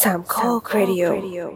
สามข้อครดิโอ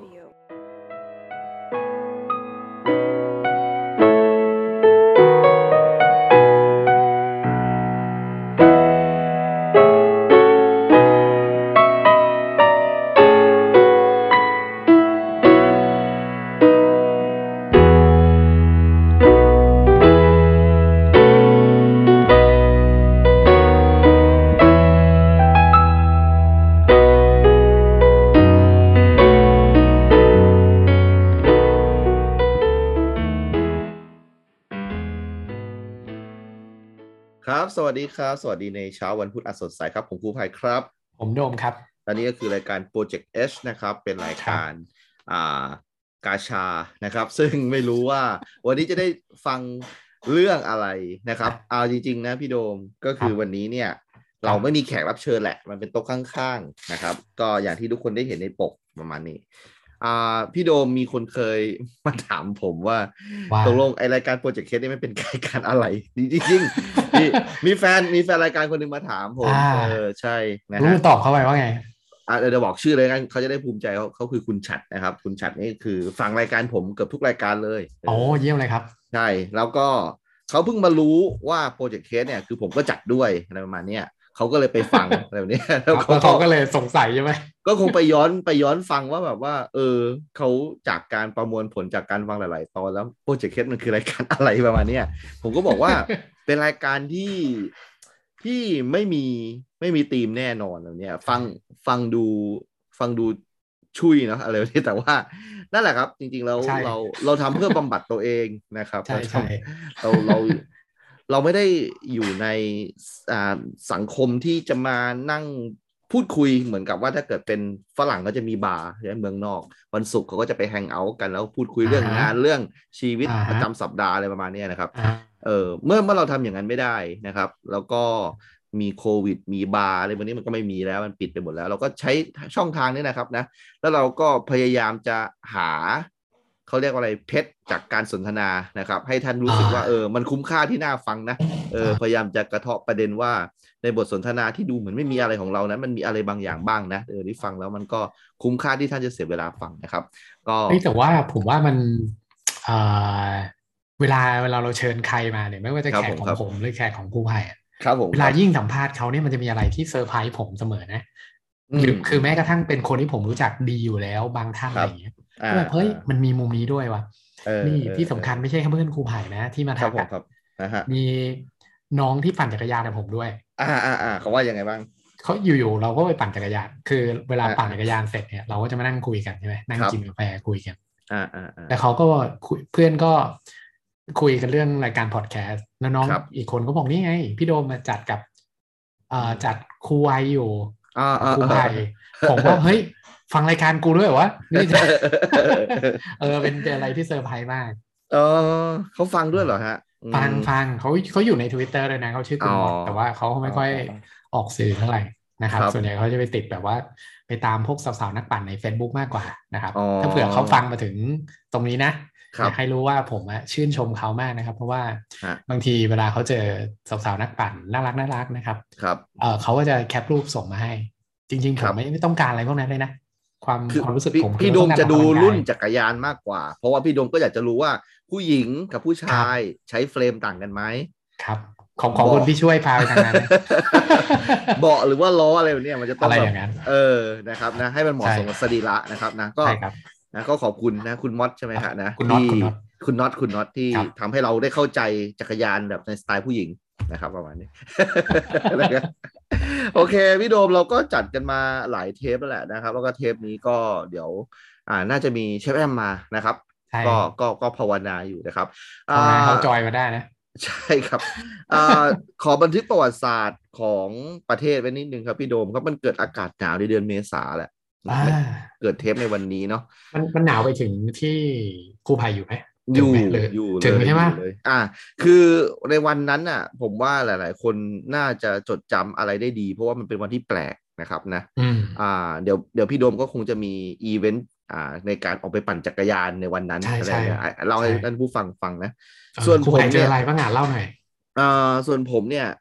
ครับสวัสดีครับสวัสดีในเช้าวันพุธอันสดใสครับผมครูภัยครับผมโดมครับตอนนี้ก็คือรายการ Project H นะครับเป็นรายครับการอ่ากาชานะครับซึ่งไม่รู้ว่าวันนี้จะได้ฟังเรื่องอะไรนะครับเอาจริงๆนะพี่โดมก็ครัคือบวันนี้เนี่ยครับเราไม่มีแขกรับเชิญแหละมันเป็นโต๊ะข้างๆนะครับก็อย่างที่ทุกคนได้เห็นในปกประมาณนี้พี่โดมมีคนเคยมาถามผมว่าว่าตกลงไอรายการโปรเจกต์เคสนี่มันเป็นรายการอะไรจริงๆมีแฟนรายการคนหนึงมาถามผอ่มาใช่นะรู้ฮะตอบเข้าไปว่าไงเดี๋ยวบอกชื่อเลยกันเขาจะได้ภูมิใจเขาคือคุณฉัตรนะครับคุณฉัตรนี่คือฟังรายการผมเกือบทุกรายการเลยโอ้เยี่ยมเลยครับใช่แล้วก็เขาเพิ่งมารู้ว่าโปรเจกต์เคสเนี่ยคือผมก็จัดด้วยอะไรประมาณเนี้ยเขาก็เลยไปฟังอะไรแบบนี้แล้ครับวเขาก็แล้วเขาก็เลยสงสัยใช่ไหมก็คงไปย้อนฟังว่าแบบว่าเขาจากการประมวลผลจากการฟังหลายๆตอนแล้วโปรเจกต์เคสมันคือรายการอะไรประมาณเนี้ยผมก็บอกว่าเป็นรายการที่ไม่มีธีมแน่นอนแล้วเนี่ยฟังดูชุยเนาะอะไรแบบนี้แต่ว่านั่นแหละครับจริงๆแล้วใช่เราทำเพื่อบำบัดตัวเองนะครับใช่ใช่เราไม่ได้อยู่ในอ่าสังคมที่จะมานั่งพูดคุยเหมือนกับว่าถ้าเกิดเป็นฝรั่งก็จะมีบาร์ในเมืองนอกวันศุกร์เขาก็จะไปแฮงเอาท์กันแล้วพูดคุยเรื่องอ่าฮะงานเรื่องชีวิตอ่าฮะประจำสัปดาห์อะไรประมาณนี้นะครับอ่าเมื่อเราทำอย่างนั้นไม่ได้นะครับแล้วก็มีโควิดมีบาร์อะไรพวกนี้มันก็ไม่มีแล้วมันปิดไปหมดแล้วเราก็ใช้ช่องทางนี้นะครับนะแล้วเราก็พยายามจะหาเขาเรียกว่าอะไรเพชรจากการสนทนานะครับให้ท่านรู้สึกว่ามันคุ้มค่าที่น่าฟังนะพยายามจะกระเทาะประเด็นว่าในบทสนทนาที่ดูเหมือนไม่มีอะไรของเรานะมันมีอะไรบางอย่างบ้างนะที่ฟังแล้วมันก็คุ้มค่าที่ท่านจะเสียเวลาฟังนะครับก็เฮ้ยแต่ว่าผมว่ามันเอ่อเวลาเราเชิญใครมาเนี่ยไม่ว่าจะครัแขกของบผมครับผมหรือแขกของผู้ภัยอะครับผมเวลาครับยิ่งสัมภาษณ์เขาเนี่ยมันจะมีอะไรที่เซอร์ไพรส์ผมเสมอนะอืมหรือคือแม้กระทั่งเป็นคนที่ผมรู้จักดีอยู่แล้วบางท่านครับอะไรอย่างเงี้ยอ่าก็แบบเฮ้อ่ายมันมีมุมนี้ด้วยว่ะเออนี่เออที่เออสำคัญไม่ใช่แค่เพื่อนครูไผ่นะที่มาทักอ่ะครับผมครับนะฮะมีน้องที่ปั่นจักรยานกับผมด้วยเขาว่ายังไงบ้างเขาอยู่ๆเราก็ไปปั่นจักรยานคือเวลาอ่าปั่นจักรยานเสร็จเนี่ยเราก็จะมานั่งคุยกันใช่ไหมนั่ครับงกินกาแฟคุยกันอ่าอ่าอ่าแล้วเขาก็คุยเพื่อนก็คุยกันเรื่องรายการพอดแคสต์แล้วน้องครับอีกคนก็บอกนี่ไงพี่โดมมาจัดกับจัดครูไวอยู่อ่ากับอ่าอ่าครูไผ่ผมก็เฮ้ยฟังรายการกูด้วยเหรอวะนี่จะ เป็นอะไรที่เซอร์ไพรส์มากเออเขาฟังด้วยเหรอฮะอืมฟังเขาอยู่ใน Twitter เลยนะเขาชื่ออ๋อคุณมดแต่ว่าเขาอ๋อไม่ค่อยอ๋อออกสื่อเท่าไหร่นะครับครับส่วนใหญ่เขาจะไปติดแบบว่าไปตามพวกสาวๆนักปั่นใน Facebook มากกว่านะครับอ๋อถ้าเผื่อเขาฟังมาถึงตรงนี้นะครับอยากให้รู้ว่าผมชื่นชมเขามากนะครับเพราะว่าฮะบางทีเวลาเขาเจอสาวๆนักปั่นน่ารักนะครับครับเขาก็จะแคปรูปส่งมาให้จริงๆผมครับไม่ต้องการอะไรพวกนั้นเลยนะความคือความรู้สึกพี่ผมคือพี่โดมเราต้องการออกจะดูรุ่นกำลังกายจักรยานมากกว่าเพราะว่าพี่โดมก็อยากจะรู้ว่าผู้หญิงกับผู้ครัชายบใช้เฟรมต่างกันไหมครับของคุณเบาะพี่ช่วยพาไปทางนั้นนะเบาะหรือว่าล้ออะไรแบบเนี้ยมันจะอะต้องแบบไรอย่างนั้นนะครับนะให้มันเหมาะใช่สมกับสรีระนะครับนะก็ใช่ครับนะก็ขอบคุณนะคุณมอสใช่ไหมครับฮะนะคุณน็อตที่คุณน็อตคุณน็อตที่ครับทำให้เราได้เข้าใจจักรยานแบบในสไตล์ผู้หญิงนะครับประมาณนี้ นะครับโอเคพี่โดมเราก็จัดกันมาหลายเทปแล้วแหละนะครับแล้วก็เทปนี้ก็เดี๋ยวน่าจะมีเชฟแอมมานะครับใช่ก็ภาวนาอยู่นะครับอ่ภาวนาให้าเขาจอยมาได้นะใช่ครับขอบันทึกประวัติศาสตร์ของประเทศไว้นิดนึงครับพี่โดมครับมันเกิดอากาศหนาวในเดือนเมษาแหละอ่ไม่าเกิดเทปในวันนี้เนาะมันหนาวไปถึงที่ครูภัยอยู่ไหมอยู่ถึงไหมหรืออยู่เลถึงใช่ไหมยอยู่เลยคือในวันนั้นน่ะผมว่าหลายๆคนน่าจะจดจำอะไรได้ดีเพราะว่ามันเป็นวันที่แปลกนะครับนะอืมเดี๋ยวพี่โดมก็คงจะมีอีเวนต์ในการออกไปปั่นจักรยานในวันนั้นใช่ใช่อะไรเนี่ยเล่าให้ใช่ท่านผู้ฟังนะส่วนครูภัยเจอผมเนี่ยอะไรบ้างอ่ะเล่าหน่อยส่วนผมเนี่ย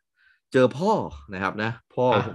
เจอพ่อนะครับนะพ่อผม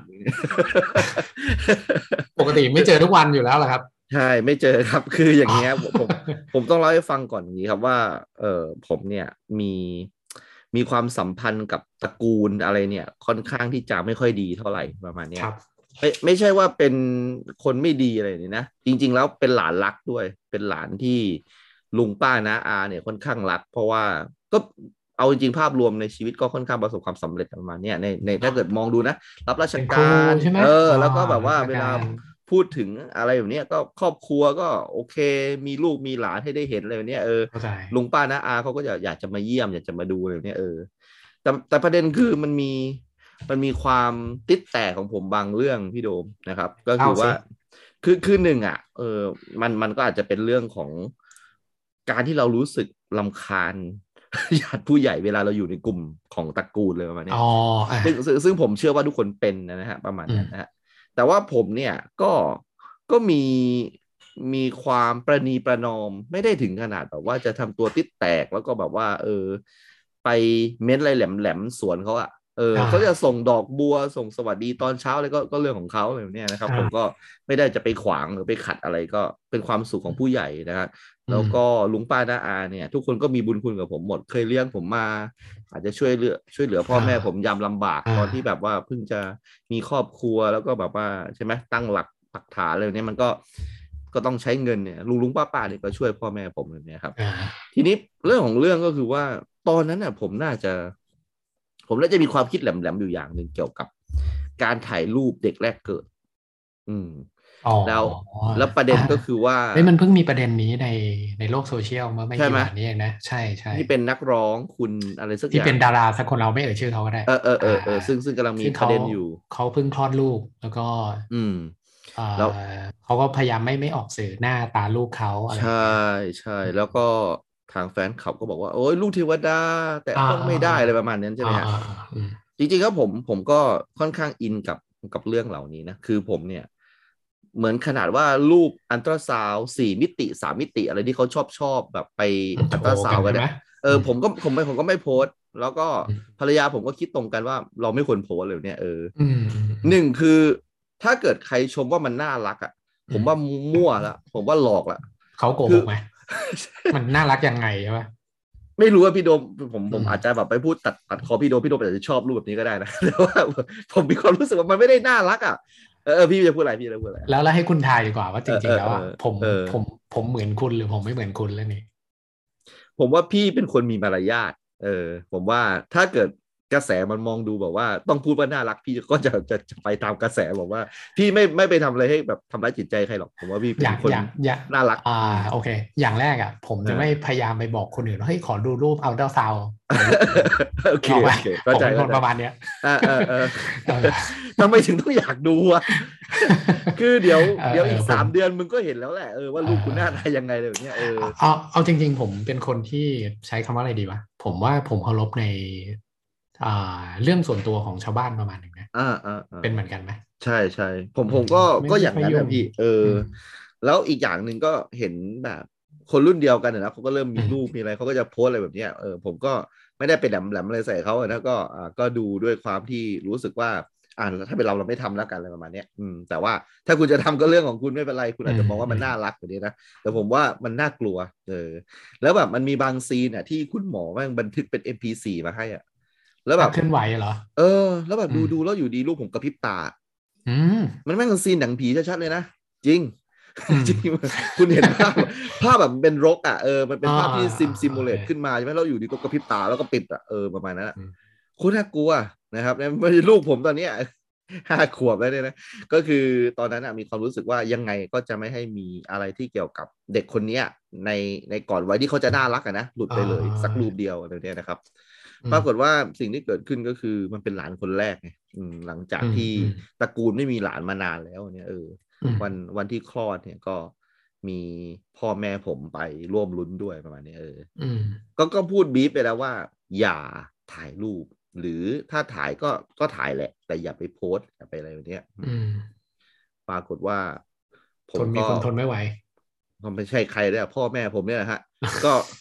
ปกติไม่เจอทุกวันอยู่แล้วเหรอครับใช่ไม่เจอครับคืออย่างเงี้ยผมต้องเล่าให้ฟังก่อนอย่างนี้ครับว่าผมเนี่ยมีความสัมพันธ์กับตระกูลอะไรเนี่ยค่อนข้างที่จะไม่ค่อยดีเท่าไหร่ประมาณเนี้ยครับไม่ใช่ว่าเป็นคนไม่ดีอะไรนี่นะจริงๆแล้วเป็นหลานรักด้วยเป็นหลานที่ลุงป้าน้าอาเนี่ยค่อนข้างรักเพราะว่าก็เอาจริงๆภาพรวมในชีวิตก็ค่อนข้างประสบความสำเร็จประมาณเนี้ยในถ้าเกิดมองดูนะรับราชเป็นครูการใช่ไหมแล้วก็แบบว่าราชเวลาการพูดถึงอะไรแบบเนี้ยก็ครอบครัวก็โอเคมีลูกมีหลานให้ได้เห็นอะไรแบบเนี้ยเข้าใจลุงป้าน้าอาเขาก็อยากจะมาเยี่ยมอยากจะมาดูอะไรแบบเนี้ยแต่ประเด็นคือมันมีความติดแตกของผมบางเรื่องพี่โดมนะครับก็เล่าสิคือว่าคือหนึ่งอ่ะมันก็อาจจะเป็นเรื่องของการที่เรารู้สึกรำคาญญาติผู้ใหญ่เวลาเราอยู่ในกลุ่มของตระกูลเลยประมาณอ๋เนี้อยอ่ะซึ่งผมเชื่อว่าทุกคนเป็นนะฮะประมาณนั้นนะฮะ แต่ว่าผมเนี่ยก็มีความประนีประนอมไม่ได้ถึงขนาดแบบว่าจะทำตัวติดแตกแล้วก็แบบว่าไปเม้นอะไรแหลมๆสวนเขาอะเขาจะส่งดอกบัวส่งสวัสดีตอนเช้าอะไรก็เรื่องของเขาแบบนี้นะครับผมก็ไม่ได้จะไปขวางหรือไปขัดอะไรก็เป็นความสุขของผู้ใหญ่นะครับแล้วก็ลุงป้าน้าอาเนี่ยทุกคนก็มีบุญคุณกับผมหมดเคยเลี้ยงผมมาอาจจะช่วยเหลือพ่อแม่ผมยามลำบากตอนที่แบบว่าเพิ่งจะ มีครอบครัวแล้วก็แบบว่าใช่ไหมตั้งหลักปักฐานอะไรเนี่ยมันก็ต้องใช้เงินเนี่ยลุงป้าเนี่ยก็ช่วยพ่อแม่ผมแบบนี้ครับทีนี้เรื่องของเรื่องก็คือว่าตอนนั้นน่ะผมน่าจะมีความคิดแหลมๆอยู่อย่างหนึ่งเกี่ยวกับการถ่ายรูปเด็กแรกเกิดอืมอ๋อแล้วประเด็อ่านก็คือว่าเฮ้ยมันเพิ่งมีประเด็นนี้ในโลกโซเชียลเมื่อไม่ใช่ไหมกี่วันนี้เองนะใช่ใช่ที่เป็นนักร้องคุณอะไรสักที่อย่างเป็นดาราสักคนเราไม่เอ่ยชื่อเขาก็ได้อ่าซึ่งกำลังมีซึ่งเขาประเด็นอยู่เขาเพิ่งคลอดลูกแล้วก็อืมเอ่อแล้วเขาก็พยายามไม่ออกสื่อหน้าตาลูกเขาอะไรอใช่ย่างเงี้ยใช่อืมแล้วก็ทางแฟนคลับก็บอกว่าโอ้ยลูกเทวดาแต่อ่าต้องอ่าไม่ได้อะไรประมาณนั้นใช่ไหมฮะอืมจริงๆก็ผมก็ค่อนข้างอินกับเรื่องเหล่านี้นะคือผมเนี่ยเหมือนขนาดว่ารูปอัลตราซาวด์4 มิติ3 มิติอะไรที่เขาชอบแบบไปอัลโชตราว์กันใช่ไหมซาวด์กันเนี่ยอืมผมก็ไม่โพสต์แล้วก็อืมภรรยาผมก็คิดตรงกันว่าเราไม่ควรโพสต์เลยเนี่ยอืมอืมหนึ่งคือถ้าเกิดใครชมว่ามันน่ารักอ่ะอืมผมว่ามั่วละผมว่าหลอกละเขาโกคือหกไหมมันน่ารักยังไงใช่ปะไม่รู้ว่าพี่โดมผมอืมอาจจะแบบไปพูดตัดคอพี่โดมอาจจะชอบรูปแบบนี้ก็ได้นะแต่ว่าผมมีความรู้สึกว่ามันไม่ได้น่ารักอ่ะพี่จะพูดอะไรพี่จะพูดอะไรแล้วให้คุณทายดีกว่าว่าจเออเออเออริงๆแล้วอ่ะผมเออผมผมเหมือนคุณหรือผมไม่เหมือนคุณแล้วนี่ผมว่าพี่เป็นคนมีมารยาทผมว่าถ้าเกิดกระแสมันมองดูแบบว่าต้องพูดว่าน่ารักพี่ก็จะไปตามกระแสบอกว่าพี่ไม่ไปทำอะไรให้แบบทำร้ายจิตใจใครหรอกผมว่าพี่อย่างเป็นคนอย่างน่ารักโอเคอย่างแรกอ่ะผมเอจะไม่พอยายามไปบอกคนอื่นว่าเฮ้ยขอดูรูปอัลตราซาวด์ในลูกผมโอเคนึกออกไหมโอเคเข้าผมเป็นคใจเข้าใจนประมาณเนี้ย เออทำไมถึงต้องอยากดูอ่ะคือเดี๋ยวเออเดี๋ยวอีกผม 3 เดือนมึงก็เห็นแล้วแหละว่าเอลูกกูหน้าตาอยังไงเลยแบบเนี้ยเอาจริงๆผมเป็นคนที่ใช้คำว่าอะไรดีวะผมว่าผมเคารพในอ่าเรื่องส่วนตัวของชาวบ้านประมาณหนึ่งนะเป็นเหมือนกันไหมใช่ใช่ผมอืมผมก็ไม่ก็อย่างไม่ค่อยยุ่งนั้นนะพี่อืมแล้วอีกอย่างหนึ่งก็เห็นแบบคนรุ่นเดียวกันนะเขาก็เริ่มมีลูกอืมมีอะไรเขาก็จะโพสอะไรแบบเนี้ยผมก็ไม่ได้ไปแหลมแหลมอะไรใส่เขานะก็ดูด้วยความที่รู้สึกว่าถ้าเป็นเราไม่ทำแล้วกันอะไรประมาณเนี้ยแต่ว่าถ้าคุณจะทำก็เรื่องของคุณไม่เป็นไรคุณอืมอาจจะมองว่าอืมมันน่ารักแบบนี้นะแต่ผมว่ามันน่ากลัวแล้วแบบมันมีบางซีนอ่ะที่คุณหมอแม่งบันทึกเป็น MP4มาให้อ่ะแล้วแบบภาพเคลื่อนไหวเหรอแล้วแบบอืมดูแล้วอยู่ดีลูกผมกระพริบตาอืมมันแม่งซีนหนังผีชัดๆเลยนะจริงอืมจริงคุณเห็นภาพแบบเป็นรกอ่ะมันเป็นภาพที่ซิโอมูเลเคตขึ้นมาใช่ไหมเราอยู่ดีก็กระพริบตาแล้วก็ปิดอ่ะประมาณนั้นอ่ะอืมโคตรน่ากลัวนะครับไม่ใช่ลูกผมตอนเนี้ย5 ขวบแล้วเนี่ยนะก็คือตอนนั้นมีความรู้สึกว่ายังไงก็จะไม่ให้มีอะไรที่เกี่ยวกับเด็กคนเนี้ยในในก่อนวัยที่เขาจะน่ารักอะนะหลุดอ่ไปเลยสักรูปาเดียวอะไรเนี้ยนะครับอืมปรากฏว่าสิ่งที่เกิดขึ้นก็คือมันเป็นหลานคนแรกไงหลังจากอืมที่อืมตระกูลไม่มีหลานมานานแล้วเนี่ยอืมวันที่คลอดเนี่ยก็มีพ่อแม่ผมไปร่วมลุ้นด้วยประมาณนี้อืมก็พูดบีฟไปแล้วว่าอย่าถ่ายรูปหรือถ้าถ่ายก็ถ่ายแหละแต่อย่าไปโพสต์อย่าไปอะไรแบบเนี้ยอืมปรากฏว่าผมก็มีคนทนไม่ไหวก็ไม่ใช่ใครเลยพ่อแม่ผมเนี่ยนะฮะก็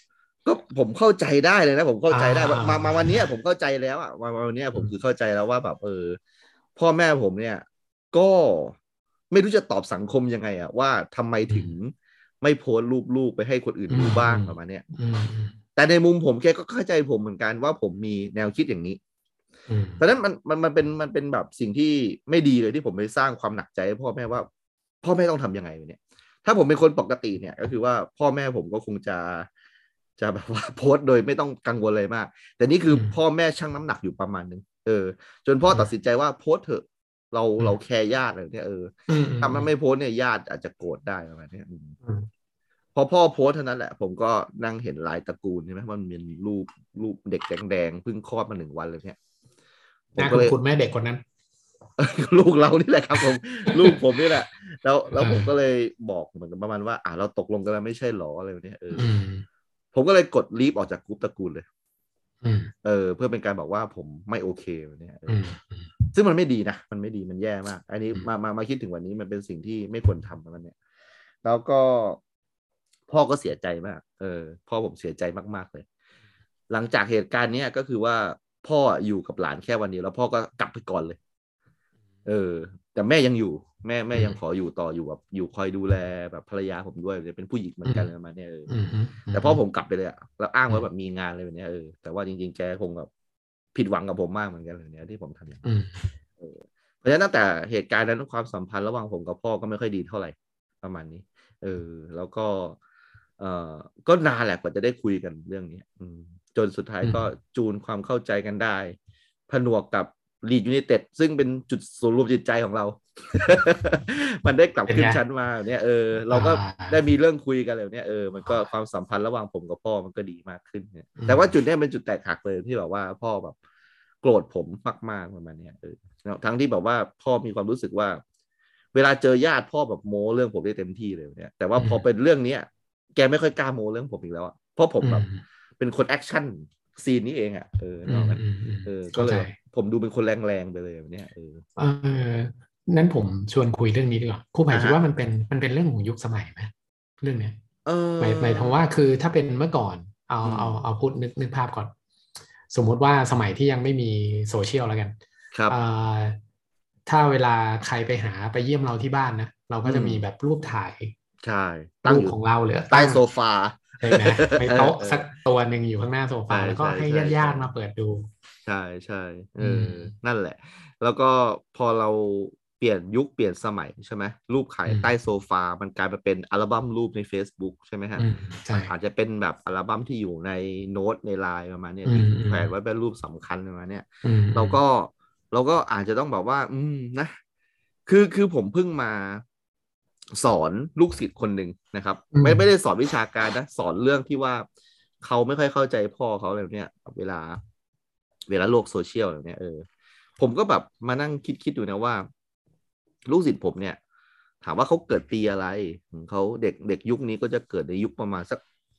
ก็ผมเข้าใจได้เลยนะผมเข้าใจได้มาวันนี้ผมเข้าใจแล้วอ่ะมาวันนี้ผมคือเข้าใจแล้วว่าแบบพ่อแม่ผมเนี่ยก็ไม่รู้จะตอบสังคมยังไงอ่ะว่าทำไมถึงไม่โพสต์รูปลูกไปให้คนอื่นดูบ้างประมาณเนี้ยแต่ในมุมผมแกก็เข้าใจผมเหมือนกันว่าผมมีแนวคิดอย่างนี้เพราะฉะนั้นมันเป็นแบบสิ่งที่ไม่ดีเลยที่ผมไปสร้างความหนักใจให้พ่อแม่ว่าพ่อแม่ต้องทำยังไงเนี่ยถ้าผมเป็นคนปกติเนี่ยก็คือว่าพ่อแม่ผมก็คงจะแบบว่าโพสต์โดยไม่ต้องกังวลอะไรมากแต่นี่คือพ่อแม่ชั่งน้ำหนักอยู่ประมาณนึงจนพ่อตัดสินใจว่าโพสต์เถอะเราแคร์ญาติอะไรเนี่ยถ้ามันไม่โพสต์เนี่ยญาติอาจจะโกรธได้ประมาณนี้พอพ่อโพสต์เท่านั้นแหละผมก็นั่งเห็นลายตระกูลใช่ไหมมันมีรูปเด็กแดงๆเพิ่งคลอดมา1 วันเลยเนี่ยผมก็เลยคุณแม่เด็กคนนั้นลูกเรานี่แหละครับผมลูกผมนี่แหละแล้วผมก็เลยบอกเหมือนประมาณว่าเราตกลงกันแล้วไม่ใช่หรออะไรเนี่ยผมก็เลยกดลีฟออกจากกรุ๊ปตระกูลเลยเพื่อเป็นการบอกว่าผมไม่โอเคเนี่ยซึ่งมันไม่ดีนะมันไม่ดีมันแย่มากอันนี้มาคิดถึงวันนี้มันเป็นสิ่งที่ไม่ควรทำมันเนี่ยแล้วก็พ่อก็เสียใจมากพ่อผมเสียใจมากๆเลยหลังจากเหตุการณ์นี้ก็คือว่าพ่ออยู่กับหลานแค่วันเดียวแล้วพ่อก็กลับไปก่อนเลยแต่แม่ยังอยู่แม่ยังขออยู่ต่ออยู่แบบอยู่คอยดูแลแบบภรรยาผมด้วยเป็นผู้หญิงเหมือนกันเลยมาเนี่ยแต่พ่อผมกลับไปเลยแล้วอ้างว่าแบบมีงานอะไรแบบนี้แต่ว่าจริงๆแกคงแบบผิดหวังกับผมมากเหมือนกันเลยเนี่ยที่ผมทำอย่างนี้เพราะฉะนั้นตั้งแต่เหตุการณ์นั้นความสัมพันธ์ระหว่างผมกับพ่อก็ไม่ค่อยดีเท่าไหร่ประมาณนี้แล้วก็นานแหละกว่าจะได้คุยกันเรื่องนี้จนสุดท้ายก็จูนความเข้าใจกันได้ผนวกกับลีดยูไนเต็ดซึ่งเป็นจุดศูนย์รวมจิตใจของเรา มันได้กลับขึ้นชั้นมาเนี่ยเราก็ได้มีเรื่องคุยกันแล้วเนี่ยมันก็ความสัมพันธ์ระหว่างผมกับพ่อมันก็ดีมากขึ้นเนี่ยแต่ว่าจุดนี้เป็นจุดแตกหักเลยที่แบบว่าพ่อแบบโกรธผมมากๆประมาณนี้ทั้งที่แบบว่าพ่อมีความรู้สึกว่าเวลาเจอญาติพ่อแบบโม้เรื่องผมได้เต็มที่เลยเนี่ยแต่ว่าพอเป็นเรื่องนี้แกไม่ค่อยกล้าโม้เรื่องผมอีกแล้วเพราะผมแบบเป็นคนแอคชั่นซีนนี้เองก็เลยผมดูเป็นคนแรงๆไปเลยแบบนี้นั้นผมชวนคุยเรื่องนี้ดีกว่าครูไผ่คิดว่ามันเป็นเรื่องของยุคสมัยไหมเรื่องเนี้ยหมายถึงว่าคือถ้าเป็นเมื่อก่อนเอาพูดนึกภาพก่อนสมมุติว่าสมัยที่ยังไม่มีโซเชียลแล้วกันครับถ้าเวลาใครไปเยี่ยมเราที่บ้านนะเราก็จะมีแบบรูปถ่ายใช่รูปของเราเหลือใต้โซฟาใช่ไหมในโต๊ะสักตัวหนึ่งอยู่ข้างหน้าโซฟาแล้วก็ให้ญาติมาเปิดดูใช่นั่นแหละแล้วก็พอเราเปลี่ยนยุคเปลี่ยนสมัยใช่ไหมรูปขายใต้โซฟามันกลายมาเป็นอัลบั้มรูปใน Facebook ใช่ไหมฮะอาจจะเป็นแบบอัลบั้มที่อยู่ในโน้ตในไลน์ประมาณนี้ที่แขวนไว้เป็นรูปสำคัญประมาณนี้เราก็อาจจะต้องแบบว่านะคือผมเพิ่งมาสอนลูกศิษย์คนหนึ่งนะครับไม่ได้สอนวิชาการนะสอนเรื่องที่ว่าเขาไม่ค่อยเข้าใจพ่อเขาอะไรเนี่ยเวลาโลกโซเชียลอะไรเนี่ยผมก็แบบมานั่งคิดอยู่นะว่าลูกศิษย์ผมเนี่ยถามว่าเขาเกิดปีอะไรเขาเด็กยุคนี้ก็จะเกิดในยุคประมาณสัก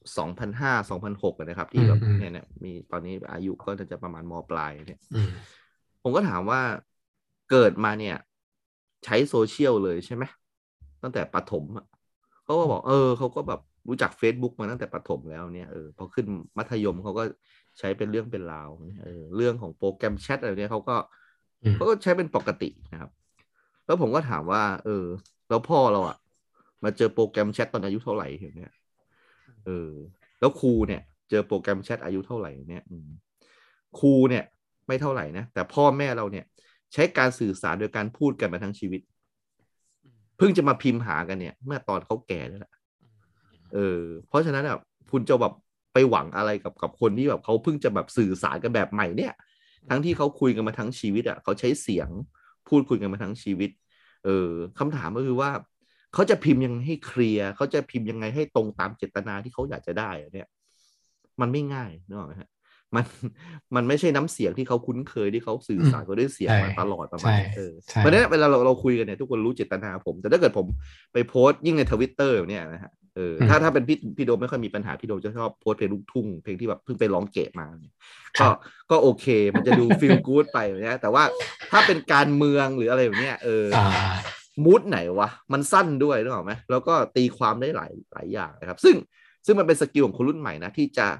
2005 2006นะครับที่แบบเนี่ยมีตอนนี้อายุก็จะประมาณม.ปลายเนี่ยผมก็ถามว่าเกิดมาเนี่ยใช้โซเชียลเลยใช่ไหมตั้งแต่ประถมเขาก็บอกเขาก็แบบรู้จัก Facebook มาตั้งแต่ประถมแล้วเนี่ยพอขึ้นมัธยมเขาก็ใช้เป็นเรื่องเป็นราวเรื่องของโปรแกรมแชทอะไรเนี่ยเขาก็ใช้เป็นปกตินะครับแล้วผมก็ถามว่าแล้วพ่อเรามาเจอโปรแกรมแชทตอนอายุเท่าไหร่เนี่ยแล้วครูเนี่ยเจอโปรแกรมแชทอายุเท่าไหร่เนี่ยครูเนี่ยไม่เท่าไหร่นะแต่พ่อแม่เราเนี่ยใช้การสื่อสารโดยการพูดกันมาทั้งชีวิตเพิ่งจะมาพิมพ์หากันเนี่ยเมื่อตอนเขาแก่แล้วแหละเพราะฉะนั้นคุณจะแบบไปหวังอะไรกับคนที่แบบเขาเพิ่งจะแบบสื่อสารกันแบบใหม่เนี่ยทั้งที่เขาคุยกันมาทั้งชีวิตเขาใช้เสียงพูดคุยกันมาทั้งชีวิตคำถามก็คือว่าเขาจะพิมพ์ยังให้เคลียร์เขาจะพิมพ์ยังไงให้ตรงตามเจตนาที่เขาอยากจะได้เนี่ยมันไม่ง่ายนึกออกไหมฮะมันไม่ใช่น้ำเสียงที่เขาคุ้นเคยที่เขาสื่อสารกันด้วยเสียงมาตลอดประมาณเพราะฉะนั้นเวลาเราคุยกันเนี่ยทุกคนรู้เจตนาผมแต่ถ้าเกิดผมไปโพสต์ยิ่งใน Twitter เนี่ยนะฮะถ้าเป็นพี่โดมไม่ค่อยมีปัญหาพี่โดมจะชอบโพสเพลงลูกทุ่งเพลงที่แบบเพิ่งไปร้องเกะมาเนี่ยก็โอเคมันจะดูฟีลกู๊ดไปแบบนี้แต่ว่าถ้าเป็นการเมืองหรืออะไรแบบนี้มูดไหนวะมันสั้นด้วยนึกออกไหมแล้วก็ตีความได้หลายอย่างนะครับซึ่งมันเป็นสกิลของคนรุ่นใหม่นะที่จะ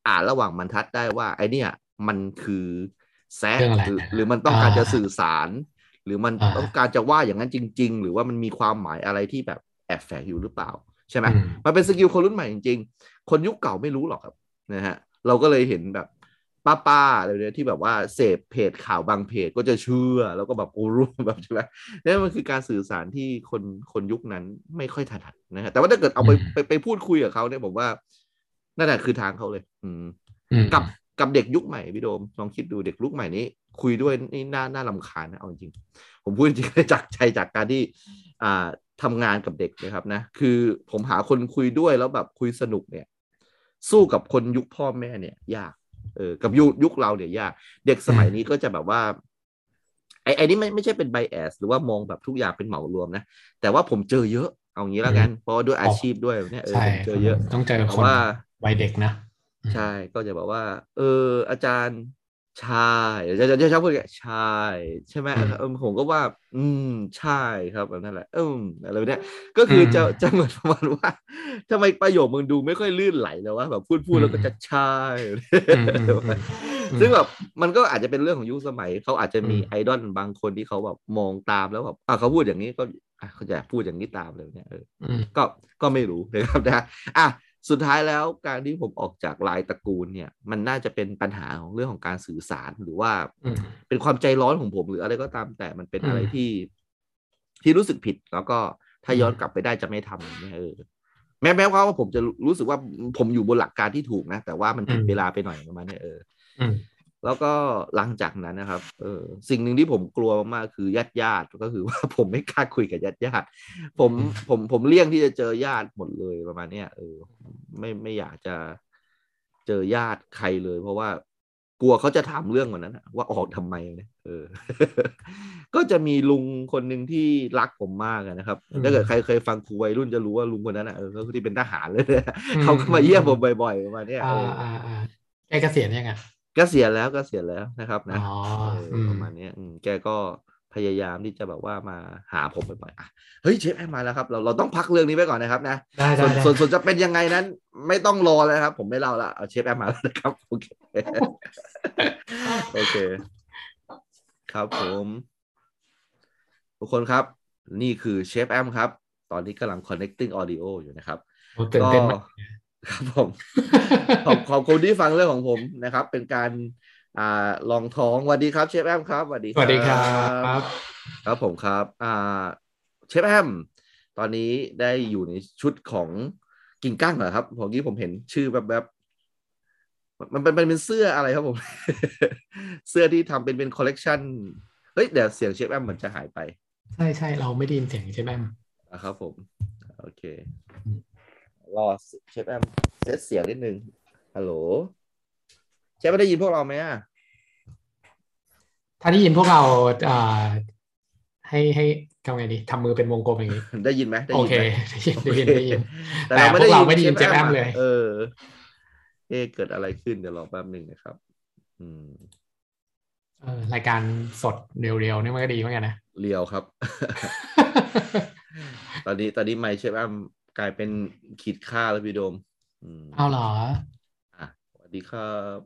อ่านระหว่างบรรทัดได้ว่าไอเนี่ยมันคือแซะเรื่องอะไรหรือมันต้องการจะสื่อสารหรือมันต้องการจะว่าอย่างนั้นจริงๆหรือว่ามันมีความหมายอะไรที่แบบแอบแฝงอยู่หรือเปล่าใช่ไหมมันเป็นสกิลคนรุ่นใหม่จริงๆคนยุคเก่าไม่รู้หรอกครับนะฮะเราก็เลยเห็นแบบป้าอะไรเนี่ยที่แบบว่าเสพเพจข่าวบางเพจก็จะเชื่อแล้วก็แบบโอ้รู้แบบใช่ไหมนั่นมันคือการสื่อสารที่คนยุคนั้นไม่ค่อยถนัดนะฮะแต่ว่าถ้าเกิดเอาไปพูดคุยกับเขาเนี่ยผมว่านั่นแหละคือทางเขาเลยกับกับเด็กยุคใหม่พี่โดมลองคิดดูเด็กยุคใหม่นี้คุยด้วยนี่น่ารำคาญนะเอาจริงผมพูดจริงๆจากใจจากการที่ทำงานกับเด็กนะครับนะคือผมหาคนคุยด้วยแล้วแบบคุยสนุกเนี่ยสู้กับคนยุคพ่อแม่เนี่ยยากกับยุคเราเนี่ยยากเด็กสมัยนี้ก็จะแบบว่าไอ้นี่ไม่ใช่เป็นไบแอสหรือว่ามองแบบทุกอย่างเป็นเหมารวมนะแต่ว่าผมเจอเยอะเอางี้แล้วกันเพราะว่าด้วยอาชีพด้วยเนี่ยผมเจอเยอะต้องเจอคนวัยเด็กนะใช่ก็จะบอกว่าอาจารย์ใช่จะชอบพูดอย่างใช่ใช่ไหมผมก็ว่าใช่ครับแบบนั่นแหละอะไรเนี้ยก็คือจะเหมือนประมาณว่าทำไมประโยคมึงดูไม่ค่อยลื่นไหลเลยว่าแบบพูดแล้วก็จะใช่ซึ่งแบบมันก็อาจจะเป็นเรื่องของยุคสมัยเขาอาจจะมีไอดอลบางคนที่เขาแบบมองตามแล้วแบบเขาพูดอย่างนี้ก็เขาจะพูดอย่างนี้ตามเลยเนี่ยก็ไม่รู้นะครับนะสุดท้ายแล้วการที่ผมออกจากลายตระกูลเนี่ยมันน่าจะเป็นปัญหาของเรื่องของการสื่อสารหรือว่าเป็นความใจร้อนของผมหรืออะไรก็ตามแต่มันเป็นอะไรที่รู้สึกผิดแล้วก็ถ้าย้อนกลับไปได้จะไม่ทำเนี่ยแม้ว่าผมจะรู้สึกว่าผมอยู่บนหลักการที่ถูกนะแต่ว่ามันผิดเวลาไปหน่อยประมาณนี้แล้วก็หลังจากนั้นนะครับสิ่งหนึ่งที่ผมกลัวมากๆคือญาติก็คือว่าผมไม่กล้าคุยกับญาติผมเลี่ยงที่จะเจอญาติหมดเลยประมาณเนี้ยไม่อยากจะเจอญาติใครเลยเพราะว่ากลัวเขาจะถามเรื่องวันนั้นว่าออกทำไมเนี่ยก็จะมีลุงคนหนึ่งที่รักผมมากนะครับถ้าเกิดใครเคยฟังครูวัยรุ่นจะรู้ว่าลุงคนนั้นก็ที่เป็นทหารเลยเขาก็มาเยี่ยมผมบ่อยๆประมาณนี้แกเกษียณยังไงเกษียณแล้วนะครับนะประมาณนี้แกก็พยายามที่จะแบบว่ามาหาผมบ่อยๆเฮ้ยเชฟแอมมาแล้วครับเราต้องพักเรื่องนี้ไปก่อนนะครับนะส่วนจะเป็นยังไงนั้นไม่ต้องรอแล้วครับผมไม่เล่าละเอาเชฟแอมมาแล้วนะครับโอเคโอเคครับผมทุกคนครับนี่คือเชฟแอมครับตอนนี้กำลัง connecting audio อยู่นะครับก็ครับผมขอบคุณที่ฟังเรื่องของผมนะครับเป็นการลองท้องสวัสดีครับเชฟแอมครับสวัสดีครับสวัสดีครับครับผมครับเชฟแอมตอนนี้ได้อยู่ในชุดของกิ่งก้างเหรอครับผมที่ผมเห็นชื่อแบบมันเป็นเสื้ออะไรครับผม เสื้อที่ทำเป็นคอลเลกชันเฮ้ยเดี๋ยวเสียงเชฟแอมเหมือนจะหายไปใช่เราไม่ได้ยินเสียงเชฟแอมครับผมโอเครอเชฟแอมเซตเสียงนิดนึงฮัลโหลเชฟไม่ได้ยินพวกเราไหมถ้าได้ยินพวกเราให้ทำไงดีทำมือเป็นวงกลมอย่างนี้ได้ยินไหมโอเคได้ยินแต่เราไม่ได้ยินเชฟแอมเลยเกิดอะไรขึ้นเดี๋ยวรอแป๊บหนึ่งนะครับรายการสดเรียวๆนี่มันก็ดีเหมือนกันนะเรียวครับ ตอนนี้ไมค์เชฟแอมกลายเป็นขีดค่าแล้วพี่โดมเอาเหรอสวัสดีครับ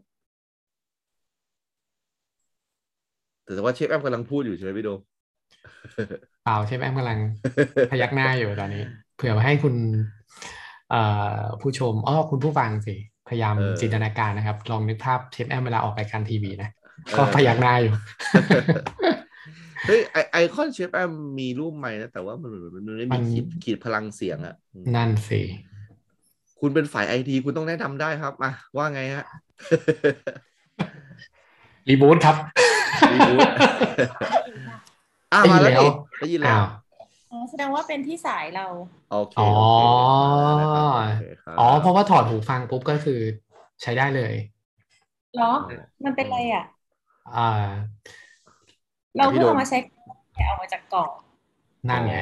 แต่ว่าเชฟแอมกำลังพูดอยู่ใช่ไหมพี่โดมเปล่าเชฟแอมกำลังพยักหน้าอยู่ตอนนี้เผื่อมาให้คุณผู้ชมคุณผู้ฟังสิพยายามจินตนาการนะครับลองนึกภาพเชฟแอมเวลาออกรายการทีวีนะก็พยักหน้าอยู่เฮ้ยไอคอนเชฟแอมมีรูปใหม่นะแต่ว่ามันไม่มีขีดพลังเสียงนั่นสิคุณเป็นฝ่ายไอทีคุณต้องแนะนำได้ครับว่าไงฮะรีบูทครับรีบูทมาแล้วได้ยินแล้วแสดงว่าเป็นที่สายเราโอเคเพราะว่าถอดหูฟังปุ๊บก็คือใช้ได้เลยเหรอมันเป็นอะไรเราเพิ่งเอามาใช้เอามาจากกล่องนั่นไง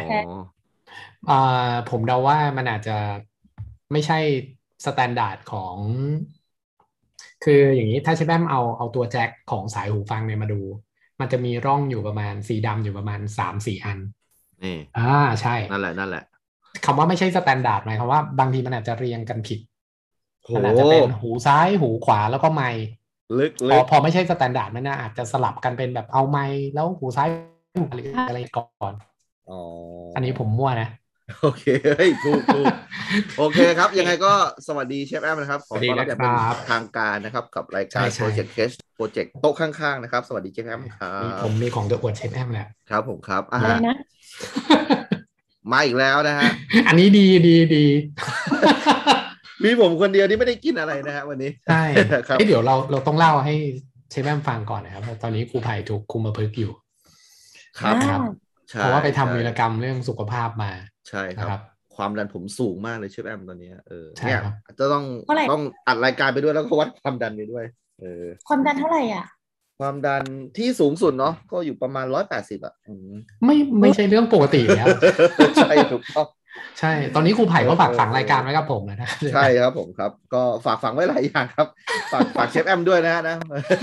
ผมเดาว่ามันอาจจะไม่ใช่สแตนดาร์ดของคืออย่างนี้ถ้าใช้แบมเอาตัวแจ็คของสายหูฟังเนี่ยมาดูมันจะมีร่องอยู่ประมาณสีดำอยู่ประมาณ 3-4 อันนี่ใช่นั่นแหละคำว่าไม่ใช่สแตนดาร์ดหมายความว่าบางทีมันอาจจะเรียงกันผิดมันอาจจะเป็นหูซ้ายหูขวาแล้วก็ไมค์ลึกพอไม่ใช่สแตนดาร์ดมันอาจจะสลับกันเป็นแบบเอาไมค์แล้วหูซ้ายหูขวาอะไรก่อนอันนี้ผมมั่วนะโอเคเฮ้ยถูกโอเคครับยังไงก็สวัสดีเชฟแอมนะครับขอต้อนรับอย่างเป็นทางการนะครับกับรายการโปรเจกต์เคสโปรเจกต์โต๊ะข้างๆนะครับสวัสดีเชฟแอมครับผมมีของเดอะอวดเชฟแอมแหละครับผมครับอะไรนะมาอีกแล้วนะฮะอันนี้ดีมีผมคนเดียวที่ไม่ได้กินอะไรนะฮะวันนี้ใช่ครับเดี๋ยวเราต้องเล่าให้เชฟแอมฟังก่อนนะครับตอนนี้ครูไผ่ถูกคุมประพฤติอยู่ครับเพราะว่าไปทำวีรกรรมเรื่องสุขภาพมาใช่ครับความดันผมสูงมากเลยเชฟแอมตอนนี้เนี่ยจะต้องอัดรายการไปด้วยแล้วก็วัดความดันไปด้วยความดันเท่าไหร่อ่ะความดันที่สูงสุดเนาะก็อยู่ประมาณ180อ่ะไม่ใช่เรื่องปกติแล้วใช่ถูกต้องใช่ตอนนี้ครูไผ่ก็ฝากฝังรายการไว้กับผมนะใช่ครับผมครับก็ฝากฝังไว้หลายอย่างครับฝากเชฟแอมด้วยนะนะ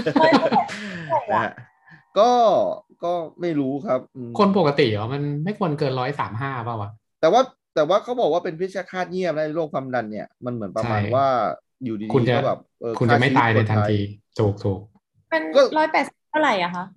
ก็ไม่รู้ครับคนปกติเหรอมันไม่ควรเกิน135ป่าววะแต่ว่าเขาบอกว่าเป็นพิษคาตเงียบในโรคความดันเนี่ยมันเหมือนประมาณว่าอยู่ดีๆก็แบบคุณจะไม่ตายในทันทีถูกเป็น180เท่าไหร่อะคะ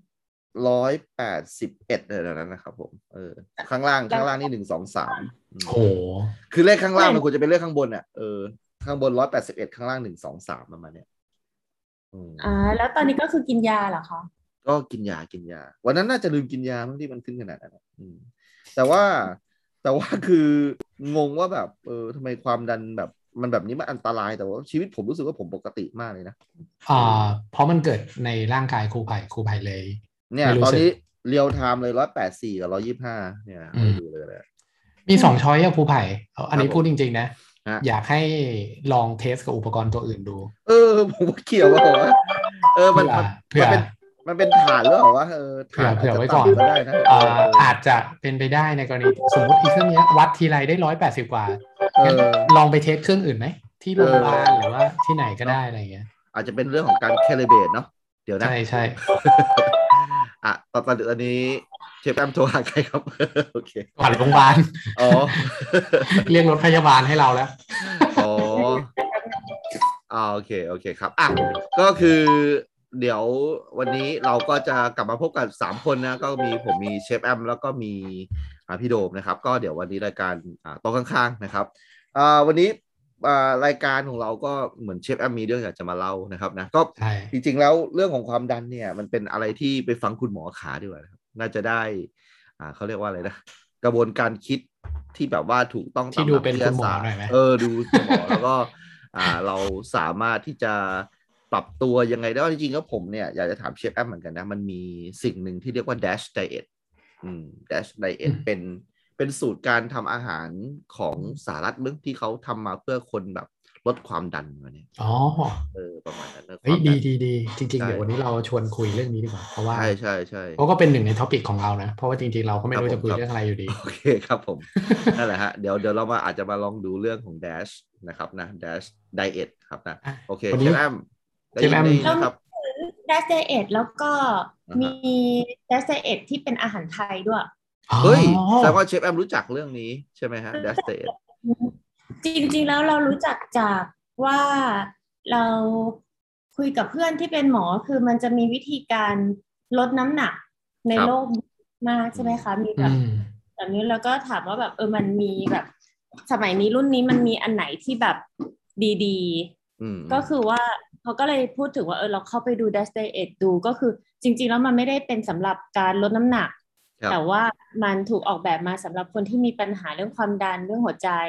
181เลยนะครับผมข้างล่างนี่123 โอ้คือเลขข้างล่างมันควรจะเป็นเลขข้างบนอ่ะข้างบน181ข้างล่าง123ประมาณเนี้ยแล้วตอนนี้ก็คือกินยาเหรอคะก็กินยาวันนั้นน่าจะลืมกินยาบางที่มันขึ้นขนาดนั้นแต่ว่าคืองงว่าแบบทำไมความดันแบบมันแบบนี้มันอันตรายแต่ว่าชีวิตผมรู้สึกว่าผมปกติมากเลยนะเพราะมันเกิดในร่างกายครูไผ่เลยเนี่ยตอนนี้เรียลไทม์เลย184กับ125เนี่ยดูเลยมี2ช้อยอะครูไผ่อันนี้พูดจริงๆนะอยากให้ลองเทสกับอุปกรณ์ตัวอื่นดูผมว่าเกี่ยวว่ามันเป็นฐานหรือเปล่าวะเผื่อไว้ก่อนอาจจะเป็นไปได้ในกรณีสมมติอีเครื่องนี้วัดทีไรได้180กว่าลองไปเทสเครื่องอื่นไหมที่โรงพยาบาลหรือว่าที่ไหนก็ได้อะไรเงี้ยอาจจะเป็นเรื่องของการแคลิเบรตเนาะเดี๋ยวนะใช่ตอนนี้เชฟแอมโทรหาใครครับโอเคก่อนโรงพยาบาลเรียกรถพยาบาลให้เราแล้วโอเคครับก็คือเดี๋ยววันนี้เราก็จะกลับมาพบกัน3คนนะก็ผมมีเชฟแอมแล้วก็มีพี่โดมนะครับก็เดี๋ยววันนี้รายการโต๊ะข้างๆนะครับวันนี้รายการของเราก็เหมือนเชฟแอมมีเรื่องอยากจะมาเล่านะครับนะก็จริงๆแล้วเรื่องของความดันเนี่ยมันเป็นอะไรที่ไปฟังคุณหมอขาดีกว่านะครับน่าจะได้เขาเรียกว่าอะไรนะกระบวนการคิดที่แบบว่าถูกต้องที่ดูเป็นคุณหมอหน่อยไหมดูคุณหมอแล้วก็เราสามารถที่จะปรับตัวยังไงได้จริงๆแล้วผมเนี่ยอยากจะถามเชฟแอมเหมือนกันนะมันมีสิ่งหนึ่งที่เรียกว่า Dash Diet Dash Diet เป็นสูตรการทำอาหารของสหรัฐเมื่อที่เขาทำมาเพื่อคนแบบลดความดันมาเนี่ยประมาณนั้นดีจริงๆเดี๋ยววันนี้เราชวนคุยเรื่องนี้ดีกว่าเพราะว่าใช่เพราะก็เป็นหนึ่งในท็อปิกของเรานะเพราะว่าจริงๆเราก็ไม่รู้จะคุยเรื่องอะไรอยู่ดีโอเคครับผมนั่นแหละฮะเดี๋ยวเราอาจจะมาลองดูเรื่องของ Dash นะครับนะ Dash Diet ครับนะโอเคเชฟแอมครับ Dash Diet แล้วก็มี Dash Diet ที่เป็นอาหารไทยด้วยเฮ้ยแสดงว่าเชฟแอมรู้จักเรื่องนี้ใช่ไหมฮะ Dash Diet จริงๆแล้วเรารู้จักจากว่าเราคุยกับเพื่อนที่เป็นหมอคือมันจะมีวิธีการลดน้ำหนักในโลกมากใช่ไหมคะมีแบบนี้แล้วก็ถามว่าแบบมันมีแบบสมัยนี้รุ่นนี้มันมีอันไหนที่แบบดีๆก็คือว่าเขาก็เลยพูดถึงว่าเราเข้าไปดู Dash Diet ดูก็คือจริงๆแล้วมันไม่ได้เป็นสำหรับการลดน้ำหนักแต่ว่ามันถูกออกแบบมาสำหรับคนที่มีปัญหาเรื่องความดันเรื่องหัวใจ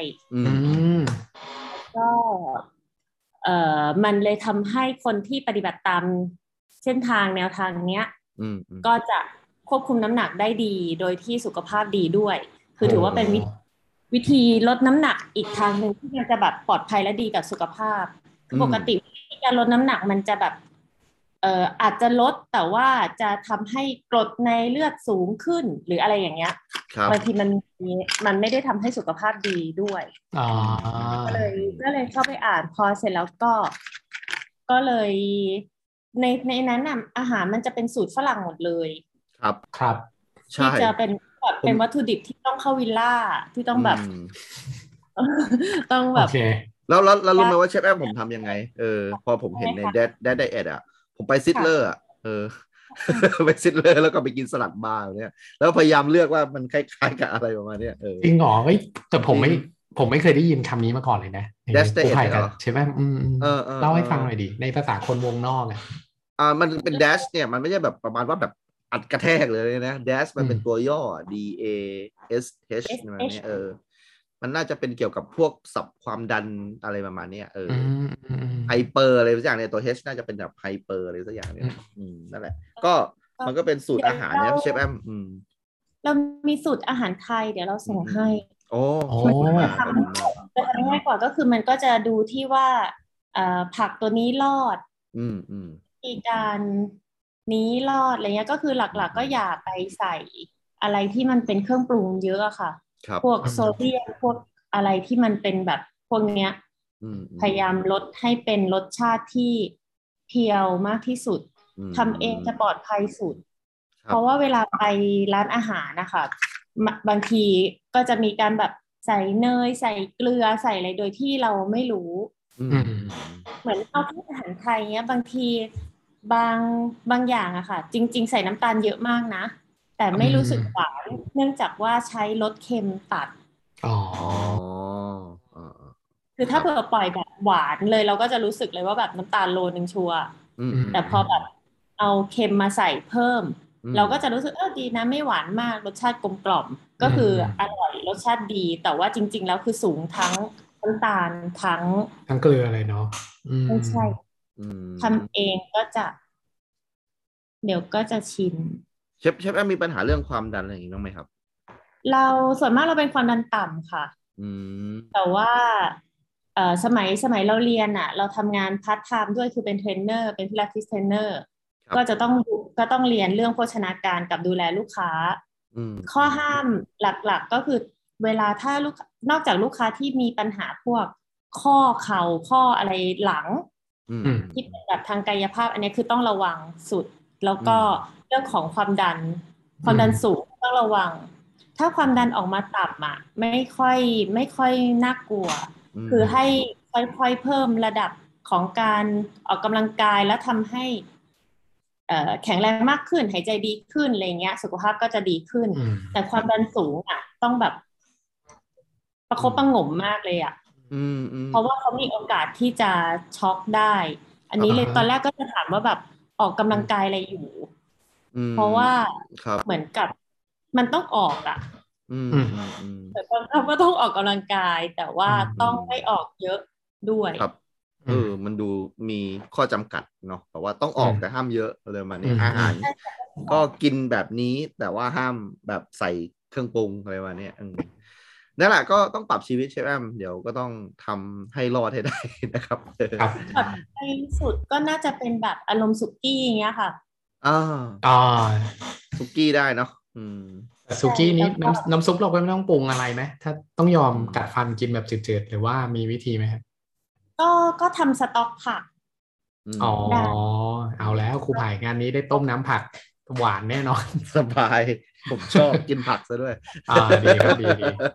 ก็มันเลยทำให้คนที่ปฏิบัติตามเส้นทางแนวทางเนี้ยก็จะควบคุมน้ำหนักได้ดีโดยที่สุขภาพดีด้วยคือถือว่าเป็นวิธีลดน้ำหนักอีกทางหนึ่งที่มันจะแบบปลอดภัยและดีกับสุขภาพปกติการลดน้ำหนักมันจะแบบอาจจะลดแต่ว่าจะทำให้กรดในเลือดสูงขึ้นหรืออะไรอย่างเงี้ยบางทีมันไม่ได้ทำให้สุขภาพดีด้วยก็เลยเข้าไปอ่านพอเสร็จแล้วก็เลยในนั้นน่ะอาหารมันจะเป็นสูตรฝรั่งหมดเลยครับที่จะเป็นวัตถุดิบที่ต้องเข้าวิลล่าที่ต้องแบบต้องแบบแล้วรู้ไหมว่าเชฟแอมผมทำยังไงพอผมเห็นในแดดไดเอทอ่ะผมไปซิดเลอร์อ่ะไปซิดเลอร์แล้วก็ไปกินสลัดบาร์เนี่ยแล้วพยายามเลือกว่ามันคล้ายๆกับอะไรประมาณนี้จริงเหรอแต่ผมไม่เคยได้ยินคำนี้มาก่อนเลยนะกูไผ่กันใช่ไหมเล่าให้ฟังหน่อยดิในภาษาคนวงนอกมันเป็นแดชเนี่ยมันไม่ใช่แบบประมาณว่าแบบอัดกระแทกเลยนะแดชมันเป็นตัวย่อ DASH ประมาณนี้มันน่าจะเป็นเกี่ยวกับพวกศัพท์ความดันอะไรประมาณนี้ไฮเปอร์อะไรสักอย่างเนี่ยตัว H น่าจะเป็นแบบไฮเปอร์อะไรสักอย่างเนี่ยนั่นแหละก็มันก็เป็นสูตรอาหารเนี่ยเชฟแอมเรามีสูตรอาหารไทยเดี๋ยวเราส่งให้โอ้ทำง่ายกว่าก็คือมันก็จะดูที่ว่าผักตัวนี้รอดอีกการนี้รอดอะไรเงี้ยก็คือหลักๆก็อย่าไปใส่อะไรที่มันเป็นเครื่องปรุงเยอะอะค่ะพวกโซเดียมพวกอะไรที่มันเป็นแบบพวกเนี้ยพยายามลดให้เป็นรสชาติที่เพียวมากที่สุดทำเองจะปลอดภัยสุดเพราะว่าเวลาไปร้านอาหารนะคะบางทีก็จะมีการแบบใส่เนยใส่เกลือใส่อะไรโดยที่เราไม่รู้เหมือนเอาที่อาหารไทยเนี้ยบางทีบางอย่างอะค่ะจริงๆใส่น้ำตาลเยอะมากนะแต่ไม่รู้สึกหวานเนื่องจากว่าใช้รสเค็มตัดคือถ้าเผื่อปล่อยแบบหวานเลยเราก็จะรู้สึกเลยว่าแบบน้ำตาลโลนึงชัวร์แต่พอแบบเอาเค็มมาใส่เพิ่มเราก็จะรู้สึกดีนะไม่หวานมากรสชาติกลมกล่อมก็คืออร่อยรสชาติดีแต่ว่าจริงๆแล้วคือสูงทั้งน้ำตาลทั้งเกลืออะไรเนาะไม่ใช่ทำเองก็จะเดี๋ยวก็จะชินเชฟแอมมีปัญหาเรื่องความดันอะไรอย่างนี้บ้างไหมครับเราส่วนมากเราเป็นความดันต่ำค่ะแต่ว่าสมัยเราเรียนอ่ะเราทำงานพาร์ทไทม์ด้วยคือเป็นเทรนเนอร์เป็นพิลาทิสเทรนเนอร์ก็ต้องเรียนเรื่องโภชนาการกับดูแลลูกค้าข้อห้ามหลักๆก็คือเวลาถ้านอกจากลูกค้าที่มีปัญหาพวกข้อเข่าข้ออะไรหลังที่เป็นแบบทางกายภาพอันนี้คือต้องระวังสุดแล้วก็เรื่องของความดันสูงต้องระวังถ้าความดันออกมาต่ำอ่ะไม่ค่อยน่ากลัวคือให้ค่อยๆเพิ่มระดับของการออกกำลังกายแล้วทำให้แข็งแรงมากขึ้นหายใจดีขึ้นอะไรเงี้ยสุขภาพก็จะดีขึ้นแต่ความดันสูงอ่ะต้องแบบประคบประหงมมากเลยอ่ะเพราะว่าเขามีโอกาสที่จะช็อกได้อันนี้เลยตอนแรกก็จะถามว่าแบบออกกำลังกายอะไรอยู่เพราะว่าเหมือนกับมันต้องออกอ่ะแต่เราก็ต้องออกกำลังกายแต่ว่าต้องไม่ออกเยอะด้วยครับมันดูมีข้อจำกัดเนาะแต่ว่าต้องออกแต่ห้ามเยอะเลยมาเนี่ยอาหารก็กินแบบนี้แต่ว่าห้ามแบบใส่เครื่องปรุงอะไรมาเนี่ยนั่นแหละก็ต้องปรับชีวิตเชฟแอมเดี๋ยวก็ต้องทำให้รอดให้ได้นะครับในสุดก็น่าจะเป็นแบบอารมณ์สุกี้อย่างเงี้ยค่ะสุกี้ได้เนาะสุกี้นี้น้ำซุปเราไม่ต้องปรุงอะไรไหมถ้าต้องยอมกัดฟันกินแบบจืดๆหรือว่ามีวิธีไหมครับก็ทำสต๊อกผักเอาแล้วครูไผ่งานนี้ได้ต้มน้ำผักหวานแน่นอนสบายผมชอบกินผักซะด้วยดีครับดี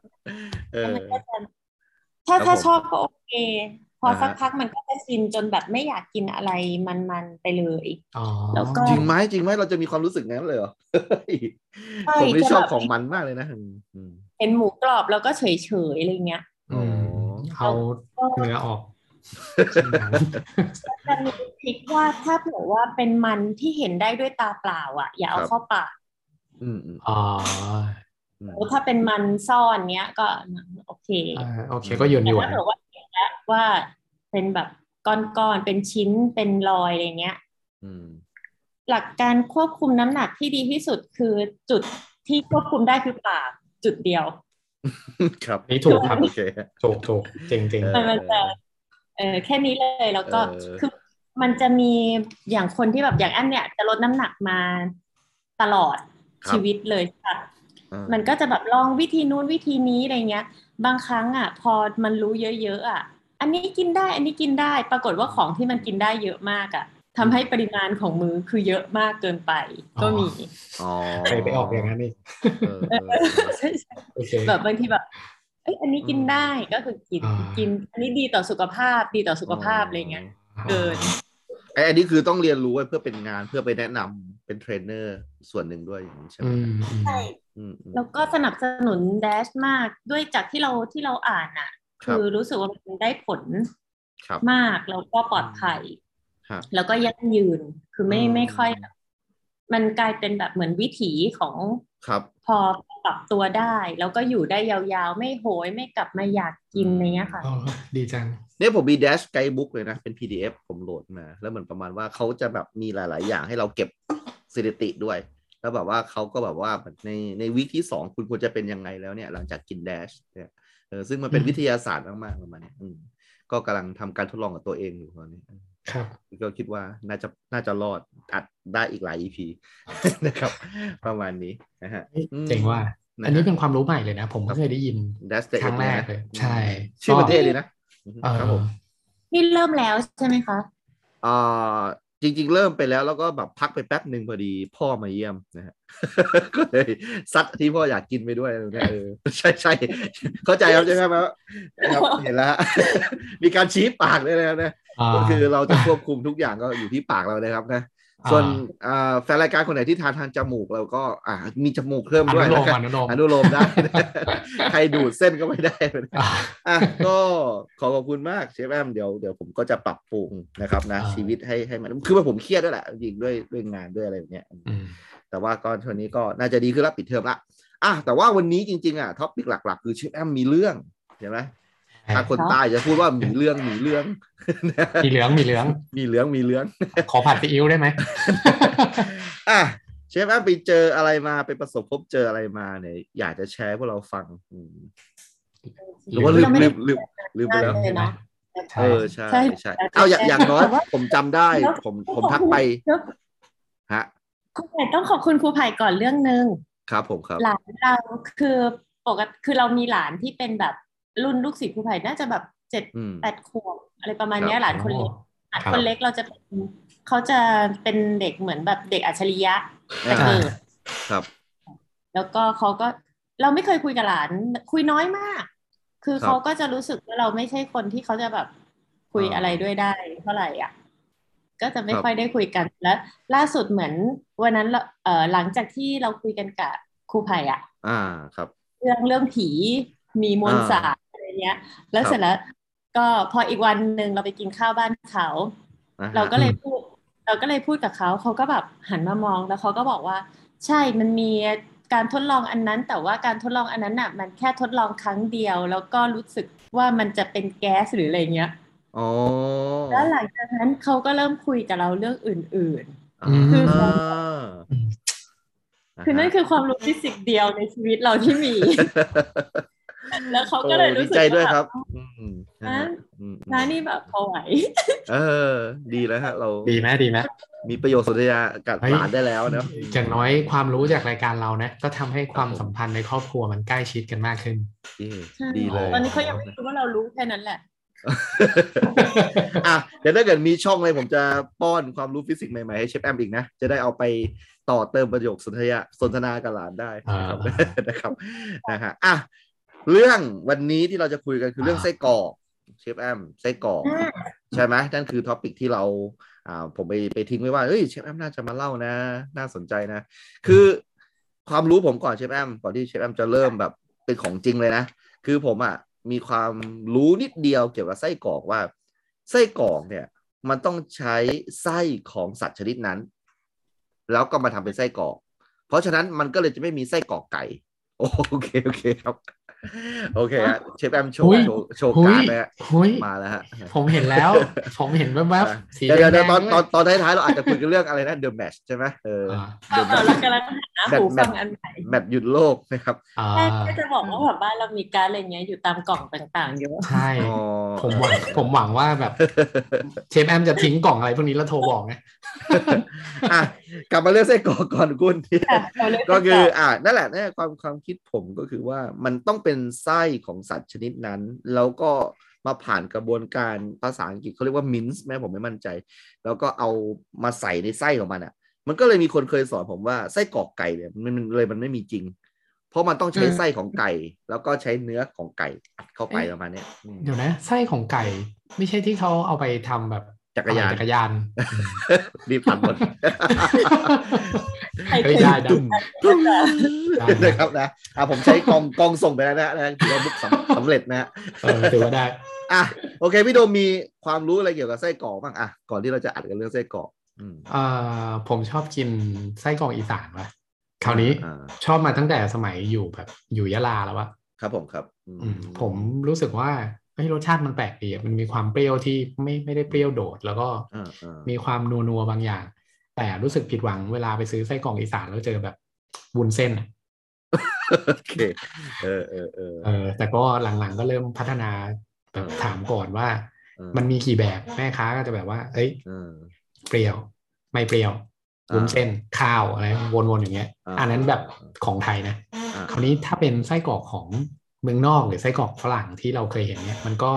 ถ้าชอบก็โอเคพอสักพักมันก็จะชินจนแบบไม่อยากกินอะไรมันไปเลยแล้วก็จริงไหมเราจะมีความรู้สึกงั้นเลยเหรอผมไม่ชอบของมันมากเลยนะเห็นหมูกรอบแล้วก็เฉยๆอะไรเงี้ยเอาเนื้อออกจะมีทริคว่าถ้าเผื่อว่าเป็นมันที่เห็นได้ด้วยตาเปล่าอ่ะอย่าเอาเข้าปากถ้าเป็นมันซ่อนเนี้ยก็โอเคก็หย่อนแต่ถ้าเผื่อว่าเห็นแล้วว่าเป็นแบบก้อนๆเป็นชิ้นเป็นรอยอะไรเงี้ยหลักการควบคุมน้ำหนักที่ดีที่สุดคือจุดที่ควบคุมได้คือปากจุดเดียวครับนี่ถูกครับโอเคถูกจริงมันจะแค่นี้เลยแล้วก็คือมันจะมีอย่างคนที่แบบอย่างอันเนี้ยจะลดน้ำหนักมาตลอดชีวิตเลยค่ะมันก็จะแบบลองวิธีนู้นวิธีนี้อะไรเงี้ยบางครั้งอ่ะพอมันรู้เยอะๆอ่ะอันนี้กินได้อันนี้กินได้ปรากฏว่าของที่มันกินได้เยอะมากอ่ะทำให้ปริมาณของมื้อคือเยอะมากเกินไปก็มีไปออกอย่างนั้นนี่แบบบางทีแบบอันนี้กินได้ก็คือกินอันนี้ดีต่อสุขภาพอะไรเงี้ยเกินอันนี้คือต้องเรียนรู้ไว้เพื่อเป็นงานเพื่อไปแนะนำเป็นเทรนเนอร์ส่วนหนึ่งด้วยอย่างนี้ใช่ไหมใช่แล้วก็สนับสนุนแดชมากด้วยจากที่เราอ่านอ่ะคือรู้สึกว่ามันได้ผลมากแล้วก็ปลอดภัยแล้วก็ยั่งยืนคือไม่ค่อยมันกลายเป็นแบบเหมือนวิถีของพอปรับตัวได้แล้วก็อยู่ได้ยาวๆไม่โหยไม่กลับมาอยากกินอะไรเงี้ยค่ะดีจังเนี่ยผมมีแดชไกด์บุ๊กเลยนะเป็น PDF ผมโหลดมาแล้วเหมือนประมาณว่าเขาจะแบบมีหลายๆอย่างให้เราเก็บสถิติด้วยแล้วแบบว่าเขาก็แบบว่าในวีคที่2คุณควรจะเป็นยังไงแล้วเนี่ยหลังจากกินแดชเนี่ยซึ่งมันเป็นวิทยาศาสตร์มากๆประมาณนี้ก็กำลังทำการทดลองกับตัวเองอยู่ตอนนี้ครับก็คิดว่าน่าจะรอดอัดได้อีกหลาย EP นะครับประมาณนี้นะฮะเจ๋งว่าอันนี้เป็นความรู้ใหม่เลยนะผมไม่เคยได้ยินครั้งแรกเลยใช่ชื่อประเทศเลยนะครับผมนี่เริ่มแล้วใช่ไหมคะจริงๆเริ่มไปแล้วก็แบบพักไปแป๊บหนึ่งพอดีพ่อมาเยี่ยมนะฮะก็เลยซัดที่พ่ออยากกินไปด้วยใช่เข้าใจครับใช่ไหมครับเห็นแล้วมีการชี้ปากเลยนะก็คือเราจะควบคุมทุกอย่างก็อยู่ที่ปากเราเลยครับนะส่วนแฟนรายการคนไหนที่ทานจมูกเราก็มีจมูกเพิ่มด้วยนะครับอนุโลมได้ใครดูดเส้นก็ไม่ได้ก็ขอบคุณมากเชฟแอมเดี๋ยวผมก็จะปรับปรุงนะครับนะชีวิตให้มันคือว่าผมเครียดด้วยแหละจริงด้วยงานด้วยอะไรแบบเนี้ยแต่ว่าก็ช่วงนี้ก็น่าจะดีขึ้นแล้วปิดเทอมละแต่ว่าวันนี้จริงๆท็อปิกหลักๆคือเชฟแอมมีเรื่องเห็นไหมถ้าคนใต้จะพูดว่ามีเรื่องมีเหลืองขอผัดซีอิ๊วได้ไหมเชฟแอมไปเจออะไรมาไปประสบพบเจออะไรมาเนี่ยอยากจะแชร์พวกเราฟังหรือว่าลืมไปแล้วใช่เอาอย่างน้อยผมจำได้ผมทักไปฮะครูไผ่ต้องขอบคุณครูไผ่ก่อนเรื่องนึงครับผมครับหลานเราคือปกติคือเรามีหลานที่เป็นแบบรุ่นลูกศิษย์ครูไผ่น่าจะแบบ7-8 ขวบอะไรประมาณนี้หลานคนเล็กเราจะเขาจะเป็นเด็กเหมือนแบบเด็กอัจฉริยะแต่เกิดครับแล้วก็เขาก็เราไม่เคยคุยกับหลานคุยน้อยมากคือเขาก็จะรู้สึกว่าเราไม่ใช่คนที่เขาจะแบบคุยอะไรด้วยได้เท่าไหร่อ่ะก็จะไม่ค่อยได้คุยกันแล้วล่าสุดเหมือนวันนั้นหลังจากที่เราคุยกันกับครูไผ่อ่ะครับเรื่องผีมีมนต์สารอะไรเงี้ยแล้วเสร็จแล้วก็พออีกวันหนึ่งเราไปกินข้าวบ้านเขาเราก็เลยพูดกับเขาก็แบบหันมามองแล้วเขาก็บอกว่าใช่มันมีการทดลองอันนั้นแต่ว่าการทดลองอันนั้นน่ะมันแค่ทดลองครั้งเดียวแล้วก็รู้สึกว่ามันจะเป็นแก๊สหรืออะไรเงี้ยแล้วหลังจากนั้นเขาก็เริ่มคุยกับเราเรื่องอื่นๆคือนั่นคือความรู้ฟิสิกส์เดียวในชีวิตเราที่มีแล้วเขาก็เลยรู้สึกใจด้วยครับนะนี่แบบพอไหวดีแล้วฮะเราดีไหมมีประโยชน์สนทนากับหลานได้แล้วนะอย่างน้อยความรู้จากรายการเรานะก็ทำให้ความสัมพันธ์ในครอบครัวมันใกล้ชิดกันมากขึ้นดีเลยตอนนี้เขายังไม่รู้ว่าเรารู้แค่นั้นแหละเดี๋ยวถ้าเกิดมีช่องเลยผมจะป้อนความรู้ฟิสิกส์ใหม่ๆให้เชฟแอมอีกนะจะได้เอาไปต่อเติมประโยคสนทนากับหลานได้นะครับนะฮะเรื่องวันนี้ที่เราจะคุยกันคือเรื่องไส้กรอกเชฟแอมไส้กรอกใช่ไหมนั่นคือท็อปิกที่เราผมไปทิ้งไว้ว่าเฮ้ยเชฟแอมน่าจะมาเล่านะน่าสนใจนะคือความรู้ผมก่อนเชฟแอมก่อนที่เชฟแอมจะเริ่มแบบเป็นของจริงเลยนะคือผมมีความรู้นิดเดียวเกี่ยวกับไส้กรอกว่าไส้กรอกเนี่ยมันต้องใช้ไส้ของสัตว์ชนิดนั้นแล้วก็มาทำเป็นไส้กรอกเพราะฉะนั้นมันก็เลยจะไม่มีไส้กรอกไก่โอเคครับโอเคฮะเชฟแอมโชว์การ์ดนะฮะมาแล้วฮะผมเห็นแล้วแวบๆเดี๋ยวตอนท้ายๆเราอาจจะคุยกันเรื่องอะไรนะเดอะแมชใช่ไหมเรากำลังหาหูฟังอันใหม่แมตช์หยุดโลกนะครับก็จะบอกว่าแบบบ้านเรามีการ์ดอะไรเงี้ยอยู่ตามกล่องต่างๆเยอะใช่ผมหวังว่าแบบเชฟแอมจะทิ้งกล่องอะไรพวกนี้แล้วโทรบอกไงกลับมาเรื่องไส้กรอกก่อนคุณก็คือนั่นแหละนะความคิดผมก็คือว่ามันต้องเป็นไส้ของสัตว์ชนิดนั้นแล้วก็มาผ่านกระบวนการภาษาอังกฤษเขาเรียกว่ามินส์แม้ผมไม่มั่นใจแล้วก็เอามาใส่ในไส้ของมันมันก็เลยมีคนเคยสอนผมว่าไส้กรอกไก่เนี่ยมันไม่มีจริงเพราะมันต้องใช้ไส้ของไก่แล้วก็ใช้เนื้อของไก่อัดเข้าไปประมาณนี้เดี๋ยวนะไส้ของไก่ไม่ใช่ที่เขาเอาไปทำแบบจักรยานรีบทันหมดได้นะครับนะผมใช้กองส่งไปแล้วนะถือว่าบุ๊กสำเร็จนะถือว่าได้โอเคพี่โดมมีความรู้อะไรเกี่ยวกับไส้กรอกบ้างก่อนที่เราจะอัดกันเรื่องไส้กรอกผมชอบกินไส้กรอกอีสานว่ะคราวนี้ชอบมาตั้งแต่สมัยอยู่แบบอยู่ยะลาแล้ววะครับผมครับผมรู้สึกว่ารสชาติมันแปลกดีมันมีความเปรี้ยวที่ไม่ได้เปรี้ยวโดดแล้วก็มีความนัวบางอย่างแต่รู้สึกผิดหวังเวลาไปซื้อไส้กรอกอีสานแล้วเจอแบบวุ้นเส้นโอเคแต่ก็หลังๆก็เริ่มพัฒนาแบบถามก่อนว่ามันมีกี่แบบแม่ค้าก็จะแบบว่าเอ้ยเปรี้ยวไม่เปรี้ยววุ้นเส้นข้าวอะไรวนๆอย่างเงี้ยอันนั้นแบบของไทยนะคราวนี้ถ้าเป็นไส้กรอกของเมืองนอกหรือไส้กรอกฝรั่งที่เราเคยเห็นเนี่ยมันก็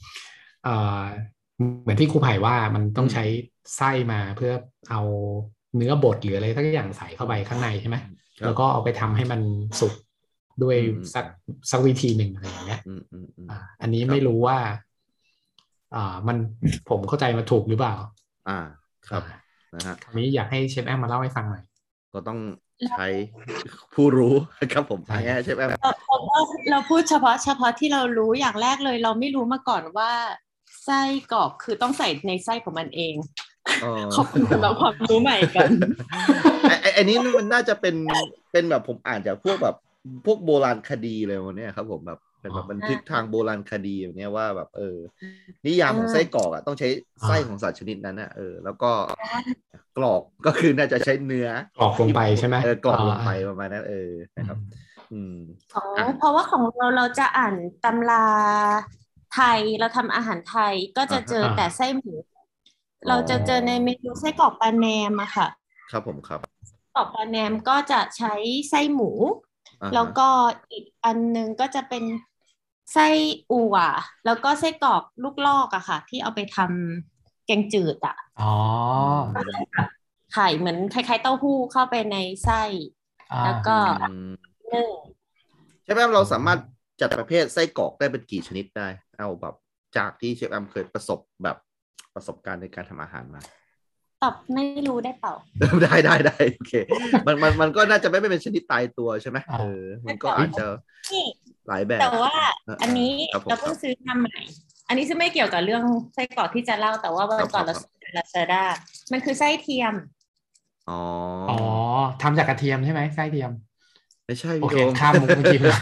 เหมือนที่ครูไผ่ว่ามันต้องใช้ไส้มาเพื่อเอาเนื้อบดหรืออะไรทั้งอย่างใส่เข้าไปข้างในใช่ไหมแล้วก็เอาไปทำให้มันสุกด้วยสักวิธีหนึ่งอะไรอย่างเงี้ยอันนี้ไม่รู้ว่ามันผมเข้าใจมาถูกหรือเปล่าครับนะฮะคราวนี้อยากให้เชฟแอมมาเล่าให้ฟังหน่อยก็ต้องใช้ผู้รู้ครับผมใช่เชฟแอมเราพูดเฉพาะที่เรารู้อย่างแรกเลยเราไม่รู้มาก่อนว่าไส้กรอกคือต้องใส่ในไส้ของมันเองขอบคุณสำหรับความรู้ใหม่กันอันนี้มันน่าจะเป็นแบบผมอ่านจากพวกโบราณคดีเลยวันนี้ครับผมแบบเป็นแบบบันทึกทางโบราณคดีแบบนี้ว่าแบบนิยามของไส้กรอกต้องใช้ไส้ของสัตว์ชนิดนั้นนะแล้วก็กรอกก็คือน่าจะใช้เนื้อกรอกลงไปใช่ไหมกรอกลงไปประมาณนั้นนะครับเพราะว่าของเราจะอ่านตำราไทยเราทำอาหารไทยก็จะเจอแต่ไส้หมูเราจะเจอในเมนูไส้กรอกปลาแหนมอะค่ะครับผมครับกรอกปลาแหนมก็จะใช้ไส้หมูแล้วก็อีกอันนึงก็จะเป็นไส้อั่วแล้วก็ไส้กรอกลูกลอกอะค่ะที่เอาไปทำแกงจืดอะไข่เหมือนคล้ายๆเต้าหู้เข้าไปในไส้แล้วก็นึ่งใช่ไหมเราสามารถจัดประเภทไส้กรอกได้เป็นกี่ชนิดได้เอาแบบจากที่เชฟแอมเคยประสบการณ์ในการทำอาหารมาตอบไม่รู้ได้เปล่าได้โอเคมันก็น่าจะไม่เป็นชนิดตายตัวใช่ไหมมันก็อาจจะหลายแบบแต่ว่าอันนี้เราเพิ่งซื้อมาใหม่อันนี้ซึ่งไม่เกี่ยวกับเรื่องไส้กรอกที่จะเล่าแต่ว่าวันก่อนเราซื้อลาซาด้ามันคือไส้เทียมทำจากกระเทียมใช่ไหมไส้เทียมไม่ใช่โอเคข้ามมุกเมื่อกี้เลย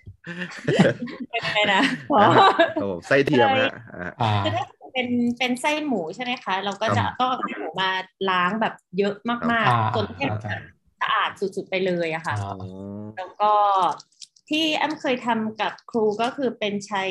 ไม่นะไส้เทียมนะเป็นไส้หมูใช่ไหมคะเราก็จะต้องเอาหมูมาล้างแบบเยอะมากๆจนแทบสะอาดสุดๆไปเลยอะค่ะแล้วก็ที่แอมเคยทำกับครูก็คือเป็นใช้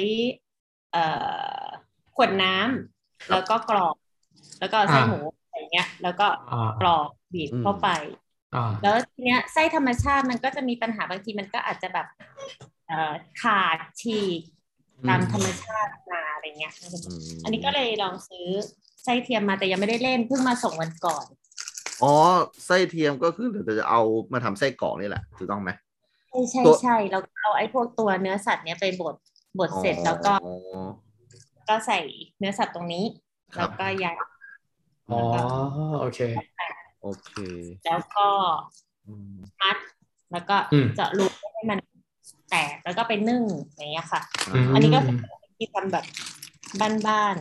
ขวดน้ำแล้วก็กรอกแล้วก็ไส้หมูอะไรเงี้ยแล้วก็กรอกบีบเข้าไปแล้วทีเนี้ยไส้ธรรมชาติมันก็จะมีปัญหาบางทีมันก็อาจจะแบบขาดฉีกตามธรรมชาติมาอะไรเงี้ยอันนี้ก็เลยลองซื้อไส้เทียมมาแต่ยังไม่ได้เล่นเพิ่งมาส่งวันก่อนไส้เทียมก็คือเราจะเอามาทำไส้กรอกนี่แหละถูกต้องไหมใช่เราเอาไอ้พวกตัวเนื้อสัตว์เนี้ยไปบดเสร็จแล้วก็ใส่เนื้อสัตว์ตรงนี้แล้วก็ยัดโอเคแล้วก็มัดแล้วก็เจาะรูให้มันแตกแล้วก็ไปนึ่งอย่างเงี้ยค่ะอันนี้ก็ที่ทำแบบบ้าน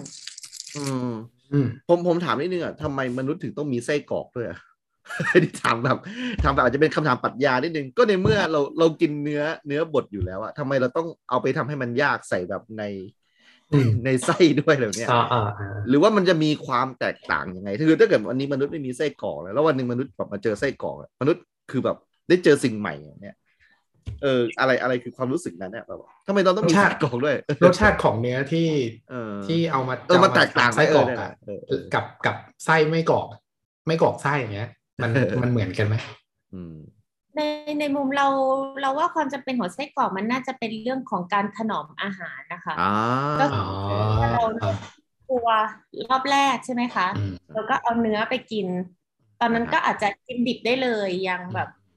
ผมถามนิดนึงทำไมมนุษย์ถึงต้องมีไส้กรอกด้วยที่ถามแบบอาจจะเป็นคำถามปรัชญานิดนึงก็ในเมื่อเรากินเนื้อบดอยู่แล้วทำไมเราต้องเอาไปทำให้มันยากใส่แบบในไส้ด้วยแบบเนี้ยหรือว่ามันจะมีความแตกต่างยังไงคือถ้าเกิดวันนี้มนุษย์ไม่มีไส้กรอกแล้ววันนึงมนุษย์แบบมาเจอไส้กรอกมนุษย์คือแบบได้เจอสิ่งใหม่อย่างเนี้ยอะไรคือความรู้สึกนั้นเนี่ยแบบทำไมเราต้องมีไส้กรอกด้วยรสชาติของเนื้อที่เอามามาแตกต่างไส้กรอกกับไส้ไม่กรอกไส้อย่างเงี้ยมันเหมือนกันไหมในมุมเราว่าความจำเป็นของไส้กรอกมันน่าจะเป็นเรื่องของการถนอมอาหารนะคะก็คือถ้าเราตัวรอบแรกใช่ไหมคะแล้วก็เอาเนื้อไปกินตอนนั้นก็อาจจะกินดิบได้เลยยังแบบ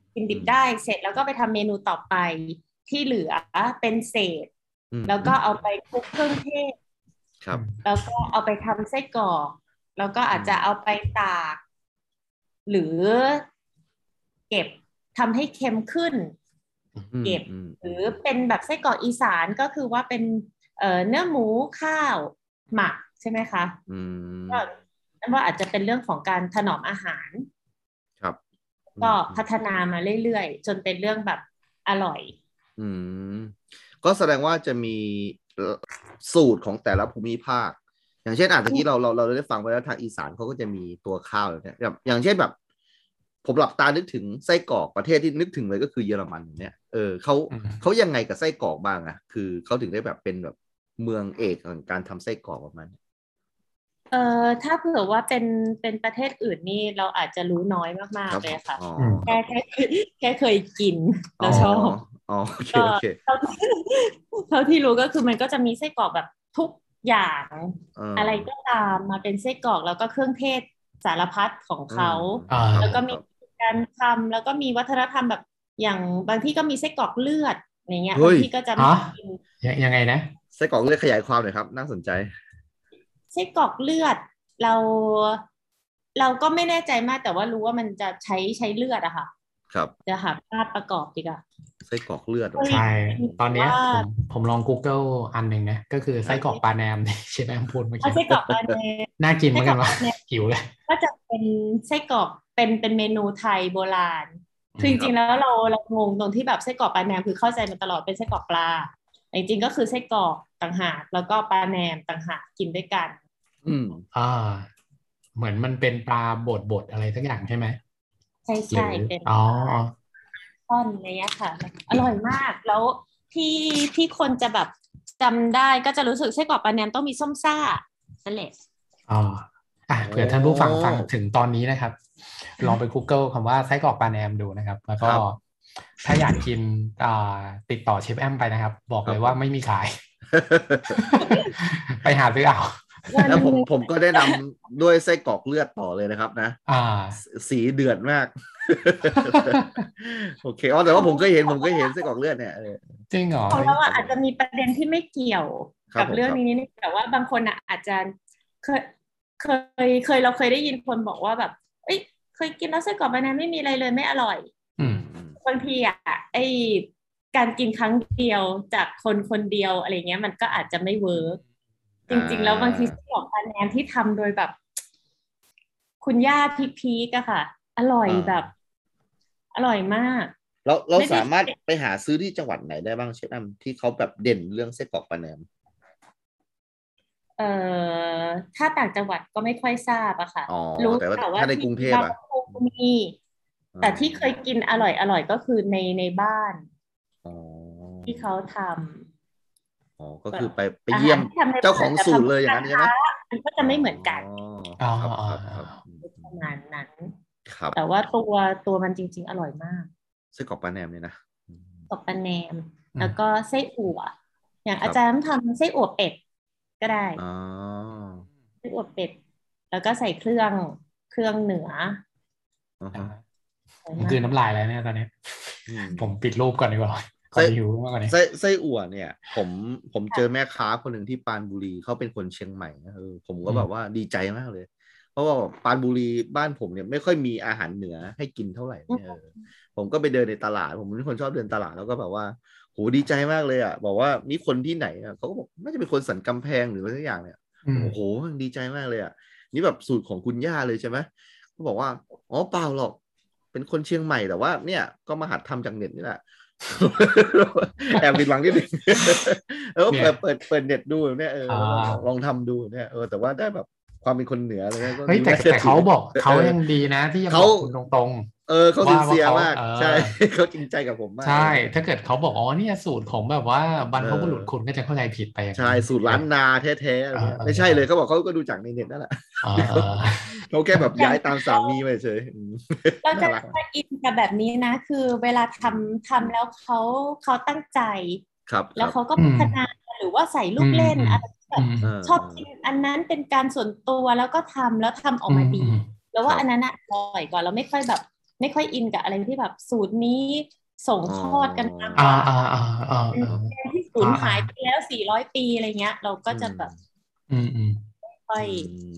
กินดิบได้เสร็จแล้วก็ไปทำเมนูต่อไปที่เหลือเป็นเศษแล้วก็เอาไปคลุกเครื่องเทศครับแล้วก็เอาไปทำไส้กรอกแล้วก็อาจจะเอาไปตากหรือเก็บทำให้เค็มขึ้นเก็บหรือเป็นแบบไส้กรอกอีสานก็คือว่าเป็นเนื้อหมูข้าวหมักใช่ไหมคะก็ว่าอาจจะเป็นเรื่องของการถนอมอาหารครับก็พัฒนามาเรื่อยๆจนเป็นเรื่องแบบอร่อยก็แสดงว่าจะมีสูตรของแต่ละภูมิภาคอย่างเช่นตะกี้เราได้ฟังไปแล้วทางอีสานเขาก็จะมีตัวข้าวเนี่ยอย่างเช่นแบบผมหลับตานึกถึงไส้กรอกประเทศที่นึกถึงเลยก็คือเยอรมันเนี่ยเขายังไงกับไส้กรอกบ้างอะคือเขาถึงได้แบบเป็นแบบเมืองเอกของการทำไส้กรอกประมาณถ้าเผื่อว่าเป็นประเทศอื่นนี่เราอาจจะรู้น้อยมากๆเลยค่ะแค่เคยกินแล้วชอบโอเคเท่าที่รู้ก็คือมันก็จะมีไส้กรอกแบบทุกอย่างอะไรก็ตามมาเป็นไส้กรอกแล้วก็เครื่องเทศสารพัดของเขาแล้วก็มีการทำแล้วก็มีวัฒนธรรมแบบอย่างบางที่ก็มีไส้กรอกเลือดอย่างเงี้ยบางที่ก็จะไม่กินยังไงนะไส้กรอกเลือดขยายความหน่อยครับน่าสนใจไส้กรอกเลือดเราก็ไม่แน่ใจมากแต่ว่ารู้ว่ามันจะใช้เลือดอะค่ะครับจะหาภาพประกอบดีกว่าไส้กรอกเลือดใช่ตอนนี้ผมลอง Google อันหนึ่งนะก็คือไส้กรอกปลาแนมใช่ไหมพูดเมื่อกี้ไส้กรอกปลาแนมน่ากินเหมือนกันวะหิวเลยก็จะเป็นไส้กรอกเป็นเมนูไทยโบราณคือจริงๆแล้วเรางงตรงที่แบบไส้กรอกปลาแนมคือเข้าใจมาตลอดเป็นไส้กรอกปลาจริงๆก็คือไส้กรอกต่างหากแล้วก็ปลาแนมต่างหากกินด้วยกันเหมือนมันเป็นปลาบดอะไรสักอย่างใช่ไหมใช่เป็นท่อนอะไรเงี้ยค่ะอร่อยมากแล้วที่คนจะแบบจำได้ก็จะรู้สึกไส้กรอกปลาแนมต้องมีส้มซ่านั่นแหละเผื่อท่านผู้ฟังถึงตอนนี้นะครับลองไป Google คำว่าไส้กรอกปลาแนมดูนะครับแล้วก็ถ้าอยากกินติดต่อเชฟแอมไปนะครับบอกเลยว่าไม่มีขายไปหาซื้อเอาแล้วผมก็ได้นำด้วยไส้กรอกเลือดต่อเลยนะครับนะสีเดือดมากโอเคแต่ว่าผมก็เห็นไส้กรอกเลือดเนี่ยจริงเหรอของเราอาจจะมีประเด็นที่ไม่เกี่ยวกับเรื่องนี้นี่แต่ว่าบางคนอาจจะเคยเราเคยได้ยินคนบอกว่าแบบเคยกินแล้วไส้กรอกปลาแนมไม่มีอะไรเลยไม่อร่อยบางทีการกินครั้งเดียวจากคนเดียวอะไรเงี้ยมันก็อาจจะไม่เวิร์กจริงๆแล้วบางทีไส้กรอกปลาแนมที่ทำโดยแบบคุณย่าพีกอะค่ะอร่อยแบบอร่อยมากเราสามารถไปหาซื้อที่จังหวัดไหนได้บ้างเชฟอ้ำที่เขาแบบเด่นเรื่องไส้กรอกปลาแนมถ้าต่างจังหวัดก็ไม่ค่อยทราบอะค่ะรู้แต่ว่าถ้าในกรุงเทพอะมีแต่ที่เคยกินอร่อยก็คือในบ้านที่เขาทำก็คือไปเยี่ยมเจ้าของสูตรเลยอย่างนั้นใช่ไหมมันก็จะไม่เหมือนกันประมาณนั้นแต่ว่าตัวมันจริงๆอร่อยมากไส้กรอกปลาแนมเนี่ยนะกรอกปลาแนมแล้วก็ไส้อั่วอย่างอาจารย์ทำไส้อั่วเป็ดก็ได้ไส้อั่วเป็ดแล้วก็ใส่เครื่องเหนือคือน้ำลายแล้วเนี่ยตอนนี้ผมปิดรูปก่อนดีกว่าไส้อั่วเนี่ยผมเจอแม่ค้าคนหนึ่งที่ปรานบุรีเขาเป็นคนเชียงใหม่นะผมก็แบบว่าดีใจมากเลยเพราะว่าปรานบุรีบ้านผมเนี่ยไม่ค่อยมีอาหารเหนือให้กินเท่าไหร่ผมก็ไปเดินในตลาดผมเป็นคนชอบเดินตลาดแล้วก็แบบว่าโหดีใจมากเลยอ่ะบอกว่านี่คนที่ไหนเขาก็บอกน่าจะเป็นคนสันกำแพงหรืออะไรสักอย่างเนี่ยโอ้โหดีใจมากเลยอ่ะนี่แบบสูตรของคุณย่าเลยใช่ไหมเขาบอกว่าอ๋อเปล่าหรอกเป็นคนเชียงใหม่แต่ว่าเนี่ยก็มาหัดทำจากเน็ตนี่แหละแอบผิดหวังนิดนึงเปิดเน็ตดูเนี่ยลองทำดูเนี่ยแต่ว่าได้แบบความเป็นคนเหนืออะไรเงี้ยก็แต่เขาบอกเขายังดีนะที่ยังบอกคุณตรงๆเขาซินเซียมากใช่เขาจริงใจกับผมมากใช่ถ้าเกิดเขาบอกอ๋อเนี่ยสูตรของแบบว่าบรรพบุรุษคุณก็จะเข้าใจผิดไปใช่สูตรล้านนาแท้ๆไม่ใช่เลยเขาบอกเขาก็ดูจากในเน็ตนั่นแหละเขาแค่แบบย้ายตามสามีไปเฉยเราจะอินกับแบบนี้นะคือเวลาทำแล้วเขาตั้งใจแล้วเขาก็พัฒนาหรือว่าใส่ลูกเล่นอะไรแบบชอบกินอันนั้นเป็นการส่วนตัวแล้วก็ทำออกมาดีแล้วว่าอันนั้นอร่อยกว่าเราไม่ค่อยแบบไม่ค่อยอินกับอะไรที่แบบสูตรนี้ส่งทอดกันมาที่สูญหายไปแล้ว400 ปีอะไรเงี้ยเราก็จะแบบค่อย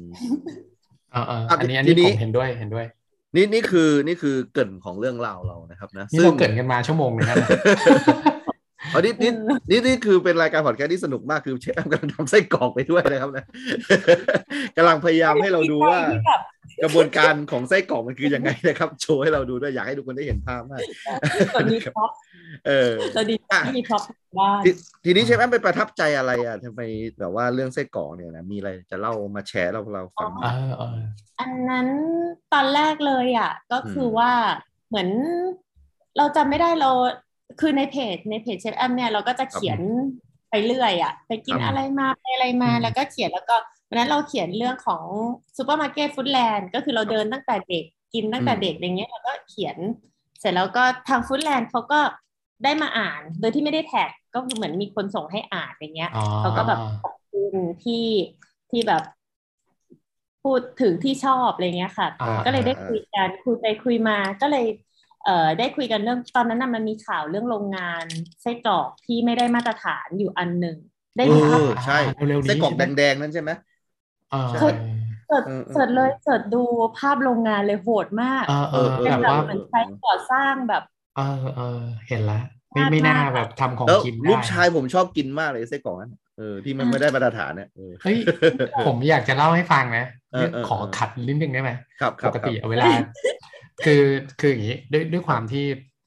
อันนี้ผมเห็นด้วยนี่คือเกริ่นของเรื่องราวเรานะครับนะนี่เราเกริ่นกันมาชั่วโมงนึงนะอ๋อนี่คือเป็นรายการพอดแคสต์ที่สนุกมากคือเชฟแอมกำลังทำไส้กรอกไปด้วยนะครับนะกำลังพยายามให้เราดูว่ากระบวนการของไส้กรอกมันคือยังไงนะครับโชว์ให้เราดูด้วยอยากให้ทุกคนได้เห็นภาพมากตัวนี้ท็อปเราดีที่มีท็อปว่าทีนี้เชฟแอมไปประทับใจอะไรอ่ะทำไมแบบว่าเรื่องไส้กรอกเนี่ยนะมีอะไรจะเล่ามาแชร์เราฟังอันนั้นตอนแรกเลยอ่ะก็คือว่าเหมือนเราจำไม่ได้เราคือในเพจเชฟแอมเนี่ยเราก็จะเขียนไปเรื่อยอ่ะไปกินอะไรมาไปอะไรมาแล้วก็เขียนแล้วก็วันนั้นเราเขียนเรื่องของซูเปอร์มาร์เก็ตฟู้ดแลนด์ก็คือเราเดินตั้งแต่เด็กกินตั้งแต่เด็กอย่างเงี้ยเราก็เขียนเสร็จแล้วก็ทางฟู้ดแลนด์เขาก็ได้มาอ่านโดยที่ไม่ได้แท็กก็เหมือนมีคนส่งให้อ่านอย่างเงี้ยเขาก็แบบขอบคุณที่แบบพูดถึงที่ชอบอะไรเงี้ยค่ะก็เลยได้คุยกันคุยไปคุยมาก็เลยได้คุยกันเรื่องตอนนั้นมันมีข่าวเรื่องโรงงานไส้กรอกที่ไม่ได้มาตรฐานอยู่อันหนึ่งได้ดูภาพใช่ไส้กรอกแดงๆนั่นใช่ไหมเสิร์ชเลยเสิร์ชดูภาพโรงงานเลยโหดมากเป็นแบบเหมือนใช้ก่อสร้างแบบเห็นแล้วไม่น่าแบบทำของกินได้ลูกชายผมชอบกินมากเลยไส้กรอกนั้นที่มันไม่ได้มาตรฐานเนี่ยเฮ้ยผมอยากจะเล่าให้ฟังนะขอขัดนิดนึงได้ไหมปกติเวลาคืออย่างนี้ด้วยความที่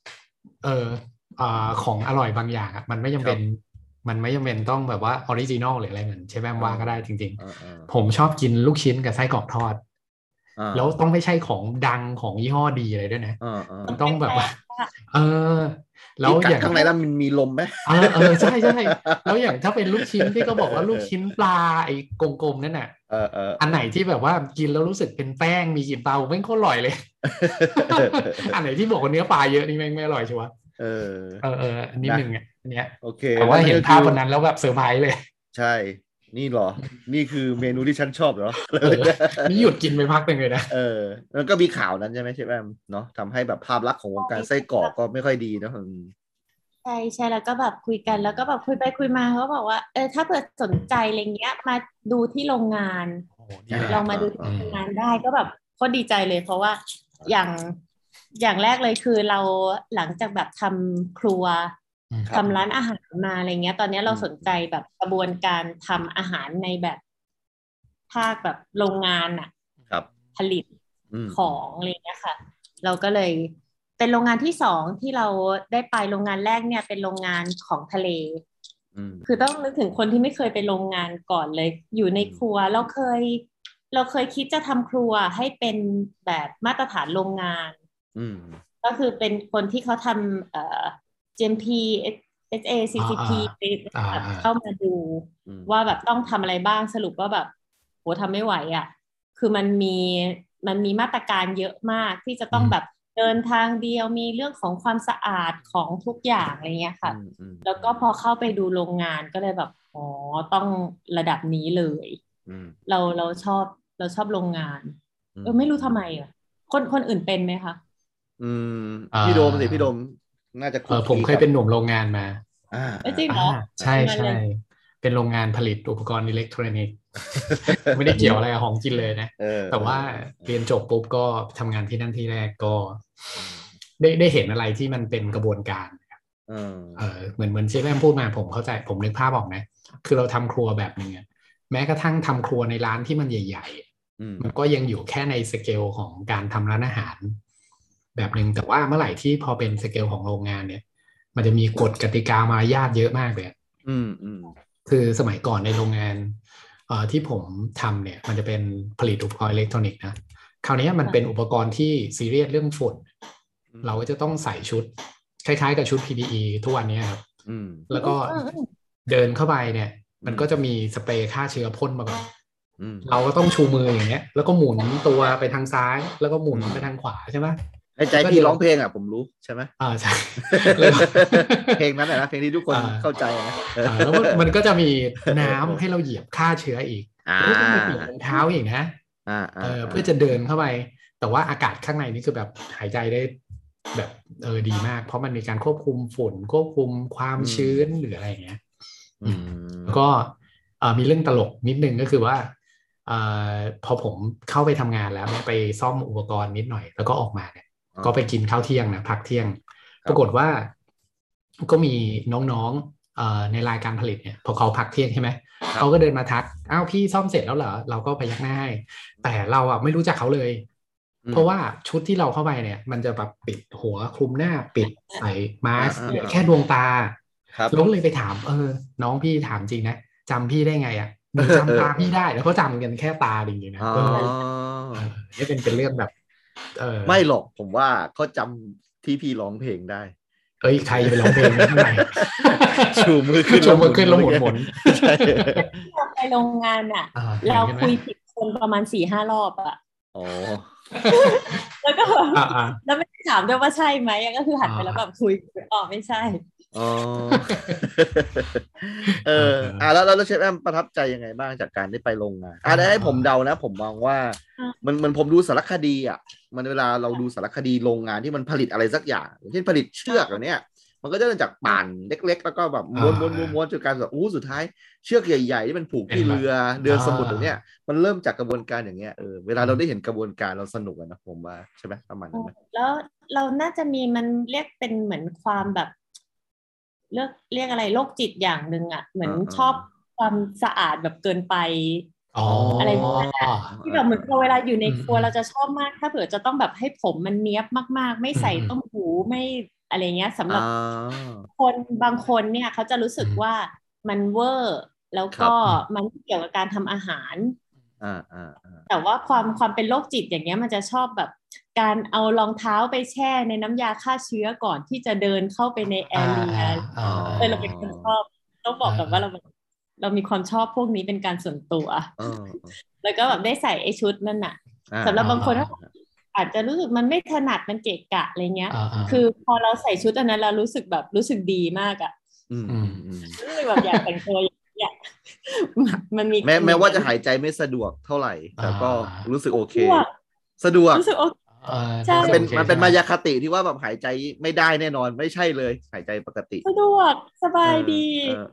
ของอร่อยบางอย่างมันไม่จำเป็นต้องแบบว่าออริจินอลหรืออะไรเหมือนใช่ไหมว่าก็ได้จริงๆผมชอบกินลูกชิ้นกับไส้กรอกทอดแล้วต้องไม่ใช่ของดังของยี่ห้อดีอะไรด้วยนะต้องแบบว่าแล้วอย่างข้างในแล้วมันมีลมไหมใช่แล้วอย่างถ้าเป็นลูกชิ้นที่ก็บอกว่าลูกชิ้นปลาไอ้กลมๆนั่นน่ะอันไหนที่แบบว่ากินแล้วรู้สึกเป็นแป้งมีกลิ่นเตาไม่ค่อยอร่อยเลยอันไหนที่บอกว่าเนื้อปลาเยอะนี่ไม่อร่อยชัวร์นิดนึงอ่ะอันเนี้ยโอเคแต่ว่าเห็นภาพวันนั้นแล้วแบบเซอร์ไพรส์เลยใช่นี่เหรอนี่คือเมนูที่ฉันชอบเหรอนี่หยุดกินไปพักหนึ่งเลยนะแล้วก็มีข่าวนั้นใช่ไหมใช่ไหมเนาะทำให้แบบภาพลักษณ์ของวงการไส้กรอกก็ไม่ค่อยดีนะใช่แล้วก็แบบคุยกันแล้วก็แบบคุยไปคุยมาเขาบอกว่าถ้าเกิดสนใจอะไรเงี้ยมาดูที่โรงงานลองมาดูที่โรงงานได้ก็แบบโคตรดีใจเลยเพราะว่าอย่างแรกเลยคือเราหลังจากแบบทำครัวทำร้านอาหารมาอะไรเงี้ยตอนนี้เราสนใจแบบกระบวนการทำอาหารในแบบภาคแบบโรงงานอ่ะผลิตของอะไรเงี้ยค่ะเราก็เลยเป็นโรงงานที่2ที่เราได้ไปโรงงานแรกเนี่ยเป็นโรงงานของทะเลคือต้องนึกถึงคนที่ไม่เคยไปโรงงานก่อนเลยอยู่ในครัวเราเคยคิดจะทำครัวให้เป็นแบบมาตรฐานโรงงานก็คือเป็นคนที่เขาทำGMP SACCP เข้ามาดูว่าแบบต้องทำอะไรบ้างสรุปว่าแบบโหทำไม่ไหวอ่ะคือมันมีมาตรการเยอะมากที่จะต้องแบบเดินทางเดียวมีเรื่องของความสะอาดของทุกอย่างอะไรเงี้ยค่ะแล้วก็พอเข้าไปดูโรงงานก็เลยแบบอ๋อต้องระดับนี้เลยเราชอบโรงงานไม่รู้ทำไมอ่ะคนอื่นเป็นไหมคะพี่โดมสิพี่โดมน่าจะผมเคยเป็นหนุ่มโรงงานมาจริงเหรอใช่เป็นโรงงานผลิตอุปกรณ์อิเล็กทรอนิกส์ไม่ได้เกี่ยวอะไรกับของกินเลยนะแต่ว่าเรียนจบปุ๊บก็ทำงานที่นั่นที่แรกก็ได้เห็นอะไรที่มันเป็นกระบวนการเหมือนเชฟแอมพูดมาผมเข้าใจผมนึกภาพออกนะคือเราทำครัวแบบนึงแม้กระทั่งทำครัวในร้านที่มันใหญ่ๆมันก็ยังอยู่แค่ในสเกลของการทำร้านอาหารแบบนึงแต่ว่าเมื่อไหร่ที่พอเป็นสเกลของโรงงานเนี่ยมันจะมีกฎกติกามารยาทเยอะมากเลยคือสมัยก่อนในโรงงานที่ผมทำเนี่ยมันจะเป็นผลิตอุปกรณ์อิเล็กทรอนิกส์นะคราวนี้มันเป็นอุปกรณ์ที่ซีเรียสเรื่องฝุ่นเราก็จะต้องใส่ชุดคล้ายๆกับชุด PPE ทุกวันนี้ครับแล้วก็เดินเข้าไปเนี่ยมันก็จะมีสเปรย์ฆ่าเชื้อพ่นมาก่อนเราก็ต้องชูมืออย่างเงี้ยแล้วก็หมุนตัวไปทางซ้ายแล้วก็หมุนไปทางขวาใช่ไหมในใจพี่ร้องเพลงอ่ะผมรู้ใช่ไหมใช่เพลงนั้นแหละนะเพลงที่ทุกคนเข้าใจนะแล้วมันก็จะมีน้ำให้เราเหยียบฆ่าเชื้ออีกแล้วก็ต้องมีรองเท้าอีกนะเพื่อจะเดินเข้าไปแต่ว่าอากาศข้างในนี่คือแบบหายใจได้แบบดีมากเพราะมันมีการควบคุมฝุ่นควบคุมความชื้นหรืออะไรอย่างเงี้ยแล้วก็มีเรื่องตลกนิดนึงก็คือว่าพอผมเข้าไปทำงานแล้วไปซ่อมอุปกรณ์นิดหน่อยแล้วก็ออกมาเนี่ยก็ไปกินข้าวเที่ยงนะพักเที่ยงปรากฏว่าก็มีน้องๆในรายการผลิตเนี่ยพอเขาพักเที่ยงใช่ไหมเขาก็เดินมาทักอ้าวพี่ซ่อมเสร็จแล้วเหรอเราก็พยักหน้าให้แต่เราอ่ะไม่รู้จักเขาเลยเพราะว่าชุดที่เราเข้าไปเนี่ยมันจะแบบปิดหัวคลุมหน้าปิดใส่มาสก์เหลือแค่ดวงตาแล้วก็เลยไปถามน้องพี่ถามจริงนะจำพี่ได้ไงอ่ะหนูจำตาพี่ได้แล้วเขาจำกันแค่ตาจริงๆนะนี่เป็นเรื่องแบบไม่หรอกผมว่าเขาจำที่พี่ร้องเพลงได้ใครไปร้องเพลงข้างในชูมือขึ้นแล้วหมุนใช่ไปโรงงานอ่ะเราคุยผิดคนประมาณ 4-5 รอบอ่ะแล้วก็แล้วไม่ถามด้วยว่าใช่ไหมก็คือหันไปแล้วแบบคุยไม่ใช่แล้วเชฟแอมประทับใจยังไงบ้างจากการได้ไปโรงงานได้ให้ผมเดานะผมมองว่ามันผมดูสารคดีอ่ะมันเวลาเราดูสารคดีโรงงานที่มันผลิตอะไรสักอย่างอย่างเช่นผลิตเชือกอย่างเนี้ยมันก็จะเริ่มจากป่านเล็กๆแล้วก็แบบม้วนจนกลายเป็นสุดท้ายเชือกใหญ่ๆที่มันผูกที่เรือสมุทรอย่างเนี้ยมันเริ่มจากกระบวนการอย่างเงี้ยเวลาเราได้เห็นกระบวนการเราสนุกนะผมว่าใช่ไหมประมาณนั้นแล้วเราน่าจะมีมันเรียกเป็นเหมือนความแบบเรียกอะไรโรคจิตอย่างหนึ่งอ่ะเหมือนชอบความสะอาดแบบเกินไปอะไรแบบนั้นที่แบบเหมือนเวลาอยู่ในครัวเราจะชอบมากถ้าเผื่อจะต้องแบบให้ผมมันเนี้ยบมากๆไม่ใส่ต้มหูไม่อะไรเงี้ยสำหรับคนบางคนเนี่ยเขาจะรู้สึกว่ามันเวอร์แล้วก็มันเกี่ยวกับการทำอาหารแต่ว่าความเป็นโรคจิตอย่างเงี้ยมันจะชอบแบบการเอารองเท้าไปแช่ในน้ำยาฆ่าเชื้อก่อนที่จะเดินเข้าไปในแอเรียเราเป็นคนชอบต้องบอกแบบว่าเรามีความชอบพวกนี้เป็นการส่วนตัวแล้วก็แบบได้ใส่ไอ้ชุดนั่นน่ะสำหรับบางคนอาจจะรู้สึกมันไม่ถนัดมันเกะกะอะไรเงี้ยคือพอเราใส่ชุดอันนั้นเรารู้สึกดีมากอ่ะรู้สึกแบบอยากแต่งตัวอย่างมันมีแม้ว่าจะหายใจไม่สะดวกเท่าไหร่แต่ก็รู้สึกโอเคสะดวกรู้สึกโอเคมันเป็นมายาคติที่ว่าแบบหายใจไม่ได้แน่นอนไม่ใช่เลยหายใจปกติสะดวกสบายดี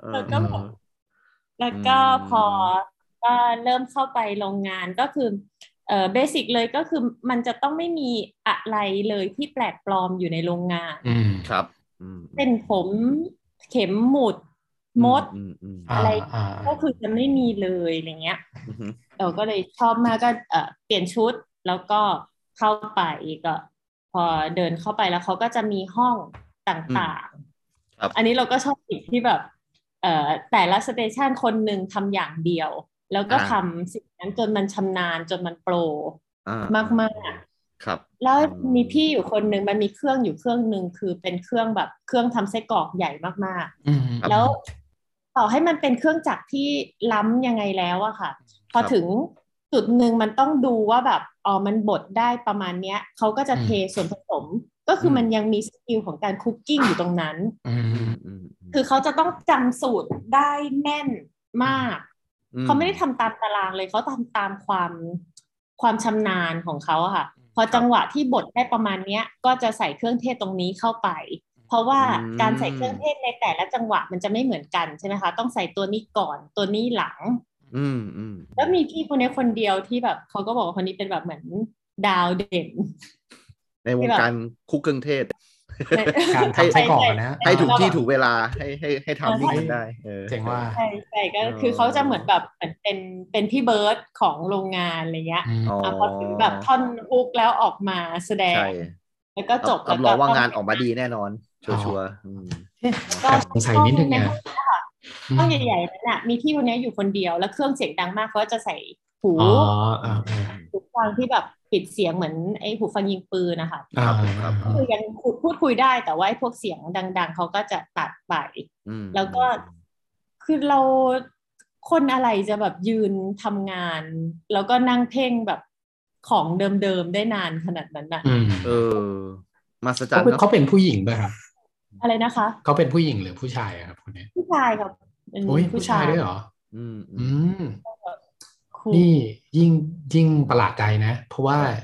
แล้วก็พอก็เริ่มเข้าไปโรงงานก็คือเบสิกเลยก็คือมันจะต้องไม่มีอะไรเลยที่แปลกปลอมอยู่ในโรงงานครับเป็นผมเข็มหมุดมดอะไรก็คือจะไม่มีเลยอะไรเงี้ยเราก็เลยชอบมากก็เปลี่ยนชุดแล้วก็เข้าไปก็พอเดินเข้าไปแล้วเขาก็จะมีห้องต่างๆอันนี้เราก็ชอบสิ่งที่แบบแต่ละสเตชันคนหนึ่งทำอย่างเดียวแล้วก็ทำสิ่งนั้นจนมันชำนาญจนมันโปรมากๆครับแล้วมีพี่อยู่คนหนึ่งมันมีเครื่องอยู่เครื่องหนึ่งคือเป็นเครื่องแบบเครื่องทำไส้กรอกใหญ่มากๆแล้วต่อให้มันเป็นเครื่องจักรที่ล้ำยังไงแล้วอะค่ะพอถึงจุดหนึ่งมันต้องดูว่าแบบมันบดได้ประมาณเนี้ยเขาก็จะเทส่วนผสมก็คือมันยังมีสกิลของการคุกกิ้งอยู่ตรงนั้นคือเขาจะต้องจำสูตรได้แน่นมากเขาไม่ได้ทำตามตารางเลยเขาทำตามความชำนาญของเขาอะค่ะพอจังหวะที่บดได้ประมาณเนี้ยก็จะใส่เครื่องเทศตรงนี้เข้าไปเพราะว่าการใส่เครื่องเทศในแต่ละจังหวะมันจะไม่เหมือนกันใช่ไหมคะต้องใส่ตัวนี้ก่อนตัวนี้หลังแล้วมีพี่คนนี้คนเดียวที่แบบเขาก็บอกว่าคนนี้เป็นแบบเหมือนดาวเด่นในวงการคุกเครื่องเทศการทำไส้กรอกนะให้ถูกที่ถูกเวลาให้ทำนี่กันได้เจ๋งว่าใช่ก็คือเขาจะเหมือนแบบเป็นพี่เบิร์ดของโรงงานอะไรเงี้ยพอถึงแบบท่อนฮุกแล้วออกมาแสดงแล้วก็จบแล้วก็ว่างานออกมาดีแน่นอนชัวร์ก็สงสัยนิดนึงเนี่ยห้องใหญ่ๆนั่นน่ะมีพี่คนนี้อยู่คนเดียวแล้วเครื่องเสียงดังมากเขาจะใส่หูฟังที่แบบปิดเสียงเหมือนไอ้หูฟังยิงปืนนะคะคือยังพูดคุยได้แต่ว่าไอ้พวกเสียงดังๆเขาก็จะตัดไปแล้วก็คือเราคนอะไรจะแบบยืนทำงานแล้วก็นั่งเพ่งแบบของเดิมๆได้นานขนาดนั้นน่ะมาสจันเขาเป็นผู้หญิงป่ะครับอะไรนะคะเขาเป็นผู้หญิงหรือผู้ชายครับคนนี้ผู้ชายครับโอ้ยผู้ชายด้วยเหรอนี่ยิ่งประหลาดใจนะเพราะว่า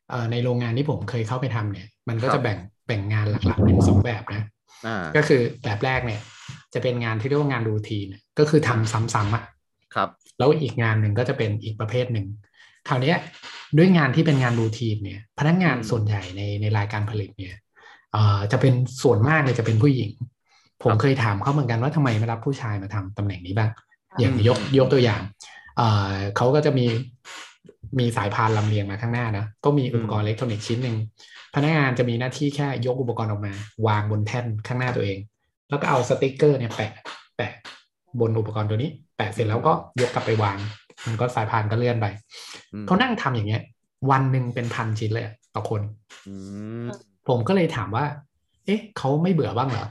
ในโรงงานที่ผมเคยเข้าไปทำเนี่ยมันก็จะแบ่งงานหลักๆเป็น2แบบนะก็คือแบบแรกเนี่ยจะเป็นงานที่เรียกว่างานรูทีนก็คือทำซ้ำๆอ่ะครับแล้วอีกงานหนึ่งก็จะเป็นอีกประเภทหนึ่งคราวนี้ด้วยงานที่เป็นงานรูทีนเนี่ยพนักงานส่วนใหญ่ในรายการผลิตเนี่ยจะเป็นส่วนมากเลยจะเป็นผู้หญิงผมเคยถามเขาเหมือนกันว่าทำไมไม่รับผู้ชายมาทำตำแหน่งนี้บ้างอย่างยกตัวอย่างเขาก็จะมีสายพานลำเลียงมาข้างหน้านะก็มีอุปกรณ์อิเล็กทรอนิกส์ชิ้นหนึ่งพนักงานจะมีหน้าที่แค่ยกอุปกรณ์ออกมาวางบนแท่นข้างหน้าตัวเองแล้วก็เอาสติกเกอร์เนี่ยแปะบนอุปกรณ์ตัวนี้แปะเสร็จแล้วก็ยกกลับไปวางมันก็สายพานก็เลื่อนไปเขานั่งทำอย่างเงี้ยวันหนึ่งเป็น1,000 ชิ้นเลยต่อคนผมก็เลยถามว่าเอ๊ะเขาไม่เบื่อบ้างเหรอ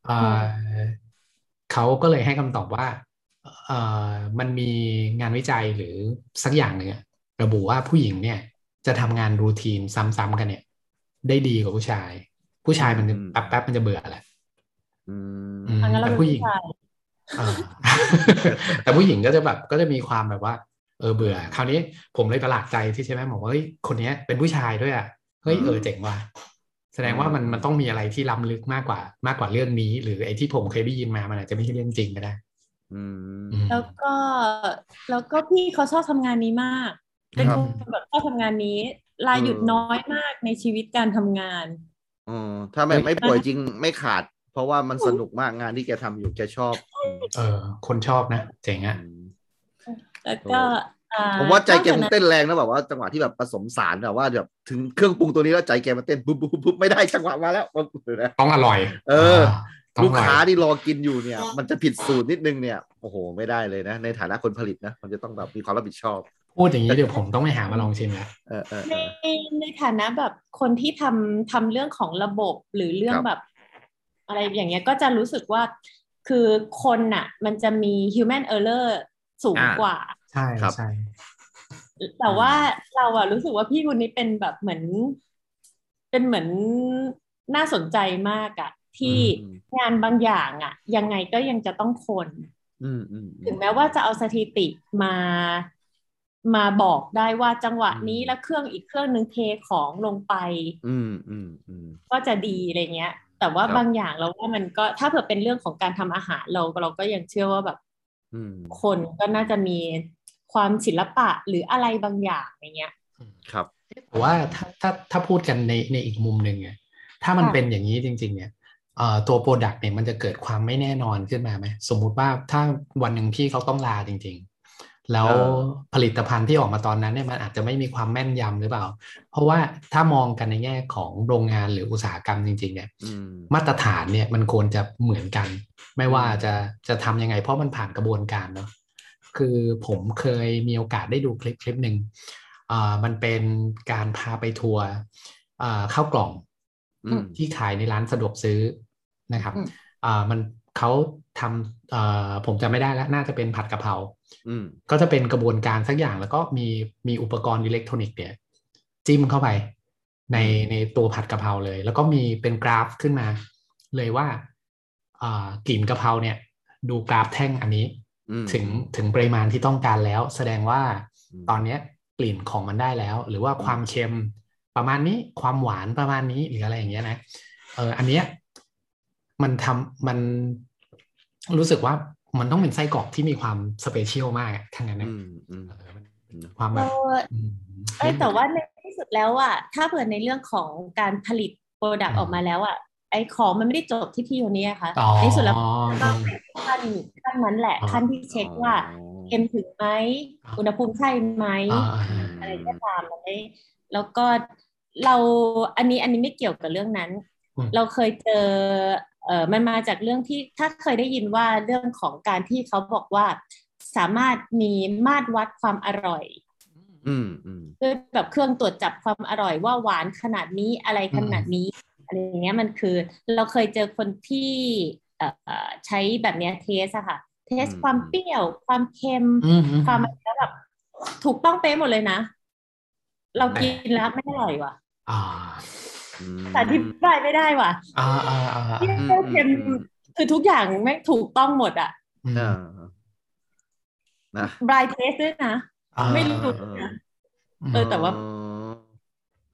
เขาก็เลยให้คำตอบว่ามันมีงานวิจัยหรือสักอย่างหนึ่งระบุว่าผู้หญิงเนี่ยจะทำงานรูทีนซ้ำๆกันเนี่ยได้ดีกว่าผู้ชายมันแป๊บมันจะเบื่อแหละแต่ผู้หญิงแต่ผู้หญิงก็จะแบบก็จะมีความแบบว่าเบื่อคราวนี้ผมเลยประหลาดใจที่ใช่ไหมบอกว่าเฮ้ยคนนี้เป็นผู้ชายด้วยเฮ้ยเจ๋งว่ะแสดงว่ามันต้องมีอะไรที่ล้ำลึกมากกว่าเรื่องนี้หรือไอ้ที่ผมเคยได้ยินมามันอาจจะไม่ใช่เรื่องจริงก็ได้แล้วก็พี่เขาชอบทำงานนี้มากเป็นคนแบบชอบทำงานนี้รายหยุดน้อยมากในชีวิตการทำงานถ้าไม่ป่วยจริงไม่ขาดเพราะว่ามันสนุกมากงานที่แกทำอยู่แกชอบคนชอบนะเจ๋งแล้วก็ผมว่าใจแกคงเต้นแรงนะแบบว่าจังหวะที่แบบผสมสารแบบว่าแบบถึงเครื่องปรุงตัวนี้แล้วใจแกมาเต้นปุ๊บไม่ได้จังหวะมาแล้วต้องอร่อยลูกค้าที่รอกินอยู่เนี่ยมันจะผิดสูตรนิดนึงเนี่ยโอ้โหไม่ได้เลยนะในฐานะคนผลิตนะมันจะต้องแบบมีความรับผิดชอบพูดอย่างนี้เดี๋ยวผมต้องไปหามาลองชิมนะในฐานะแบบคนที่ทำเรื่องของระบบหรือเรื่องแบบอะไรอย่างเงี้ยก็จะรู้สึกว่าคือคนน่ะมันจะมี human error สูงกว่าใช่ใช่แต่ว่าเราอะรู้สึกว่าพี่คนนี้เป็นแบบเหมือนน่าสนใจมากอะที่งานบางอย่างอะยังไงก็ยังจะต้องคนถึงแม้ว่าจะเอาสถิติมาบอกได้ว่าจังหวะนี้แล้วเครื่องอีกเครื่องนึงเทของลงไปก็จะดีอะไรเงี้ยแต่ว่าบางอย่างเราว่ามันก็ถ้าเผื่อเป็นเรื่องของการทำอาหารเราก็ยังเชื่อว่าแบบคนก็น่าจะมีความศิลปะหรืออะไรบางอย่างอย่างเงี้ยครับแต่ว่าถ้าพูดกันในอีกมุมหนึ่งเนี่ยถ้ามันเป็นอย่างนี้จริงๆเนี่ยตัวโปรดักต์เนี่ยมันจะเกิดความไม่แน่นอนขึ้นมาไหมสมมุติว่าถ้าวันหนึ่งพี่เขาต้องลาจริงๆแล้วผลิตภัณฑ์ที่ออกมาตอนนั้นเนี่ยมันอาจจะไม่มีความแม่นยำหรือเปล่าเพราะว่าถ้ามองกันในแง่ของโรงงานหรืออุตสาหกรรมจริงๆเนี่ยมาตรฐานเนี่ยมันควรจะเหมือนกันไม่ว่าจะทำยังไงเพราะมันผ่านกระบวนการเนาะคือผมเคยมีโอกาสได้ดูคลิปหนึ่งมันเป็นการพาไปทัวร์ข้าวกล่องที่ขายในร้านสะดวกซื้อนะครับเขาทำผมจำไม่ได้แล้วน่าจะเป็นผัดกะเพราก็จะเป็นกระบวนการสักอย่างแล้วก็มีอุปกรณ์อิเล็กทรอนิกส์เนี่ยจิ้มเข้าไปในตัวผัดกะเพราเลยแล้วก็มีเป็นกราฟขึ้นมาเลยว่ากลิ่นกะเพราเนี่ยดูกราฟแท่งอันนี้ถึงปริมาณที่ต้องการแล้วแสดงว่าตอนนี้กลิ่นของมันได้แล้วหรือว่าความเค็มประมาณนี้ความหวานประมาณนี้หรืออะไรอย่างเงี้ยนะอันเนี้ยมันรู้สึกว่ามันต้องเป็นไส้กรอกที่มีความสเปเชียลมากทั้งนั้นนะความแบบแต่ว่าในที่สุดแล้วอ่ะถ้าเผื่อในเรื่องของการผลิตโปรดักต์ออกมาแล้วอ่ะไอ้ของมันไม่ได้จบที่พี่คนนี้ค่ะในสุดแล้วต้องขั้นนั้นแหละขั้นที่เช็คว่าเค็มถึงไหมอุณหภูมิใช่ไหมอะไรก็ตามแล้วก็อันนี้ไม่เกี่ยวกับเรื่องนั้นเราเคยเจอมันมาจากเรื่องที่ถ้าเคยได้ยินว่าเรื่องของการที่เขาบอกว่าสามารถมีมาตรวัดความอร่อยด้วยแบบเครื่องตรวจจับความอร่อยว่าหวานขนาดนี้อะไรขนาดนี้อะไรอย่างเงี้ยมันคือเราเคยเจอคนที่ใช้แบบเนี้ยเทสอะค่ะเทสความเปรี้ยวความเค็มความอะไรแบบถูกต้องเป๊ะหมดเลยนะเรากินแล้วไม่อร่อยว่ะแต่อธิบายไม่ได้ว่ะเค็มคือทุกอย่างไม่ถูกต้องหมดอะนะบรายเทสด้วยนะไม่รู้นะแต่ว่า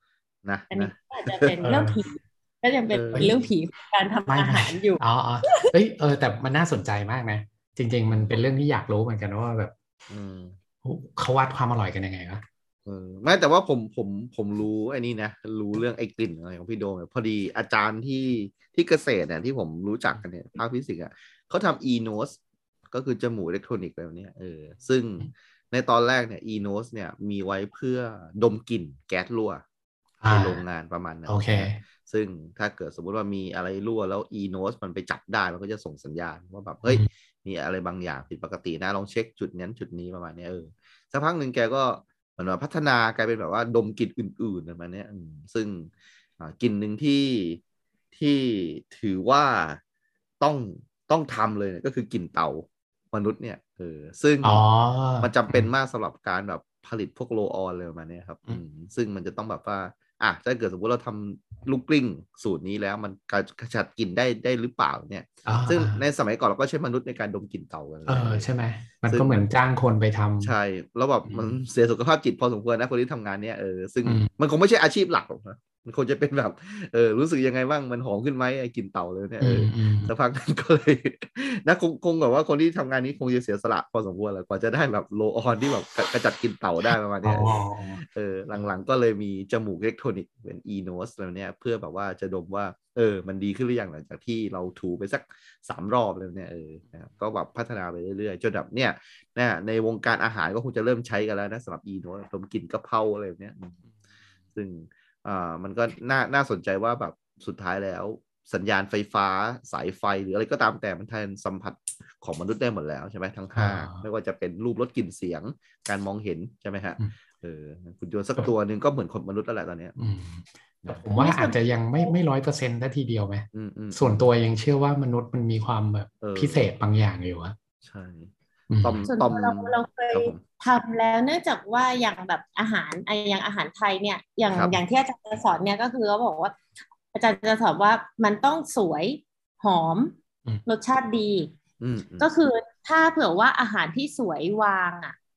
นะอันนี้อาจจะเป็นเรื่องผีก็ยังเป็นเรื่องผีการทำอาหารอยู่อ๋อเฮ้ยแต่มันน่าสนใจมากนะจริงๆมันเป็นเรื่องที่อยากรู้เหมือนกันว่าแบบเขาวัดความอร่อยกันยังไงวะไม่แต่ว่าผมรู้ไอ้นี่นะรู้เรื่องไอ้กลิ่นอะไรของพี่โดมพอดีอาจารย์ที่เกษตรเนี่ยที่ผมรู้จักกันเนี่ยภาคฟิสิกส์อ่ะเขาทำ e-nose ก็คือจมูกอิเล็กทรอนิกส์แบบนี้ซึ่งในตอนแรกเนี่ย e-nose เนี่ยมีไว้เพื่อดมกลิ่นแก๊สรั่วในโรงงานประมาณนั้นซึ่งถ้าเกิดสมมุติว่ามีอะไรรั่วแล้ว e-nose มันไปจับได้มันก็จะส่งสัญญาณว่าแบบเฮ้ยมีอะไรบางอย่างผิดปกตินะลองเช็คจุดนั้นจุดนี้ประมาณนี้สักพักหนึ่งแกก็เหมือนว่าพัฒนากลายเป็นแบบว่าดมกลิ่นอื่นๆประมาณนี้ซึ่งกลิ่นหนึ่งที่ถือว่าต้องทำเลยก็คือกลิ่นเต่ามนุษย์เนี่ยซึ่งมันจำเป็นมากสำหรับการแบบผลิตพวกโลออนเลยประมาณนี้ครับซึ่งมันจะต้องแบบว่าถ้าเกิดสมมติเราทำลูกกลิ้งสูตรนี้แล้วมันกระจัดกลิ่นได้หรือเปล่าเนี่ยซึ่งในสมัยก่อนเราก็ใช้มนุษย์ในการดมกลิ่นเต่ากันใช่ไหมมันก็เหมือนจ้างคนไปทำใช่แล้วแบบมันเสียสุขภาพจิตพอสมควรนะคนที่ทำงานเนี้ยซึ่งมันคงไม่ใช่อาชีพหลักหรอกนะมันคงจะเป็นแบบรู้สึกยังไงบ้างมันหอมขึ้นไหมไอ้กลิ่นเต่าเลยเนี่ยสักพักนั้นก็เลยนะคงแบบว่าคนที่ทำงานนี้คงจะเสียสละพอสมควรแหละกว่าจะได้แบบโลออนที่แบบกระจัดกลิ่นเต่าได้ประมาณนี้หลังๆก็เลยมีจมูกอิเล็กทรอนิกส์เป็น e-nose อะไรเนี่ยเพื่อแบบว่าจะดมว่ามันดีขึ้นหรือยังหลังจากที่เราถูไปสัก3 รอบเลยเนี่ยก็แบบพัฒนาไปเรื่อยๆจนแบบเนี่ยในวงการอาหารก็คงจะเริ่มใช้กันแล้วนะสำหรับ e-nose ดมกลิ่นกะเพราอะไรแบบเนี้ยซึ่งมันก็น่าสนใจว่าแบบสุดท้ายแล้วสัญญาณไฟฟ้าสายไฟหรืออะไรก็ตามแต่มันแทนสัมผัสของมนุษย์ได้หมดแล้วใช่ไหมทั้ง5ไม่ว่าจะเป็นรูปรสกลิ่นเสียงการมองเห็นใช่ไหมฮะคุณโยนสักตัวหนึ่งก็เหมือนคนมนุษย์แล้วแหละตอนนี้ผมว่าอาจจะยังไม่100%ได้ทีเดียวไหมส่วนตัวยังเชื่อว่ามนุษย์มันมีความแบบพิเศษบางอย่างอยู่อะใช่ส่วนตัวเราเคยทำแล้วเนื่องจากว่าอย่างแบบอาหารอย่างอาหารไทยเนี่ยอย่างที่อาจารย์จะสอนเนี่ยก็คือเขาบอกว่าอาจารย์จะสอนว่ามันต้องสวยหอมรสชาติดีก็คือถ้าเผื่อว่าอาหารที่สวยวาง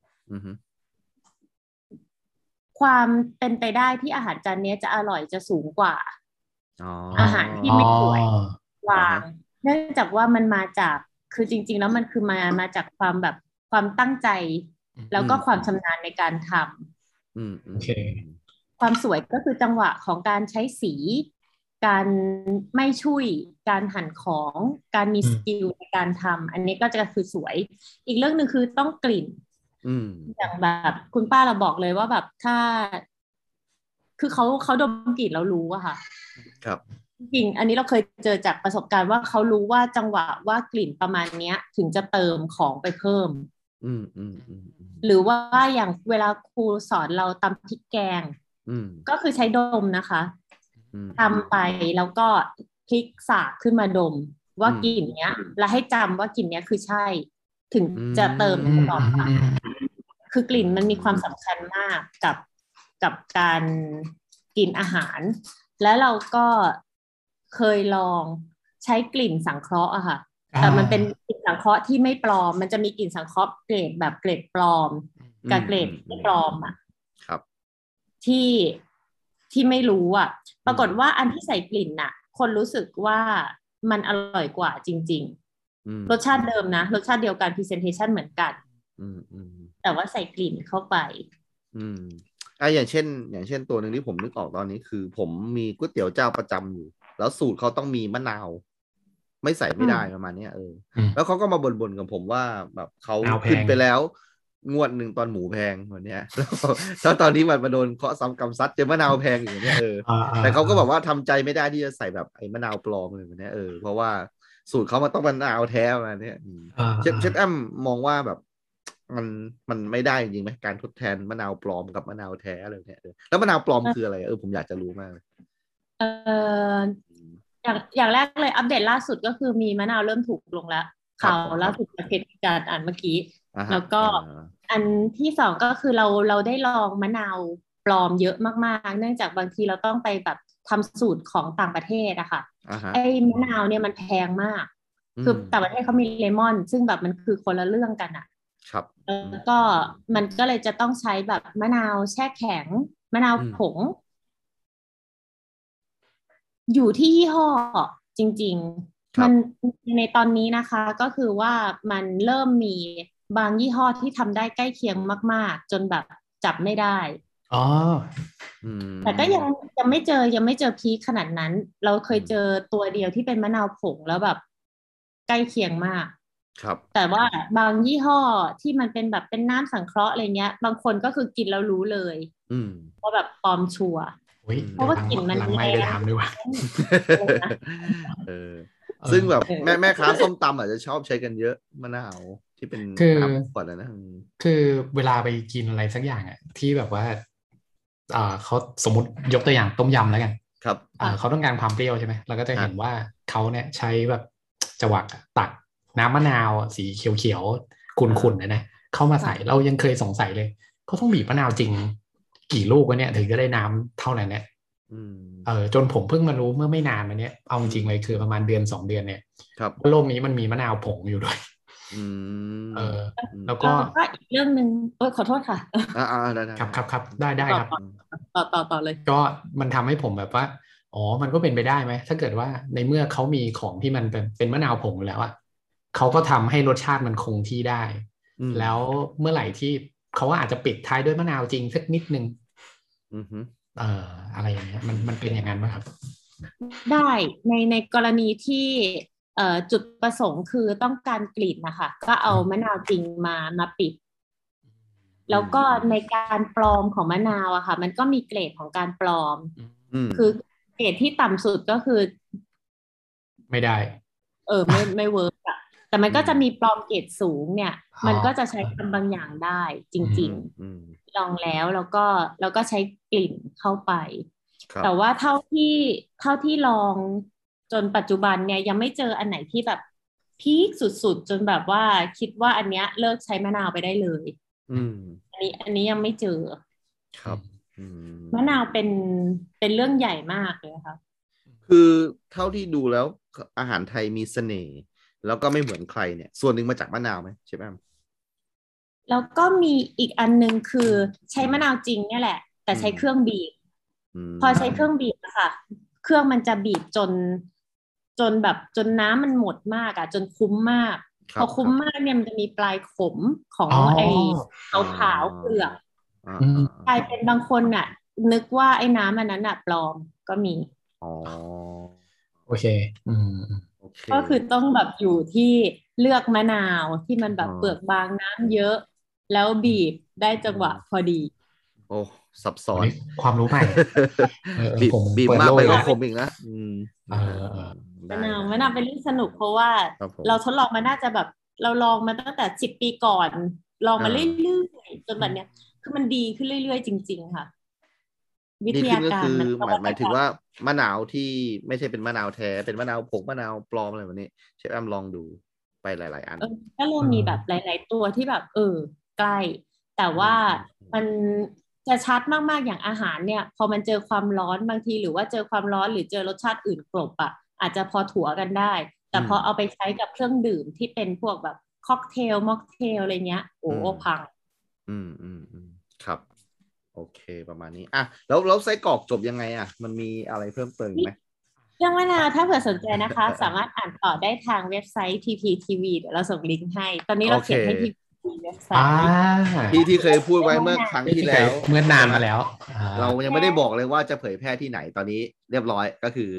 ความเป็นไปได้ที่อาหารจานนี้จะอร่อยจะสูงกว่าอาหารที่ไม่สวยวางเนื่องจากว่ามันมาจากคือจริงๆแล้วมันคือมาจากความแบบความตั้งใจแล้วก็ความชำนาญในการทำความสวยก็คือจังหวะของการใช้สีการไม่ชุยการหั่นของการมีสกิลในการทำอันนี้ก็จะคือสวยอีกเรื่องหนึ่งคือต้องกลิ่นอย่างแบบคุณป้าเราบอกเลยว่าแบบถ้าคือเขาดมกลิ่นแล้วรู้อะค่ะครับจริงอันนี้เราเคยเจอจากประสบการณ์ว่าเขารู้ว่าจังหวะว่ากลิ่นประมาณเนี้ยถึงจะเติมของไปเพิ่มหรือว่าอย่างเวลาครูสอนเราตำพริกแกงก็คือใช้ดมนะคะทำไปแล้วก็พลิกสากขึ้นมาดมว่ากลิ่นเนี้ยแล้วให้จำว่ากลิ่นเนี้ยคือใช่ถึงจะเติมต่อไปคือกลิ่นมันมีความสำคัญมากกับการกินอาหารและเราก็เคยลองใช้กลิ่นสังเคราะห์อะค่ะแต่มันเป็นกลิ่นสังเคราะห์ที่ไม่ปลอมมันจะมีกลิ่นสังเคราะห์เกรดแบบเกรดปลอมกับเกรดไม่ปลอมอะครับที่ไม่รู้อะปรากฏว่าอันที่ใส่กลิ่นน่ะคนรู้สึกว่ามันอร่อยกว่าจริงๆรสชาติเดิมนะรสชาติเดียวกัน presentation เหมือนกันแต่ว่าใส่กลิ่นเข้าไปอย่างเช่นตัวหนึ่งที่ผมนึกออกตอนนี้คือผมมีก๋วยเตี๋ยวเจ้าประจำอยู่แล้วสูตรเขาต้องมีมะนาวไม่ใส่ไม่ได้ประมาณนี้แล้วเขาก็มาบ่นกับผมว่าแบบเขาขึ้นไปแล้วงวดหนึ่งตอนหมูแพงวันนี้แล้วตอนนี้มันมาโดนเคาะซ้ำกำซัดเจอมะนาวแพงอย่างเนี้ยแต่เขาก็บอกว่าทำใจไม่ได้ที่จะใส่แบบไอ้มะนาวปลอมอะไรแบบนี้เพราะว่าสูตรเขามันต้องมะนาวแท้ประมาณนี้เชฟแอมมองว่าแบบมันไม่ได้จริงไหมการทดแทนมะนาวปลอมกับมะนาวแท้อะไรเนี่ยแล้วมะนาวปลอมคืออะไรผมอยากจะรู้มากอย่างแรกเลยอัปเดตล่าสุดก็คือมีมะนาวเริ่มถูกลงแล้วข่าวล่าสุดจากเพจการอ่านเมื่อกี้แล้วก็อันที่สองก็คือเราได้ลองมะนาวปลอมเยอะมากๆเนื่องจากบางทีเราต้องไปแบบทำสูตรของต่างประเทศอะค่ะไอ้มะนาวเนี่ยมันแพงมากคือต่างประเทศเขามีเลมอนซึ่งแบบมันคือคนละเรื่องกันอะครับแล้วก็มันก็เลยจะต้องใช้แบบมะนาวแช่แข็งมะนาวผงอยู่ที่ยี่ห้อจริงๆมันในตอนนี้นะคะก็คือว่ามันเริ่มมีบางยี่ห้อที่ทำได้ใกล้เคียงมากๆจนแบบจับไม่ได้อ๋อแต่ก็ยังไม่เจอพีคขนาดนั้นเราเคยเจอตัวเดียวที่เป็นมะนาวผงแล้วแบบใกล้เคียงมากครับแต่ว่าบางยี่ห้อที่มันเป็นแบบเป็นน้ำสังเคราะห์อะไรเงี้ยบางคนก็คือกินแล้วรู้เลยว่าแบบปลอมชัวร์เพราะว่ากลิ่นมันหลังไม่ไปถามด้วยว่าซึ่งแบบแม่ค้าส้มตำอาจจะชอบใช้กันเยอะมะนาวที่เป็นน้ำขวดนะคือเวลาไปกินอะไรสักอย่างอ่ะที่แบบว่าเขาสมมติยกตัวอย่างต้มยำแล้วกันครับเขาต้องการความเปรี้ยวใช่ไหมเราก็จะเห็นว่าเขาเนี่ยใช้แบบจวักตักน้ำมะนาวสีเขียวๆขุ่นๆนะเข้ามาใส่เรายังเคยสงสัยเลยเขาต้องบีบมะนาวจริงกี่ลูกวะเนี่ยถึงจะได้น้ำเท่านั้นเนี่ยจนผมเพิ่งมารู้เมื่อไม่นานมาเนี้ยเอาจริงเลยคือประมาณ2 เดือนเนี่ยว่าโลกนี้มันมีมะนาวผงอยู่ด้วยแล้วก็อีกเรื่องนึงขอโทษค่ะได้ครับได้ครับต่อเลยก็มันทำให้ผมแบบว่าอ๋อมันก็เป็นไปได้ไหมถ้าเกิดว่าในเมื่อเขามีของที่มันเป็นมะนาวผงแล้วอ่ะเขาก็ทำให้รสชาติมันคงที่ได้แล้วเมื่อไหร่ที่เขาว่าอาจจะปิดท้ายด้วยมะนาวจริงสักนิดนึงอะไรอย่างเงี้ยมันเป็นอย่างนั้นไหมครับได้ในกรณีที่จุดประสงค์คือต้องการกลิ่นนะคะก็เอามะนาวจริงมาปิดแล้วก็ในการปลอมของมะนาวอะค่ะมันก็มีเกรดของการปลอมคือเกรดที่ต่ำสุดก็คือไม่ได้ไม่เวิร์กอะแต่มันก็จะมีปลอมเกรดสูงเนี่ยมันก็จะใช้ทำบางอย่างได้จริงๆลองแล้วก็ใช้กลิ่นเข้าไปแต่ว่าเท่าที่ลองจนปัจจุบันเนี่ยยังไม่เจออันไหนที่แบบพีคสุดๆจนแบบว่าคิดว่าอันเนี้ยเลิกใช้มะนาวไปได้เลยอันนี้ยังไม่เจอครับมะนาวเป็นเรื่องใหญ่มากเลยค่ะคือเท่าที่ดูแล้วอาหารไทยมีเสน่ห์แล้วก็ไม่เหมือนใครเนี่ยส่วนหนึ่งมาจากมะนาวไหมใช่ไหมแล้วก็มีอีกอันนึงคือใช้มะนาวจริงเนี่ยแหละแต่ใช้เครื่องบีบพอใช้เครื่องบีบอะค่ะเครื่องมันจะบีบจนแบบจนน้ำมันหมดมากอะจนคุ้มมากพอคุ้มมากเนี่ยมันจะมีปลายขมของไอ้ขาวเปลือกกลายเป็นบางคนน่ะนึกว่าไอ้น้ำอันนั้นน่ะปลอมก็มีโอเคก็คือต้องแบบอยู่ที่เลือกมะนาวที่มันแบบเปลือกบางน้ำเยอะแล้วบีบได้จังหวะพอดีโอ้ซับซ้อนความรู้ใหม่บีบมากไปก็ขมอีกนะมะนาวเป็นเรื่องสนุกเพราะว่าเราทดลองมาน่าจะแบบเราลองมาตั้งแต่10 ปีก่อนลองมาเรื่อยๆจนแบบเนี้ยคือมันดีขึ้นเรื่อยๆจริงๆค่ะวิทยาการมันหมายถึงว่ามะนาวที่ไม่ใช่เป็นมะนาวแท้เป็นมะนาวผงมะนาวปลอมอะไรแบบนี้เชฟแอมลองดูไปหลายๆอันก็เริ่มมีแบบหลายๆตัวที่แบบใกล้แต่ว่ามันจะชัดมากๆอย่างอาหารเนี่ยพอมันเจอความร้อนบางทีหรือว่าเจอความร้อนหรือเจอรสชาติอื่นกลบอ่ะอาจจะพอถั่วกันได้แต่พอเอาไปใช้กับเครื่องดื่มที่เป็นพวกแบบค็อกเทลม็อกเทลอะไรเงี้ยโอ้พังครับโอเคประมาณนี้อ่ะแล้วไส้กรอกจบยังไงอ่ะมันมีอะไรเพิ่มเติมไหมเรื่องมะนาวถ้าเผื่อสนใจนะคะสามารถอ่านต่อได้ทางเว็บไซต์ TPTV เดี๋ยวเราส่งลิงก์ให้ตอนนี้เราเขียนให้ทีเว็บไซต์ที่เคยพูดไว้เมื่อครั้งที่แล้วเมื่อนานมาแล้วเรายังไม่ได้บอกเลยว่าจะเผยแพร่ที่ไหนตอนนี้เรียบร้อยก็คือ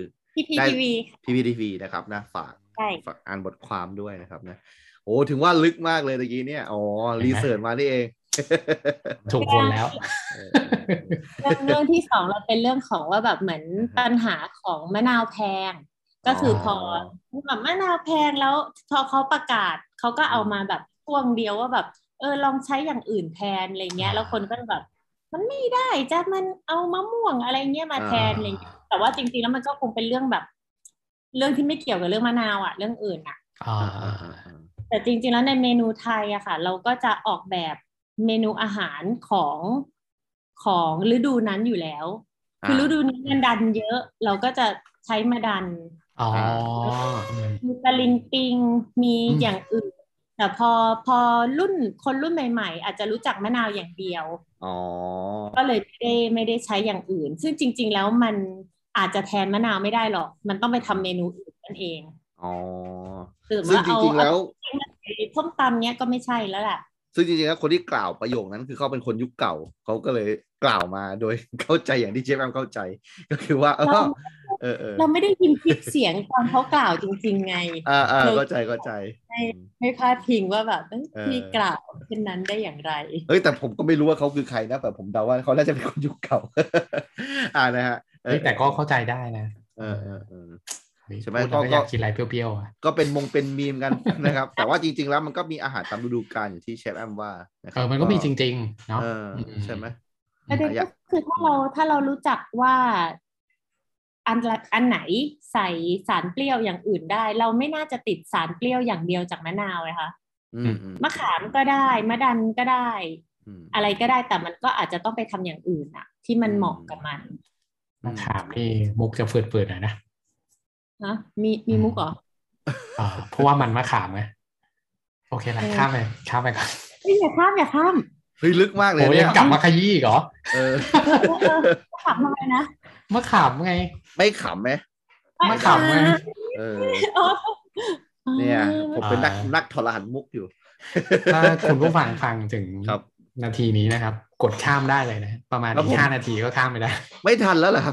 TPTV นะครับนะฝากอ่านบทความด้วยนะครับนะโอ้ถึงว่าลึกมากเลยตะกี้เนี่ยอ๋อรีเสิร์ชมานี่เองถูกคนแล้วเรื่องที่2เราเป็นเรื่องของว่าแบบเหมือนปัญหาของมะนาวแพงก็คือพอแบบมะนาวแพงแล้วพอเขาประกาศเขาก็เอามาแบบช่วงเดียวว่าแบบลองใช้อย่างอื่นแทนอะไรเงี้ยแล้วคนก็แบบมันไม่ได้จะมันเอามะม่วงอะไรเงี้ยมาแทนอะไรเงี้ยแต่ว่าจริงๆแล้วมันก็คงเป็นเรื่องแบบเรื่องที่ไม่เกี่ยวกับเรื่องมะนาวอ่ะเรื่องอื่นอ่ะแต่จริงๆแล้วในเมนูไทยอะค่ะเราก็จะออกแบบเมนูอาหารของฤดูนั้นอยู่แล้วคือฤดูนี้มันดันเยอะเราก็จะใช้มาดันมีตะลิงปิงมีอย่างอื่นแต่พอคนรุ่นใหม่ๆอาจจะรู้จักมะนาวอย่างเดียวก็เลยไม่ได้ใช้อย่างอื่นซึ่งจริงๆแล้วอาจจะแทนมะนาวไม่ได้หรอกมันต้องไปทำเมนูอื่นนั่นเองอ๋อซึ่งจริงๆแล้วส้มตำเนี้ยก็ไม่ใช่แล้วแหละซึ่งจริงๆแล้วคนที่กล่าวประโยคนั้นคือเขาเป็นคนยุคเก่าเขาก็เลยกล่าวมาโดยเข้าใจอย่างที่เชฟแอมเข้าใจก็คือว่าเราไม่ได้ยินคลิปเสียงตอนเขากล่าวจริงๆไงเข้าใจไม่พลาดพิงว่าแบบที่กล่าวเช่นนั้นได้อย่างไรแต่ผมก็ไม่รู้ว่าเขาคือใครนะแต่ผมเดาว่าเขาน่าจะเป็นคนยุคเก่านะฮะแต่ก็เข้าใจได้นะใช่ไหมก็อยากกินอะไรเปรี้ยวๆก็เป็นมีมกันนะครับแต่ว่าจริงๆแล้วมันก็มีอาหารตามฤดูกาลอย่างที่เชฟแอมว่านะครับมันก็มีจริงๆเนาะใช่ไหมประเด็นก็คือถ้าเรารู้จักว่าอันไหนใส่สารเปรี้ยวอย่างอื่นได้เราไม่น่าจะติดสารเปรี้ยวอย่างเดียวจากมะนาวเลยค่ะมะขามก็ได้มะดันก็ได้อะไรก็ได้แต่มันก็อาจจะต้องไปทำอย่างอื่นอะที่มันเหมาะกับมันมะขามนี่มุกจะเฟืดๆหน่อยนะมีมุกเหรอเพราะว่ามันมะขามไงโอเคละข้ามไปก่อนอย่าข้ามเฮ้ยลึกมากเลยเนี่ยยังกลับมาขยี้อีกเหรอขำอะไรนะมะขามไงไม่ขำไหมมะขามไงเนี่ยผมเป็นนักทรหันมุกอยู่ถ้าคุณผู้ฟังถึงนาทีนี้นะครับกดข้ามได้เลยนะประมาณ5 นาทีก็ข้ามไปได้ไม่ทันแล้วเหรอครับ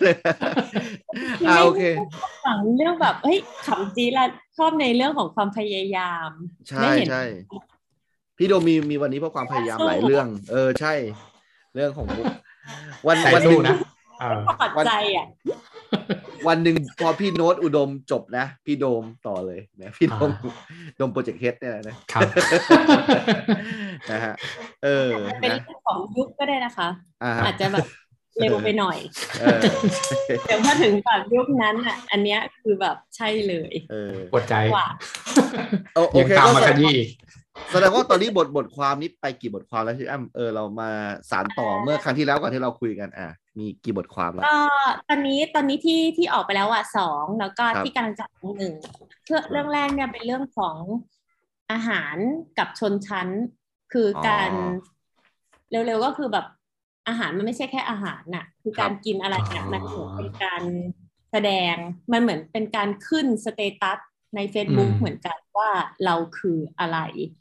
โอเคฝังเรื่องแบบเฮ้ยขำจีละชอบในเรื่องของความพยายามใช่พี่โดมีวันนี้เพราะความพยายามหลายเรื่องใช่เรื่องของมุกวันนึงนะปัจจัยวันหนึ่งพอพี่โน้ตอุดมจบนะพี่โดมต่อเลยนะพี่โดมโปรเจกต์เฮดเนี่ยนะครับนะฮะเป็นของยุคก็ได้นะคะอาจจะแบบเร็วไปหน่อยเดี๋ยวพอถึงแบบยุคนั้นอ่ะอันเนี้ยคือแบบใช่เลยปวดใจโอเคตามมาขยี้แสดงว่าตอนนี้บทความนี้ไปกี่บทความแล้วที่เรามาสานต่อเมื่อครั้งที่แล้วก่อนที่เราคุยกันมีกี่บทความแล้วตอนนี้ที่ออกไปแล้ว2แล้วก็ที่กำลังจะ1เรื่องแรกเนี่ยเป็นเรื่องของอาหารกับชนชั้นคือการเร็วๆก็คือแบบอาหารมันไม่ใช่แค่อาหารน่ะคือการกินอะไรเนี่ยมันเหมือนเป็นการแสดงมันเหมือนเป็นการขึ้นสเตตัสใน Facebook เหมือนกันว่าเราคืออะไร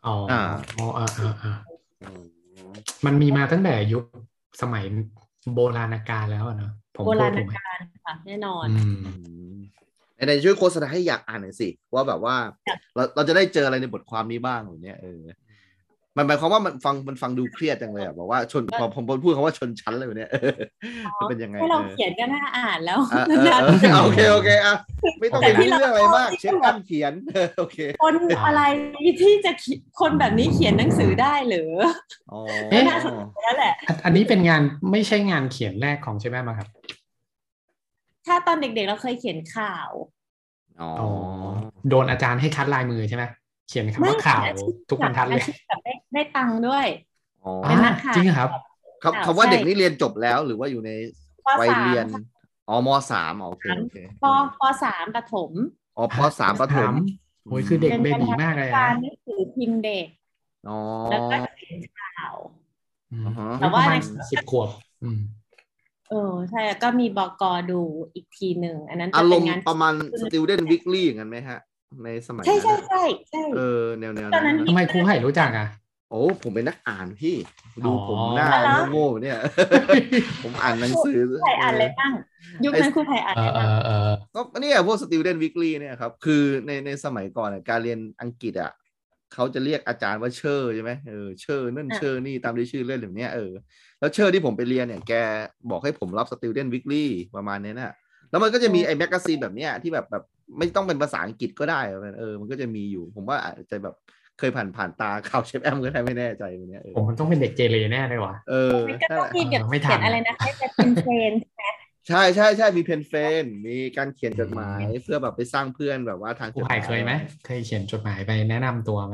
มันมีมาตั้งแต่ยุคสมัยโบราณกาลแล้วนะผมโบราณกาลค่ะแน่นอนในช่วยโฆษณาให้อยากอ่านหน่อยสิว่าแบบว่าเราจะได้เจออะไรในบทความนี้บ้างอย่างเนี้ยมันหมายความว่ามันฟังดูเครียดจังเลยบอกว่าพอผมพูดคำว่าชนชั้นเลยเนี่ยจะเป็นยังไงให้เราเขียนก็น่าอ่านแล้วโอเคไม่ต้องไปรู้เรื่องอะไรมากเช็คการเขียนโอเคคนอะไรที่จะคนแบบนี้เขียนหนังสือได้หรือน่าสนใจแล้วแหละอันนี้เป็นงานไม่ใช่งานเขียนแรกของใช่ไหมมาครับถ้าตอนเด็กๆเราเคยเขียนข่าวโดนอาจารย์ให้คัดลายมือใช่ไหมเขียนคำว่าข่าวทุกบรรทัดเลยได้ตังค์ด้วยเป็นนักข่าวจริงครับคำว่าเด็กนี่เรียนจบแล้วหรือว่าอยู่ในวัยเรียนม.3โอเคป.3 ประถมป.3 ประถมโอ้ยคือเด็กเบบีมากเลยการหนังสือพิมพ์เด็กแล้วก็เขียนข่าวแต่ว่า10 ขวบใช่ก็มีบก.ดูอีกทีหนึ่งอันนั้นอารมณ์ประมาณ Student Weekly อย่างนั้นไหมฮะในสมัยนั้นใช่แนวนั้นทำไมครูไผ่รู้จักผมเป็นนักอ่านพี่ดูผมหน้าโง่ๆเนี่ยผมอ่านหนังสือไผ่อ่านอะไรบ้างยุคนั้นครูไผ่อ่านก็เนี่ยพวก Student Weekly เนี่ยครับคือในสมัยก่อนการเรียนอังกฤษเขาจะเรียกอาจารย์ว่าเชอร์ใช่ไหมเชอร์นั่นเชอร์นี่ตามด้วยชื่อเล่นแบบเนี้ยแล้วเชอร์ที่ผมไปเรียนเนี่ยแกบอกให้ผมรับ Student Weekly ประมาณนี้นะแล้วมันก็จะมีไอ้แมกกาซีนแบบเนี้ยที่แบบไม่ต้องเป็นภาษาอังกฤษก็ได้มันก็จะมีอยู่ผมว่าอาจจะแบบเคยผ่านตาข่าวเชฟแอมก็ได้ไม่แน่ใจแบบเนี้ยผมมันต้องเป็นเด็กเกเรแน่เลยว่ะมันก็ต้องมีเขียนอะไรนะให้เป็นเทรนใช่มีเพนเฟนมีการเขียนจดหมายเพื่อแบบไปสร้างเพื่อนแบบว่าทางผู้ใหญ่เคยไหมเคยเขียนจดหมายไปแนะนำตัวไหม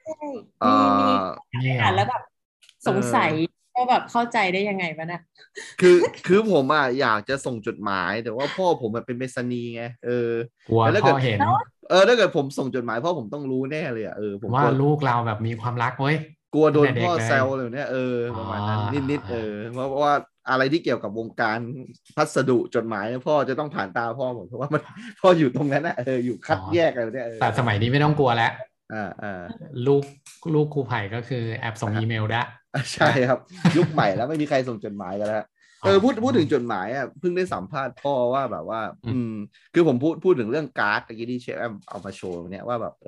มีอ่านแล้วแบบสงสัยก็แบบเข้าใจได้ยังไงวะนะคือผมอยากจะส่งจดหมายแต่ว่าพ่อผมเป็นเมสนีไงกลัวพ่อเห็นถ้าเกิดผมส่งจดหมายพ่อผมต้องรู้แน่เลยผมว่าลูกเราแบบมีความรักเว้ยกลัวโดนพ่อแซวเลยเนี่ยประมาณนั้นนิดเพราะว่าอะไรที่เกี่ยวกับวงการพัสดุจดหมายพ่อจะต้องผ่านตาพ่อหมดเพราะว่ามันพ่ออยู่ตรงนั้นนะอยู่คัดแยกอะไรเนี่ยแต่สมัยนี้ไม่ต้องกลัวแล้วอ่าลูกครูไผ่ก็คือแอบส่งอีเมลได้ใช่ครับยุคใหม่แล้วไม่มีใครส่งจดหมายกันแล้วพูดถึงจดหมายอ่ะเพิ่งได้สัมภาษณ์พ่อว่าแบบว่าคือผมพูดถึงเรื่องการ์ดตะกี้ที่เชฟเอามาโชว์เนี่ยว่าแบบ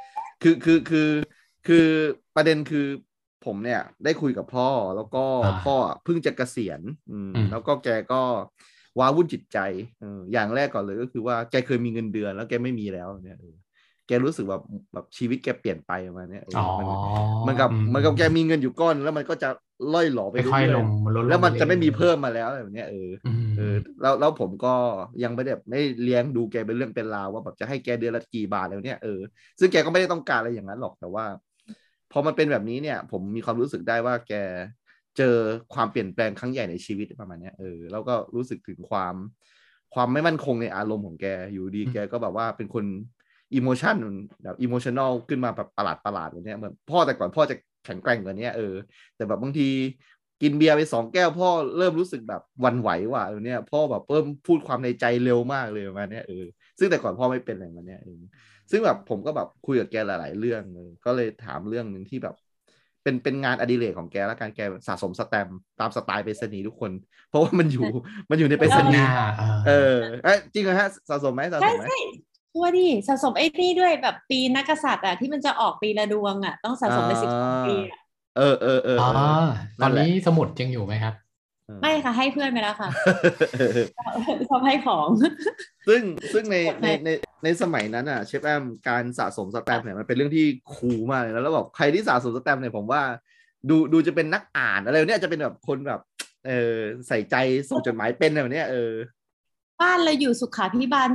คือประเด็นคือผมเนี่ยได้คุยกับพ่อแล้วก็พ่อเพิ่งจะเกษียณแล้วก็แกก็ว้าวุ่นจิตใจอย่างแรกก่อนเลยก็คือว่าแกเคยมีเงินเดือนแล้วแกไม่มีแล้วเนี่ยแกรู้สึกแบบชีวิตแกเปลี่ยนไปประมาณนี้มันกับแกมีเงินอยู่ก้อนแล้วมันก็จะล่อยหลอไปเรื่อยๆแล้วมันจะไม่มีเพิ่มมาแล้วแบบนี้แล้วผมก็ยังไม่ได้เลี้ยงดูแกเป็นเรื่องเป็นราวว่าแบบจะให้แกเดือนละกี่บาทแล้วเนี่ยซึ่งแกก็ไม่ได้ต้องการอะไรอย่างนั้นหรอกแต่ว่าพอมันเป็นแบบนี้เนี่ยผมมีความรู้สึกได้ว่าแกเจอความเปลี่ยนแปลงครั้งใหญ่ในชีวิตประมาณนี้แล้วก็รู้สึกถึงความไม่มั่นคงในอารมณ์ของแกอยู่ดีแกก็แบบว่าเป็นคนอิโมชันแบบอิโมชันแนลขึ้นมาแบบประหลาดแบบนี้เหมือนพ่อแต่ก่อนพ่อจะแข็งแกร่งกว่านี้แต่แบบบางทีกินเบียร์ไป2 แก้วพ่อเริ่มรู้สึกแบบวันไหวว่ะเนี่ยพ่อแบบเพิ่มพูดความในใจเร็วมากเลยประมาณนี้ซึ่งแต่ก่อนพ่อไม่เป็นอะไรแบบนี้ซึ่งแบบผมก็แบบคุยกับแกหลายๆเรื่องก็เลยถามเรื่องนึงที่แบบเป็นงานอดิเรกของแกแล้วการแกสะสมสแตมป์ตามสไตล์ไปรษณีย์ทุกคนเพราะว่ามันอยู่ในไปรษณีย์จริงเหรอฮะสะสมไหมตัวดิสะสมไอ้นี่ด้วยแบบปีนักกษัตริย์ที่มันจะออกปีละดวงต้องสะสมไป12 ปีตอนนี้สมุดยังอยู่ไหมครับไม่ค่ะให้เพื่อนไปแล้วค่ะชอบให้ของซึ่งในสมัยนั้นเชฟแอมการสะสมสแตมป์เนี่ยมันเป็นเรื่องที่คูลมากเลยแล้วแบบใครที่สะสมสแตมป์เนี่ยผมว่าดูจะเป็นนักอ่านอะไรเนี่ยจะเป็นแบบคนแบบใส่ใจส่งจดหมายเป็นแบบเนี้ยบ้านเราอยู่สุขาภิบาล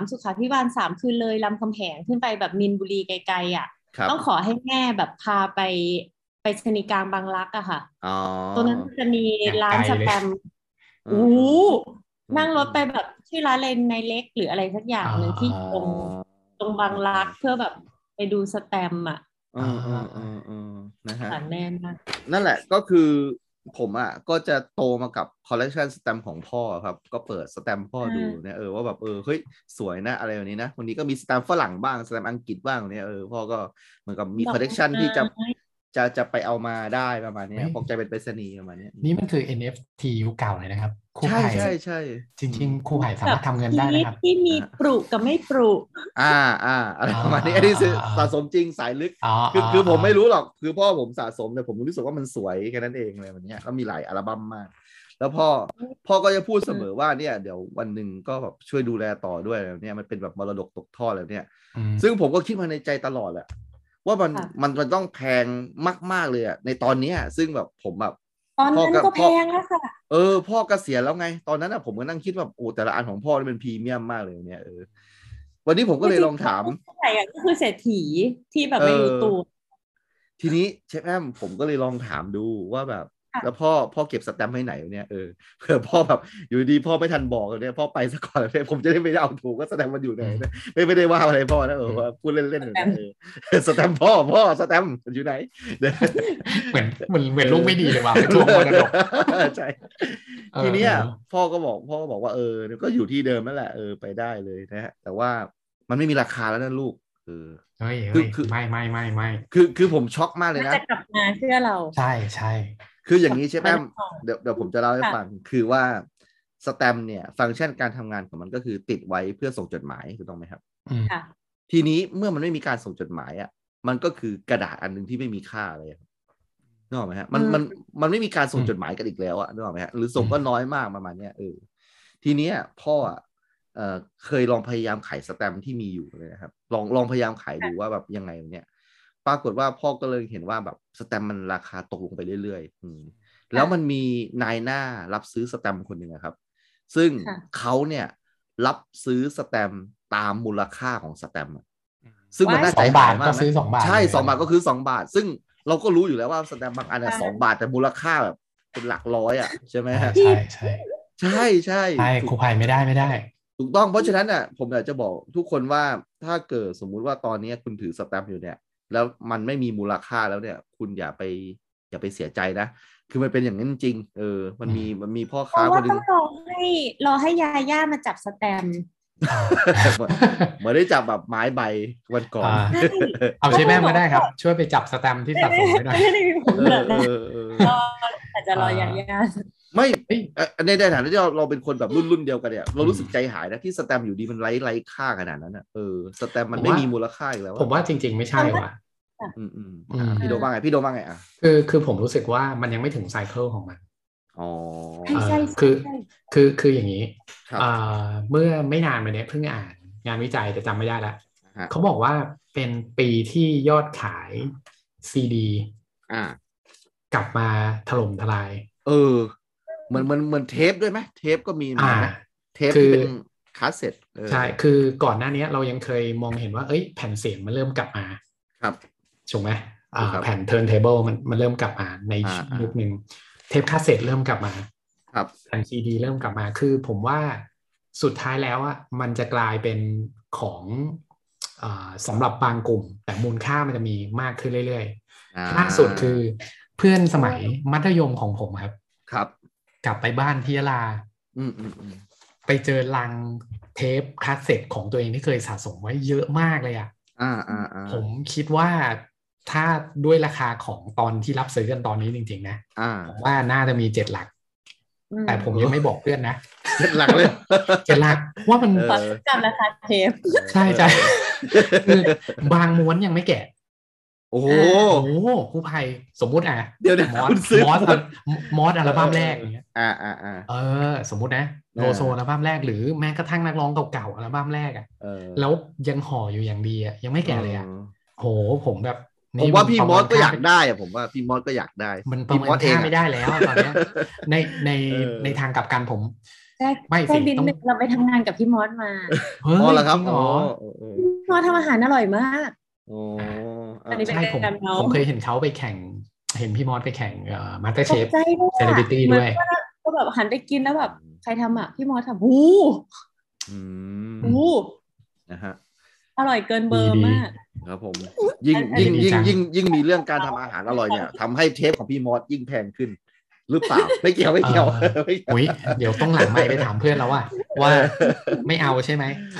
3คือเลยรามคำแหงขึ้นไปแบบมินบุรีไกลๆต้องขอให้แม่แบบพาไปชนีย์กลางบางรักค่ะตรงนั้นจะมีร้านสแตมป์นั่งรถไปแบบชื่อร้านเลนในเล็กหรืออะไรสักอย่างหนึ่งที่ตรงบางรักเพื่อแบบไปดูสแตมป์นะฮะแน่นมากนั่นแหละก็คือผมก็จะโตมากับคอลเลกชันสแตมป์ของพ่อครับก็เปิดสแตมป์พ่อดูเนี่ยว่าแบบเฮ้ยสวยนะอะไรแบบนี้นะวันนี้ก็มีสแตมป์ฝรั่งบ้างสแตมป์อังกฤษบ้างเนี่ยพ่อก็เหมือนกับมีคอลเลกชันที่จะไปเอามาได้ประมาณนี้พอใจเป็นไปรษณีย์ประมาณนี้นี่มันคือ NFT ยุคเก่าเลยนะครับใช่จริงๆครูไผ่สามารถทำเงินได้นะครับที่มีปลูกกับไม่ปลูกอะไรประมาณนี้อันนี้สะสมจริงสายลึกคือผมไม่รู้หรอกคือพ่อผมสะสมแต่ผมรู้สึกว่ามันสวยแค่นั้นเองเลยแบบนี้แล้วมีหลายอัลบั้มมากแล้วพ่อก็จะพูดเสมอว่าเนี่ยเดี๋ยววันหนึ่งก็แบบช่วยดูแลต่อด้วยแบบนี้มันเป็นแบบมรดกตกทอดแล้วเนี่ยซึ่งผมก็คิดมาในใจตลอดแหละว่ามันต้องแพงมากๆเลยในตอนนี้ซึ่งแบบผมแบบตอนนั้นก็แพงแล้วค่ะพ่อเกษียณแล้วไงตอนนั้นผมก็นั่งคิดว่าโอ้แต่ละอันของพ่อนี่เป็นพรีเมียมมากเลยเนี่ยวันนี้ผมก็เลยลองถามใช่ก็คือเศรษฐีที่แบบไม่รู้ตัวทีนี้เชฟแอมผมก็เลยลองถามดูว่าแบบแล้วพ่อเก็บสแตมป์ไว้ไหนเนี่ยเผื่อพ่อแบบอยู่ดีพ่อไม่ทันบอกเนี่ยพ่อไปซะก่อนเลยผมจะได้ไม่เอาถูกว่าสแตมป์มันอยู่ไหนไม่ได้ว่าอะไรพ่อนะว่าพูดเล่นๆสแตมป์พ่อสแตมป์มันอยู่ไหนเหมือนลูกไม่ดีเลยว่ะไปทวงมรดกใช่ทีนี้พ่อก็บอกว่าก็อยู่ที่เดิมนั่นแหละไปได้เลยนะฮะแต่ว่ามันไม่มีราคาแล้วนะลูกคือไม่คือผมช็อกมากเลยนะจะกลับมาเชื่อเราใช่คืออย่างนี้ใช่ไหมเดี๋ยวผมจะเล่าให้ฟังคือว่าสแตมป์เนี่ยฟังก์ชันการทำงานของมันก็คือติดไว้เพื่อส่งจดหมายถูกต้องไหมครับทีนี้เมื่อมันไม่มีการส่งจดหมายมันก็คือกระดาษอันนึงที่ไม่มีค่าเลยนึกออกไหมฮะมันไม่มีการส่งจดหมายกันอีกแล้วนึกออกไหมฮะหรือส่งก็น้อยมากประมาณเนี้ยทีนี้พ่อเคยลองพยายามขายสแตมป์ที่มีอยู่เลยนะครับลองพยายามขายดูว่าแบบยังไงเนี่ยปรากฏว่าพ่อก็เลยเห็นว่าแบบสแตมป์มันราคาตกลงไปเรื่อยๆแล้วมันมีนายหน้ารับซื้อสแตมป์คนหนึ่งครับซึ่งเขาเนี่ยรับซื้อสแตมป์ตามมูลค่าของสแตมป์ซึ่งมันน่าใจหายมากซื้อ2 บาทใช่2 บาทก็คือ2 บาทซึ่งเราก็รู้อยู่แล้วว่าสแตมป์บางอัน2 บาทแต่มูลค่าแบบเป็นหลักร้อยใช่ไหมใช่ครูไผ่ไม่ได้ถูกต้องเพราะฉะนั้นผมอยากจะบอกทุกคนว่าถ้าเกิดสมมุติว่าตอนนี้คุณถือสแตมป์อยู่เนี่ยแล้วมันไม่มีมูลค่าแล้วเนี่ยคุณอย่าไปอย่าไปเสียใจนะคือมันเป็นอย่างนั้นจริงมันมีพ่อค้าคนนึงต้องรอให้ยาย่ามาจับสแตมป์เหมือนได้จับแบบไม้ใบวันก่อนเอาใช่แม่มาได้ครับช่วยไปจับสแตมป์ที่สะสมไว้หน่อยอาจจะรอยาย่าไม่ในฐานะที่เราเป็นคนแบบรุ่นเดียวกันเนี่ยเรารู้สึกใจหายนะที่สแตมป์อยู่ดีมันไร้ค่าขนาดนั้นอ่ะสแตมป์มันไม่มีมูลค่าอีกแล้วผมว่าจริงๆไม่ใช่ว่ะพี่โดว่าไงอ่ะคือผมรู้สึกว่ามันยังไม่ถึงไซเคิลของมันใช่คืออย่างนี้เมื่อไม่นานมาเนี้ยเพิ่งอ่านงานวิจัยแต่จำไม่ได้ละเขาบอกว่าเป็นปีที่ยอดขายซีดีกลับมาถล่มทลายเหมือนเทปด้วยไหมเทปก็มีเทปที่เป็นคาสเซ็ตใช่คือก่อนหน้านี้เรายังเคยมองเห็นว่าแผ่นเสียงมันเริ่มกลับมาครับถูกไหมแผ่นเทิร์นเทเบิลมันเริ่มกลับมาในยุคหนึ่งเทปคาสเซ็ตเริ่มกลับมาแผ่นซีดีเริ่มกลับมาคือผมว่าสุดท้ายแล้วมันจะกลายเป็นของสำหรับบางกลุ่มแต่มูลค่ามันจะมีมากขึ้นเรื่อยๆล่าสุดคือเพื่อนสมัยมัธยมของผมครับกลับไปบ้านที่ยะลาไปเจอลังเทปคาสเซ็ตของตัวเองที่เคยสะสมไว้เยอะมากเลยผมคิดว่าถ้าด้วยราคาของตอนที่รับซื้อกันตอนนี้จริงๆนะผมว่าน่าจะมี7 หลักแต่ผมยังไม่บอกเพื่อนนะ 7 หลักเลย 7 หลักว่ามันจำราคาเทปใช่คือบางม้วนยังไม่แกะโอ้โหผู้ภัยสมมุติเดี๋ยวมอสอัลบั้มแรกอย่างเงี้ยสมมุตินะโลโซอัลบั้มแรกหรือแม้กระทั่งนักร้องเก่าๆอัลบั้มแรกแล้วยังห่ออยู่อย่างดียังไม่แกะเลยโหผมแบบผมว่าพี่มอสก็อยากได้ผมว่าพี่มอสก็อยากได้มันประเมินค่าไม่ได้แล้วตอนนี้ในทางกลับกันผมไม่สิต้องเราไปทำงานกับพี่มอสมาเหรอครับมอสทำอาหารอร่อยมากใช่ผมเคยเห็นเขาไปแข่งเห็นพี่มอสไปแข่งมาสเตอร์เชฟเซเลบริตี้ด้วยก็แบบหันไปกินแล้วแบบใครทำพี่มอสทำนะฮะอร่อยเกินเบอร์มากครับผมยิ่งมีเรื่องการทำอาหารอร่อยเนี่ยทำให้เทปของพี่มอสยิ่งแพงขึ้นหรือเปล่าไม่เกี่ยวเดี๋ยวต้องหลังไมค์ไปถามเพื่อนแล้วว่าไม่เอาใช่ไหม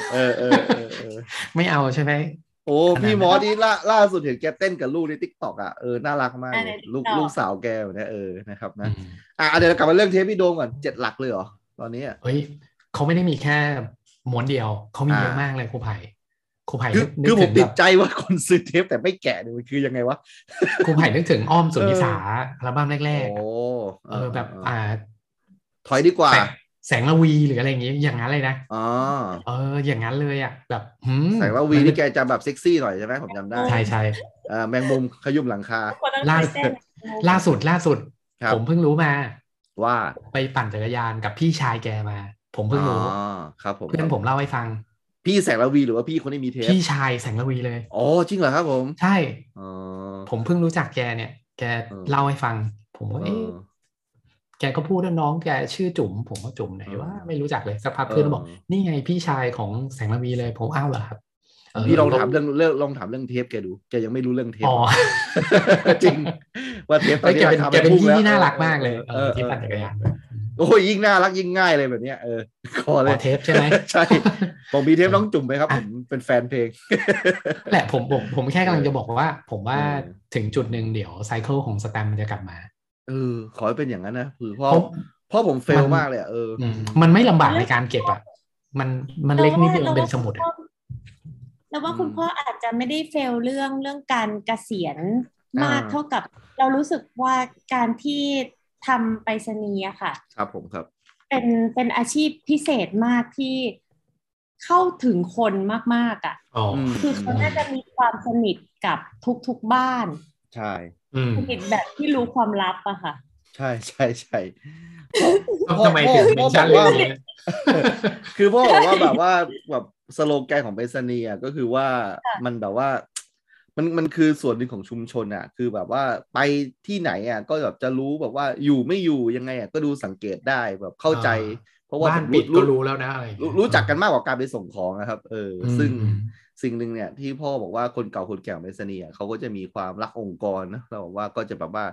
ไม่เอาใช่ไหมโอ้พี่มอสนี่ล่าสุดเห็นแกเต้นกับลูกใน TikTok น่ารักมากเลยลูกสาวแกเนี่ยนะครับนะเดี๋ยวกลับมาเรื่องเทปพี่โดมก่อน7 หลักเลยเหรอตอนนี้เขาไม่ได้มีแค่ม้วนเดียวเขามีเยอะมากเลยครูไผ่คือผมติดใจว่าคนซื้อเทปแต่ไม่แกะเนี่ยมันคือยังไงวะครูไผ่นึกถึงอ้อมสุนิสาอัลบั้มแรกๆแบบถอยดีกว่าแสงละวีหรืออะไรอย่างเงี้ยอย่างนั้นเลยนะอย่างนั้นเลยแบบแสงละวีนี่แกจะแบบเซ็กซี่หน่อยใช่ไหมผมจำได้ใช่แมงมุมขยุ่มหลังคาล่าสุดผมเพิ่งรู้มาว่าไปปั่นจักรยานกับพี่ชายแกมาผมเพิ่งรู้ครับผมเพื่อนผมเล่าให้ฟังพี่แสงระวีหรือว่าพี่คนที่มีเทปพี่ชายแสงระวีเลยจริงเหรอครับผมใช่ผมเพิ่งรู้จักแกเนี่ยแกเล่าให้ฟังผมว่าแกก็พูดว่าน้องแกชื่อจุ๋มผมว่าจุ๋มไหนว่าไม่รู้จักเลยสักพักเพื่อนบอกนี่ไงพี่ชายของแสงระวีเลยผมอ้าวเหรอครับพี่ลองถามเรื่องเทปแกดูแกยังไม่รู้เรื่องเทปจริงว่าเทปตอนนี้แกเป็นพี่ที่น่ารักมากเลยที่ปั่นจักรยานโอ้ยยิ่งน่ารักยิ่งง่ายเลยแบบนี้ขอเลยเทปใช่ไหมใช่ผมมีเทปน้องจุ๋มไหมครับผมเป็นแฟนเพลงแหละผมแค่กำลังจะบอกว่าผมว่าถึงจุดหนึ่งเดี๋ยวไซเคิลของสแตมป์มันจะกลับมาขอให้เป็นอย่างนั้นนะคือเพราะผมเฟลมากเลยมันไม่ลำบากในการเก็บมันเล็กนิดเดียวเป็นสมุดแล้วว่าคุณพ่ออาจจะไม่ได้เฟลเรื่องการเกษียณมากเท่ากับเรารู้สึกว่าการที่ทำไปรษณีย์อะค่ะครับผมครับเป็นอาชีพพิเศษมากที่เข้าถึงคนมากๆคือเขาน่าจะมีความสนิทกับทุกบ้านใช่สนิทแบบที่รู้ความลับอะค่ะใช่ทำไมถึงเป็นชั้นเลยคือพ่อบอกว่าแบบสโลแกนของไปรษณีย์ก็คือว่ามันแบบว่ามันคือส่วนหนึ่งของชุมชนคือแบบว่าไปที่ไหนก็แบบจะรู้แบบว่าอยู่ไม่อยู่ยังไงก็ดูสังเกตได้แบบเข้าใจเพราะว่าบ้านปิดก็รู้แล้วนะรู้จักกันมากกว่าการไปส่งของนะครับซึ่งสิ่งหนึ่งเนี่ยที่พ่อบอกว่าคนเก่าคนแก่ไปรษณีย์เขาก็จะมีความรักองค์กรนะเราบอกว่าก็จะแบบว่า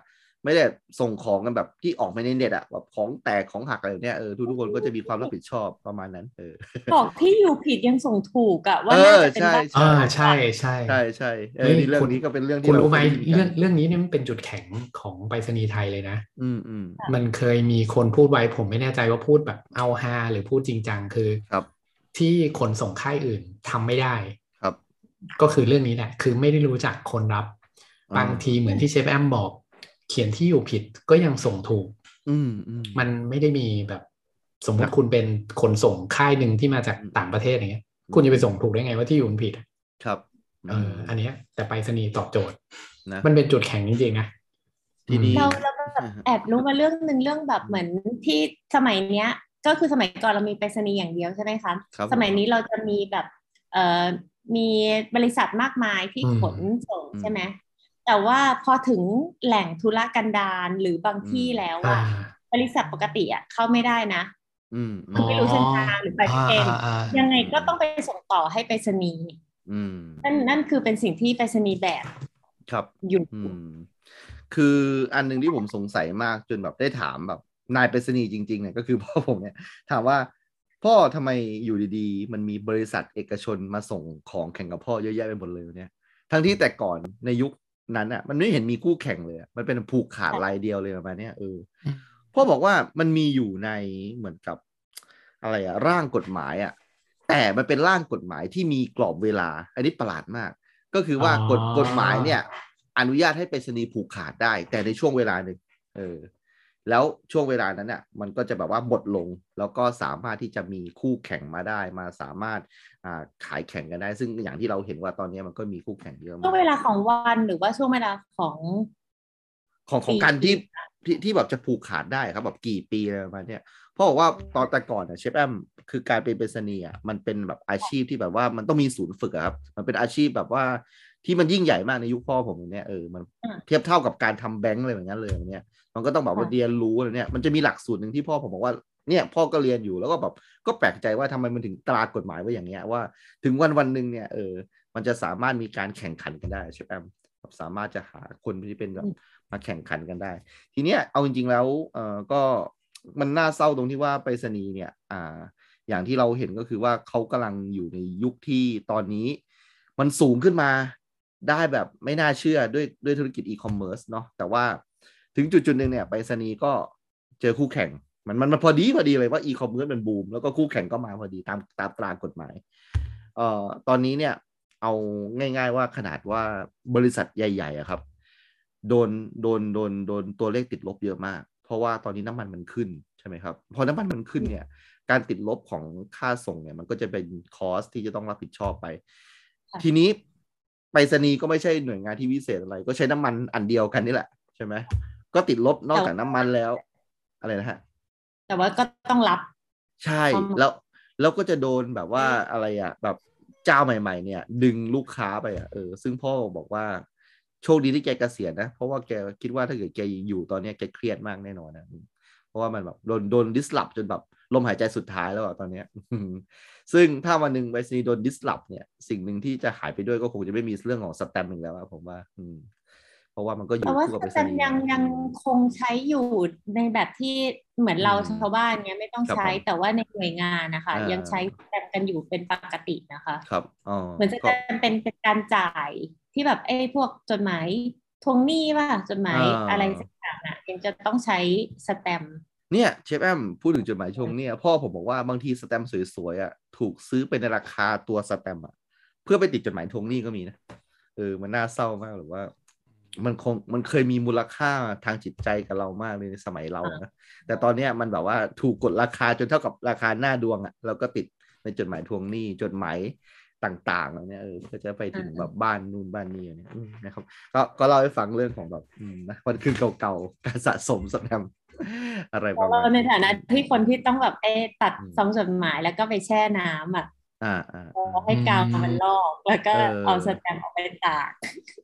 ไม่ได้ส่งของกันแบบที่ออกมาในเน็ตอะแบบของแตกของหักอะไรเนี่ยทุกคนก็จะมีความรับผิดชอบประมาณนั้นบอกที่อยู่ผิดยังส่งถูกอะว่าน่าจะเป็นบ้านใช่ใช่ใช่นี่เรื่องนี้ก็เป็นเรื่องที่คุณรู้ไหมเรื่องนี้เนี่ยมันเป็นจุดแข็งของไปรษณีย์ไทยเลยนะมันเคยมีคนพูดไว้ผมไม่แน่ใจว่าพูดแบบเอาฮาหรือพูดจริงจังคือที่ขนส่งค่ายอื่นทำไม่ได้ครับก็คือเรื่องนี้แหละคือไม่ได้รู้จักคนรับบางทีเหมือนที่เชฟแอมบอกเขียนที่อยู่ผิดก็ยังส่งถูกมันไม่ได้มีแบบสมมติคุณเป็นคนส่งค่ายหนึ่งที่มาจากต่างประเทศอย่างเงี้ยคุณจะไปส่งถูกได้ไงว่าที่อยู่ผิดครับอันนี้แต่ไปรษณีย์ตอบโจทย์นะมันเป็นจุดแข็งจริงๆนะทีนี้เราแบบแอบรู้มาเรื่องนึงเรื่องแบบเหมือนที่สมัยเนี้ยก็คือสมัยก่อนเรามีไปรษณีย์อย่างเดียวใช่ไหมคะสมัยนี้เราจะมีแบบมีบริษัทมากมายที่ขนส่งใช่ไหมแต่ว่าพอถึงแหล่งธุรกันดารหรือบางที่แล้วอะบริษัทปกติอะเข้าไม่ได้นะคือไม่รู้เส้นทางหรือไปไม่เป็นยังไงก็ต้องไปส่งต่อให้ไปรษณีย์นั่นคือเป็นสิ่งที่ไปรษณีย์แบบครับอยู่คืออันนึงที่ผมสงสัยมากจนแบบได้ถามแบบนายไปรษณีย์จริงๆเนี่ยก็คือพ่อผมเนี่ยถามว่าพ่อทำไมอยู่ดีๆมันมีบริษัทเอกชนมาส่งของแข่งกับพ่อเยอะแยะไปหมดเลยเนี่ยทั้งที่แต่ก่อนในยุคนั้นอ่ะมันไม่เห็นมีคู่แข่งเลยมันเป็นผูกขาดรายเดียวเลยประมาณนี้พ่อบอกว่ามันมีอยู่ในเหมือนกับอะไรอะร่างกฎหมายอะแต่มันเป็นร่างกฎหมายที่มีกรอบเวลาอันนี้ประหลาดมากก็คือว่ากฎหมายเนี่ยอนุญาตให้ไปรษณีย์ผูกขาดได้แต่ในช่วงเวลาหนึ่งแล้วช่วงเวลานั้นเนี่ยมันก็จะแบบว่าหมดลงแล้วก็สามารถที่จะมีคู่แข่งมาได้มาสามารถขายแข่งกันได้ซึ่งอย่างที่เราเห็นว่าตอนนี้มันก็มีคู่แข่งเยอะมากช่วงเวลาของวันหรือว่าช่วงเวลาของการที่แบบจะผูกขาดได้ครับแบบกี่ปีอะไรประมาณนี้เพราะบอกว่าตอนแต่ก่อนเชฟแอมคือการเป็นไปรษณีย์มันเป็นแบบอาชีพที่แบบว่ามันต้องมีศูนย์ฝึกครับมันเป็นอาชีพแบบว่าที่มันยิ่งใหญ่มากในยุคพ่อผมเนี่ยมันเทียบเท่ากับการทำแบงก์อะไรแบบนั้นเลยเนี่ยมันก็ต้องแบบว่าเรียนรู้อะไรเนี่ยมันจะมีหลักสูตรหนึ่งที่พ่อผมบอกว่าเนี่ยพ่อก็เรียนอยู่แล้วก็แบบก็แปลกใจว่าทำไมมันถึงตรากฎหมายไว้อย่างเงี้ยว่าถึงวันหนึ่งเนี่ยมันจะสามารถมีการแข่งขันกันได้เชฟแอมสามารถจะหาคนที่เป็นแบบมาแข่งขันกันได้ทีเนี้ยเอาจริงๆแล้วก็มันน่าเศร้าตรงที่ว่าไปรษณีย์เนี่ยอย่างที่เราเห็นก็คือว่าเขากำลังอยู่ในยุคที่ตอนนี้มันสูงขึ้นมาได้แบบไม่น่าเชื่อด้วยธุรกิจอีคอมเมิร์ซเนาะแต่ว่าถึงจุดๆนึงเนี่ยไปรษณีย์ก็เจอคู่แข่งมันพอดีเลยว่าอีคอมเมิร์ซมันบูมแล้วก็คู่แข่งก็มาพอดีตามตรากฎหมายตอนนี้เนี่ยเอาง่ายๆว่าขนาดว่าบริษัทใหญ่ๆอะครับโดนตัวเลขติดลบเยอะมากเพราะว่าตอนนี้น้ำมันมันขึ้นใช่ไหมครับพอน้ำมันขึ้นเนี่ยการติดลบของค่าส่งเนี่ยมันก็จะเป็นคอสที่จะต้องรับผิดชอบไปทีนี้ไปรษณีย์ก็ไม่ใช่หน่วยงานที่วิเศษอะไรก็ใช้น้ำมันอันเดียวกันนี่แหละใช่ไหมก็ติดลบนอกจากน้ำมันแล้วอะไรนะฮะแต่ว่าก็ต้องรับใช่แล้วก็จะโดนแบบว่าอะไรอะแบบเจ้าใหม่ๆเนี่ยดึงลูกค้าไปซึ่งพ่อบอกว่าโชคดีที่แกเกษียณนะเพราะว่าแกคิดว่าถ้าเกิดแกอยู่ตอนนี้แกเครียดมากแน่นอนนะเพราะว่ามันแบบโดนดิสลอปจนแบบลมหายใจสุดท้ายแล้วตอนนี้ซึ่งถ้าวันหนึ่งไปรษณีย์โดนดิสลอปเนี่ยสิ่งหนึ่งที่จะหายไปด้วยก็คงจะไม่มีเรื่องของสแตมป์อีกแล้วผมว่าเพราะว่ามันก็อยู่คู่กับไปรษณีย์ยังคงใช้อยู่ในแบบที่เหมือนเราชาวบ้านเนี้ยไม่ต้องใช้แต่ว่าในหน่วยงานนะคะยังใช้กันอยู่เป็นปกตินะคะครับเหมือนจะเป็นการจ่ายที่แบบพวกจดหมายทวงหนี้ว่าจดหมายอะไรสักอย่างน่ะยังจะต้องใช้สแตมป์เนี่ยเชฟแอมพูดถึงจดหมายทวงหนี้พ่อผมบอกว่าบางทีสแตมป์สวยๆถูกซื้อไปในราคาตัวสแตมป์เพื่อไปติดจดหมายทวงหนี้ก็มีนะมันน่าเศร้ามากหรือว่ามันเคยมีมูลค่าทางจิตใจกับเรามากเลยในสมัยเรานะแต่ตอนนี้มันแบบว่าถูกกดราคาจนเท่ากับราคาหน้าดวงแล้วก็ติดในจดหมายทวงหนี้จดหมายต่างๆแล้วเนี่ยก็จะไปถึงแบบบ้านนู่นบ้านนี่เนี่ยนะครับก็เล่าให้ฟังเรื่องของแบบนะมันคือเก่าๆการสะสมสแตมป์อะไรประมาณในฐานะที่คนที่ต้องแบบตัดซองจดหมายแล้วก็ไปแช่น้ำให้กาวมันลอกแล้วก็เอาสแตมป์ออกไปตาก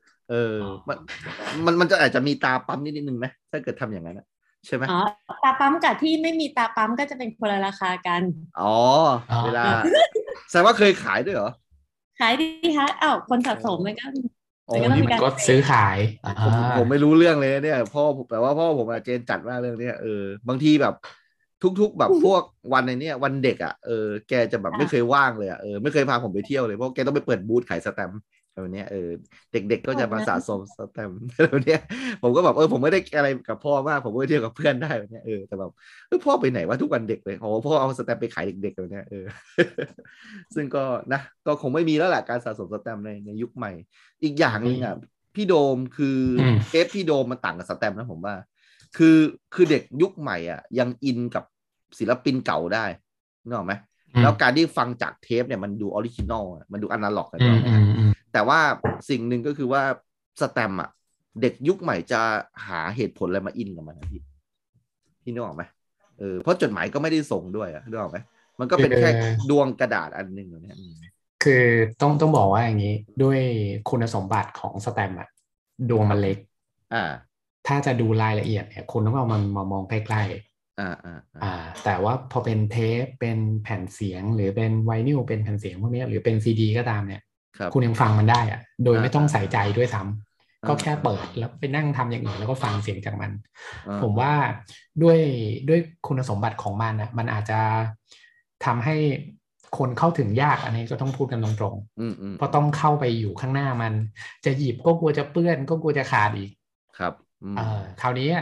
มันจะอาจจะมีตาปั๊มนิดนึงไหมถ้าเกิดทำอย่างนั้นใช่ไหมตาปั๊มกับที่ไม่มีตาปั๊มก็จะเป็นคนละราคากันเวลาแสดงว่าเคยขายด้วยเหรอขายดีคะคนสะสมมันก็โอ้นี่มันก็ซื้อขายผมไม่รู้เรื่องเลยเนี่ยพ่อแต่ว่าพ่อผมเจนจัดมากเรื่องนี้บางทีแบบทุกๆแบบพวกวันในนี้วันเด็กแกจะแบบไม่เคยว่างเลยไม่เคยพาผมไปเที่ยวเลยเพราะแกต้องไปเปิดบูธขายสแตมป์แบบนี้เด็กๆก็จะมาสะสมสแตมป์แบบนี้ผมก็แบบผมไม่ได้อะไรกับพ่อมากผมก็ไปเที่ยวกับเพื่อนได้แบบนี้แต่แบบพ่อไปไหนวะทุกวันเด็กเลยพ่อเอาสแตมป์ไปขายเด็กๆแบบนี้ซึ่งก็นะก็คงไม่มีแล้วแหละการสะสมสแตมป์ในยุคใหม่อีกอย่างนึงพี่โดมคือเทปพี่โดมมันต่างกับสแตมป์นะผมว่าคือเด็กยุคใหม่ยังอินกับศิลปินเก่าได้นึกออกไหมแล้วการที่ฟังจากเทปเนี่ยมันดูออริจินอลมันดูอนาล็อกกันแต่ว่าสิ่งหนึ่งก็คือว่าสแตมป์เด็กยุคใหม่จะหาเหตุผลอะไรมาอินกับมันนะพี่นึกออกไหมเพราะจดหมายก็ไม่ได้ส่งด้วยนึกออกไหมมันก็เป็นแค่ดวงกระดาษอันนึงอย่างนี้คือต้องบอกว่าอย่างนี้ด้วยคุณสมบัติของสแตมป์ดวงมันเล็กถ้าจะดูรายละเอียดเนี่ยคุณต้องเอามันมามองใกล้ๆแต่ว่าพอเป็นเทปเป็นแผ่นเสียงหรือเป็นไวนิลเป็นแผ่นเสียงพวกนี้หรือเป็นซีดีก็ตามเนี่ยคุณยังฟังมันได้โดยไม่ต้องใส่ใจด้วยซ้ำก็แค่เปิดแล้วไปนั่งทำอย่างอื่นแล้วก็ฟังเสียงจากมันผมว่าด้วยคุณสมบัติของมันมันอาจจะทำให้คนเข้าถึงยากอันนี้ก็ต้องพูดกันตรงๆเพราะต้องเข้าไปอยู่ข้างหน้ามันจะหยิบก็กลัวจะเปื้อนก็กลัวจะขาดอีกครับคราวนี้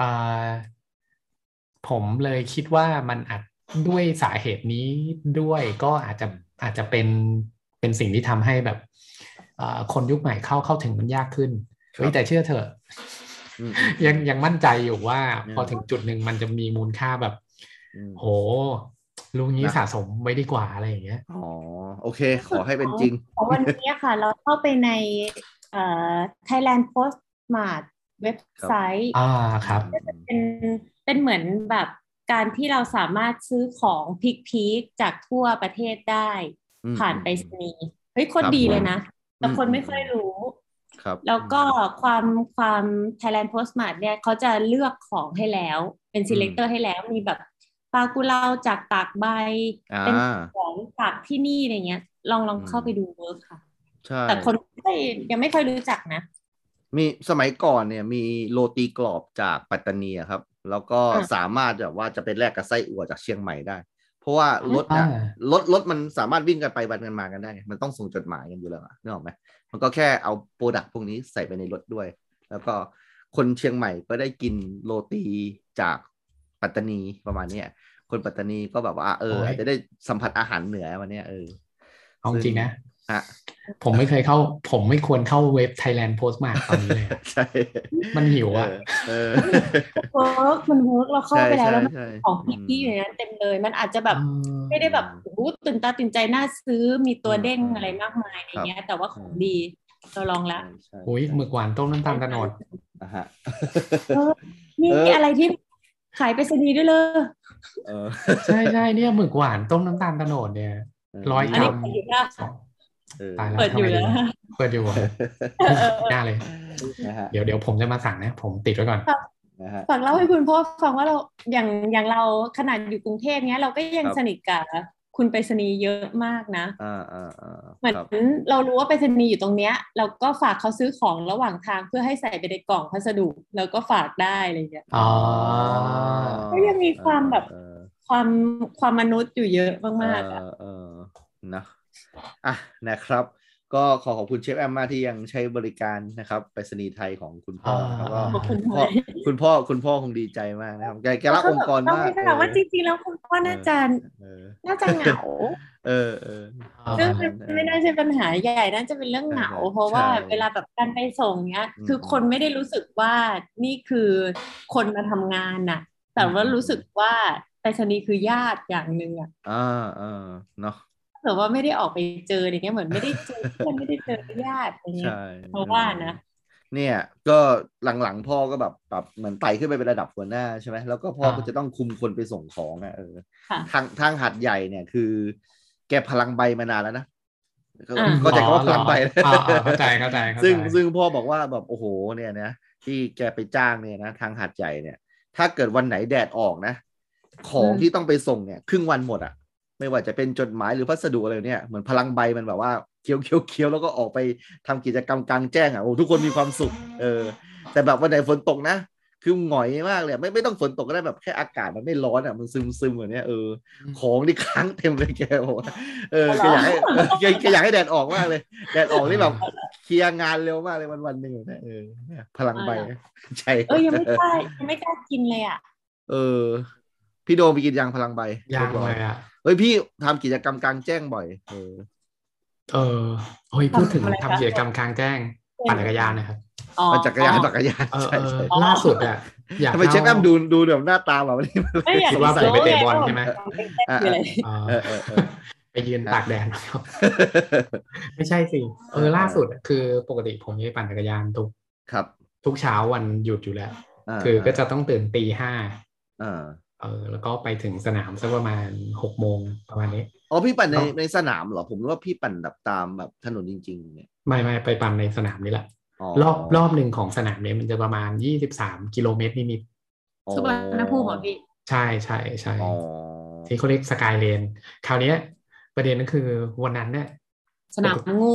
ผมเลยคิดว่ามันอาจด้วยสาเหตุนี้ด้วยก็อาจจะเป็นสิ่งที่ทำให้แบบคนยุคใหม่เข้าถึงมันยากขึ้นแต่เชื่อเถอะยังมั่นใจอยู่ว่าพอถึงจุดหนึ่งมันจะมีมูลค่าแบบโหลุงนี้สะสมไว้ดีกว่าอะไรอย่างเงี้ยโอเคขอให้เป็นจริงวันนี้ค่ะเราเข้าไปในThailand Postmart เว็บไซต์ครับเป็นเหมือนแบบการที่เราสามารถซื้อของพีคจากทั่วประเทศได้ผ่านไปรษณีย์เฮ้ยคนดีเลยนะแต่คนไม่ค่อยรู้แล้วก็ความ Thailand Postmart เนี่ยเขาจะเลือกของให้แล้วเป็น selector ให้แล้วมีแบบปลากุเลาจากตากใบเป็นของจากที่นี่อะไรเงี้ยลองเข้าไปดูเวิร์คค่ะแต่คนยังไม่ค่อยรู้จักนะมีสมัยก่อนเนี่ยมีโรตีกรอบจากปัตตานีครับแล้วก็สามารถแบบว่าจะไปแลกกับไส้อั่วจากเชียงใหม่ได้เพราะว่ารถมันสามารถวิ่งกันไปวันกันมากันได้มันต้องส่งจดหมายกันอยู่แล้วนึกออกไหมมันก็แค่เอาโปรดักต์พวกนี้ใส่ไปในรถด้วยแล้วก็คนเชียงใหม่ก็ได้กินโรตีจากปัตตานีประมาณนี้คนปัตตานีก็แบบว่าอาจจะได้สัมผัสอาหารเหนือวันนี้เอาจริงนะผมไม่ควรเข้าเว็บ Thailand Postmart ตอนนี้เลยใช่มันหิวมันเวิร์กเราเข้าไปแล้วของพี่อยู่นั้นเต็มเลยมันอาจจะแบบไม่ได้แบบตื่นตาตื่นใจน่าซื้อมีตัวเด้งอะไรมากมายอะไรเงี้ยแต่ว่าของดีเราลองแล้วโอ้ยหมึกหวานต้มน้ำตาลตะโนดนี่อะไรที่ขายไปรษณีย์ด้วยเลยใช่เนี่ยหมึกหวานต้มน้ำตาลตะโนดเนี่ย100 กรัมเปิดอยู่แล้วเปิดอยู่หน้าเลยเดี๋ยวผมจะมาสั่งนะผมติดไว้ก่อนฝากเล่าให้คุณพ่อฟังว่าเราอย่างเราขนาดอยู่กรุงเทพเนี้ยเราก็ยังสนิทกับคุณไปรษณีย์เยอะมากนะเหมือนเรารู้ว่าไปรษณีย์อยู่ตรงเนี้ยเราก็ฝากเขาซื้อของระหว่างทางเพื่อให้ใส่ไปในกล่องพัสดุแล้วก็ฝากได้อะไรอย่างเงี้ยก็ยังมีความแบบความมนุษย์อยู่เยอะมากๆนะนะครับก็ขอบคุณเชฟแอมมาที่ยังใช้บริการนะครับไปรษณีย์ไทยของคุณพ่อแล้วก็คุณพ่อคงดีใจมากนะครับแกรักองค์กรมากว่าจริงๆแล้วคุณพ่อน่าจะเหงาซึ่งไม่น่าใช่ปัญหาใหญ่น่าจะเป็นเรื่องเหงาเพราะว่าเวลาแบบการไปส่งเนี้ยคือคนไม่ได้รู้สึกว่านี่คือคนมาทำงานน่ะแต่ว่ารู้สึกว่าไปรษณีย์คือญาติอย่างนึงเนาะแต่ว่าไม่ได้ออกไปเจออะไรเงี้ยเหมือนไม่ได้เจอเพื่อนไม่ได้เจอญาติอะไรเงี้ยเพราะว่านะเนี่ยก็หลังๆพ่อก็แบบเหมือนไต่ขึ้นไปเป็นระดับหัวหน้าใช่ไหมแล้วก็พ่อก็จะต้องคุมคนไปส่งของทางหัดใหญ่เนี่ยคือแกพลังใบมานานแล้วนะก็ใจว่าพลังใบเข้าใจซึ่งพ่อบอกว่าแบบโอ้โหเนี่ยนะที่แกไปจ้างเนี่ยนะทางหัดใหญ่เนี่ยถ้าเกิดวันไหนแดดออกนะของที่ต้องไปส่งเนี่ยครึ่งวันหมดไม่ว่าจะเป็นจดหมายหรือพัสดุอะไรเนี่ยเหมือนพลังใบมันแบบว่าคี้ยวแล้วก็ออกไปทำกิจกรรมกลางแจ้งอ่ะโอ้ทุกคนมีความสุขแต่แบบวันไหนฝนตกนะคือหงอยมากเลยไม่ต้องฝนตกก็ได้แบบแค่อากาศมันไม่ร้อนอ่ะมันซึมแบบนี้ของนี่ค้างเต็มเลยแกบอกแกอยากให้แดดออกมากเลยแดดออกนี่แบบเคลียร์งานเร็วมากเลยวันนึงเนี่ยพลังใบใช่ยังไม่กล้ากินเลยอ่ะพี่โดมไปกินยางพลังใบยังเลยอ่ะพี่ทำกิจกรรมกลางแจ้งบ่อยพูดถึงทำกิจกรรมกลางแจ้งปั่นจักรยานนะครับปั่นจักรยานใช่ล่าสุดอ่ะอยากทำไมเชฟแอมดูแบบหน้าตาแบบนี้ว่าใส่ไปเตะบอลใช่ไหมไปยืนตากแดดไม่ใช่สิล่าสุดคือปกติผมจะปั่นจักรยานทุกเช้าวันหยุดอยู่แล้วคือก็จะต้องตื่นตี 5แล้วก็ไปถึงสนามสักประมาณ 6 โมงประมาณนี้พี่ปั่นในสนามเหรอผมรู้ว่าพี่ปั่นแบบตามแบบถนนจริงๆเนี่ยไม่ไปปั่นในสนามนี่แหละรอบหนึ่งของสนามนี้มันจะประมาณ23 กิโลเมตรนิดๆสุวรรณภูมิเหรอพี่ใช่ที่เขาเรียกสกายเลนคราวนี้ประเด็นก็คือวันนั้นเนี่ยสนามงู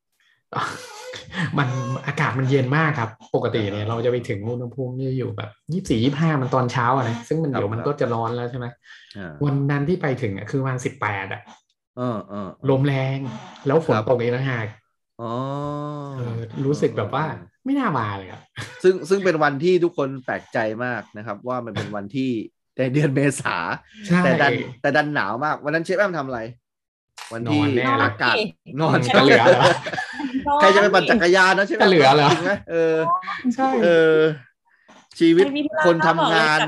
มันอากาศมันเย็นมากครับปกติเนี่ยเราจะไปถึงอุณหภูมิอยู่แบบ24-25มันตอนเช้าอ่ะนะซึ่งมันเดี๋ยวมันก็จะร้อนแล้วใช่ไหมวันนั้นที่ไปถึงคือวัน18ลมแรงแล้วฝนตกอีกต่างหากรู้สึกแบบว่าไม่น่ามาเลยครับซึ่งเป็นวันที่ทุกคนแปลกใจมากนะครับว่ามันเป็นวันที่ในเดือนเมษาแต่ดันหนาวมากวันนั้นเชฟแอมทำอะไรวันที่อากาศนอนจะเหลือเหรอใครจะไปปั่นจักรยานนะใช่ไหมจะเหลือเหรอจริงไหมใช่ชีวิตคนทำงาน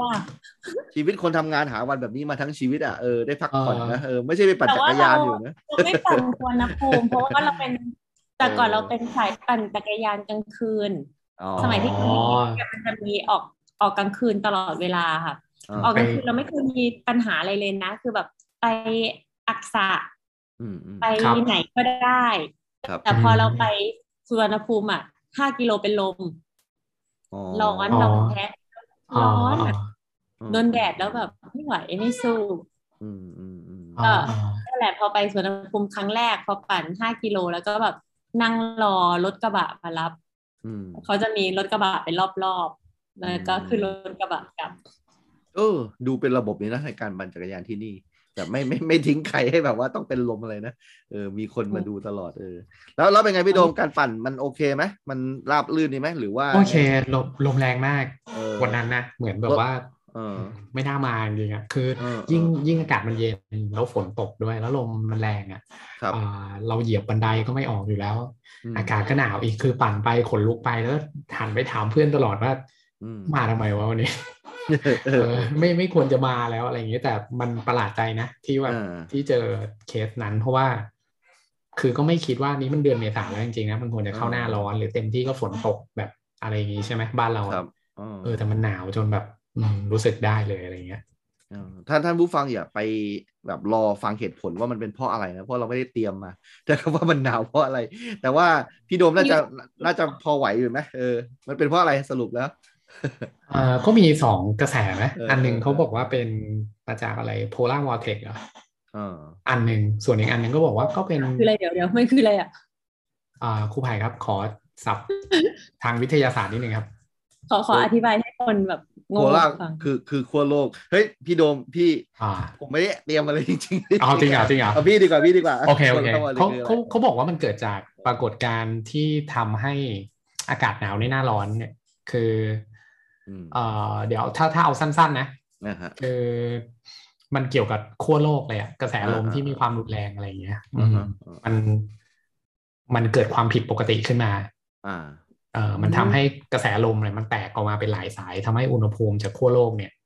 หาวันแบบนี้มาทั้งชีวิตอ่ะได้พักผ่อนนะไม่ใช่ไปปั่นจักรยานอยู่นะไม่ปั่นสวนภูมิเพราะว่าเราเป็นแต่ก่อนเราเป็นสายปั่นจักรยานกลางคืนสมัยที่มันจะมีออกกลางคืนตลอดเวลาค่ะออกกลางคืนเราไม่เคยมีปัญหาอะไรเลยนะคือแบบไปอักษะไปไหนก็ได้แต่พอเราไปสุวรรณภูมิ5 กิโลเป็นลมร้อนแพ้ร้อนโดนแดดแล้วแบบไม่ไหวไม่สู้ก็นั่นแหละพอไปสุวรรณภูมิครั้งแรกพอปั่น5 กิโลแล้วก็แบบนั่งรอรถกระบะมารับเขาจะมีรถกระบะเป็นรอบๆแล้วก็ขึ้นรถกระบะกลับดูเป็นระบบนี้นะในการปั่นจักรยานที่นี่แบบไม่ทิ้งใครให้แบบว่าต้องเป็นลมอะไรนะมีคนมาดูตลอดแล้วเป็นไงพี่โดมการปั่นมันโอเคไหมมันราบลื่นดีไหมหรือว่าโอเคลมแรงมากวันนั้นนะเหมือนแบบว่าไม่น่ามาจริงๆคือยิ่งอากาศมันเย็นแล้วฝนตกด้วยแล้วลมมันแรงเราเหยียบบันไดก็ไม่ออกอยู่แล้วอากาศก็หนาวอีกคือปั่นไปขนลุกไปแล้วหันไปถามเพื่อนตลอดว่ามาทำไมวะวันนี้ไม่ควรจะมาแล้วอะไรอย่างเงี้ยแต่มันประหลาดใจนะที่ว่าที่เจอเคสนั้นเพราะว่าคือก็ไม่คิดว่านี้มันเดือนเมษาแล้วจริงๆนะมันควรจะเข้าหน้าร้อนหรือเต็มที่ก็ฝนตกแบบอะไรอย่างงี้ใช่ไหมบ้านเราแต่มันหนาวจนแบบรู้สึกได้เลยอะไรเงี้ยท่านผู้ฟังอย่าไปแบบรอฟังเหตุผลว่ามันเป็นเพราะอะไรนะเพราะเราไม่ได้เตรียมมาแต่ว่ามันหนาวเพราะอะไรแต่ว่าพี่โดมน่าจะพอไหวอยู่ไหมมันเป็นเพราะอะไรสรุปแล้วก็มี2 กระแสนะอันหนึ่งเขาบอกว่าเป็นมาจากอะไร polar vortex เหรออันหนึ่งส่วนอีกอันหนึ่งก็บอกว่าก็เป็นคืออะไรเดี๋ยวไม่คืออะไรครูไผ่ครับขอศัพท์ทางวิทยาศาสตร์นิดนึงครับขออธิบายให้คนแบบงงคือขั้วโลกเฮ้ยพี่โดมพี่ผมไม่ได้เตรียมอะไรจริงจริงเหรอพี่ดีกว่าโอเคเขาบอกว่ามันเกิดจากปรากฏการณ์ที่ทำให้อากาศหนาวในหน้าร้อนเนี่ยคือเดี๋ยวถ้าเอาสั้นๆนะคือมันเกี่ยวกับขั้วโลกเลยอะกระแสลมที่มีความรุนแรงอะไรอย่างเงี้ยมันเกิดความผิดปกติขึ้นมามันทำให้กระแสลมเนี่ยมันแตกออกมาเป็นหลายสายทำให้อุณหภูมิจากขั้วโลกเนี่ย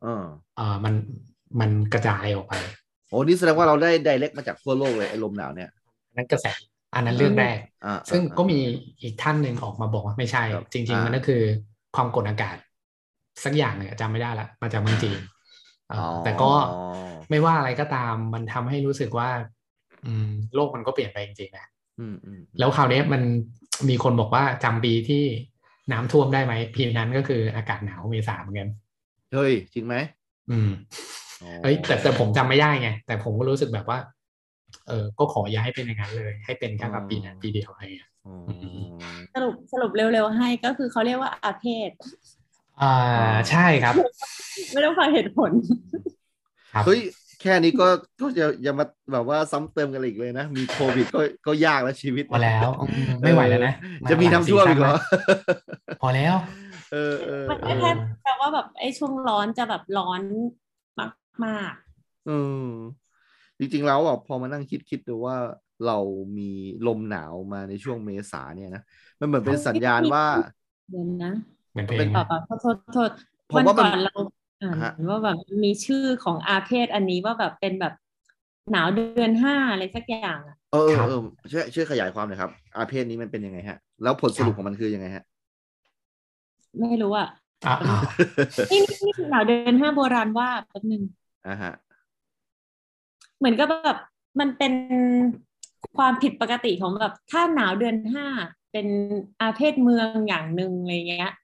มันกระจายออกไปโอ้นี่แสดงว่าเราได้ไดเรกมาจากขั้วโลกเลยไอ้ลมหนาวเนี่ยนั่นกระแสอันนั้นเรื่องแรกซึ่งก็มีอีกท่านหนึ่งออกมาบอกว่าไม่ใช่จริงๆมันก็คือความกดอากาศสักอย่างเนี่ยจำไม่ได้ละมาจากเมืองจีนแต่ก็ไม่ว่าอะไรก็ตามมันทำให้รู้สึกว่าโลกมันก็เปลี่ยนไปจริงๆนะแล้วคราวนี้มันมีคนบอกว่าจำปีที่น้ำท่วมได้ไหมปีนั้นก็คืออากาศหนาวเมษาเหมือนกันเฮ้ยจริงไหมเฮ้ยแต่ผมจำไม่ได้ไงแต่ผมก็รู้สึกแบบว่าก็ขออย่าให้เป็นอย่างนั้นเลยให้เป็นแค่แบบปีนั้นปีเดียวอะไรอย่างเงี้ยสรุปเร็วๆให้ก็คือเขาเรียกว่าอาเพศใช่ครับไม่ต้องฟังเหตุผลเฮ้ยแค่นี้ก็อย่ามาแบบว่าซ้ำเติมกันอีกเลยนะมีโควิดก็ยากแล้วชีวิตพอแล้วไม่ไหวแล้วนะจะมีน้ำท่วมอีกเหรอพอแล้วมันแค่แปลว่าแบบไอ้ช่วงร้อนจะแบบร้อนมากจริงๆแล้วอ่ะพอมานั่งคิดดูว่าเรามีลมหนาวมาในช่วงเมษาเนี่ยนะมันเหมือนเป็นสัญญาณว่าเดี๋ยวนะเหมือนเป็นโทษวันก่อนเราว่าแบบมีชื่อของอาเพศอันนี้ว่าแบบเป็นแบบหนาวเดือน5อะไรสักอย่างอ่ะช่วยขยายความหน่อยครับอาเพศนี้มันเป็นยังไงฮะแล้วผลสรุปของมันคือยังไงฮะไม่รู้อ่ะนี่หนาวเดือน5โบราณว่าแป๊บนึงฮะเหมือนกับแบบมันเป็นความผิดปกติของแบบถ้าหนาวเดือน5เป็นอาเพศเมืองอย่างหนึ่งอะไรเงี้ย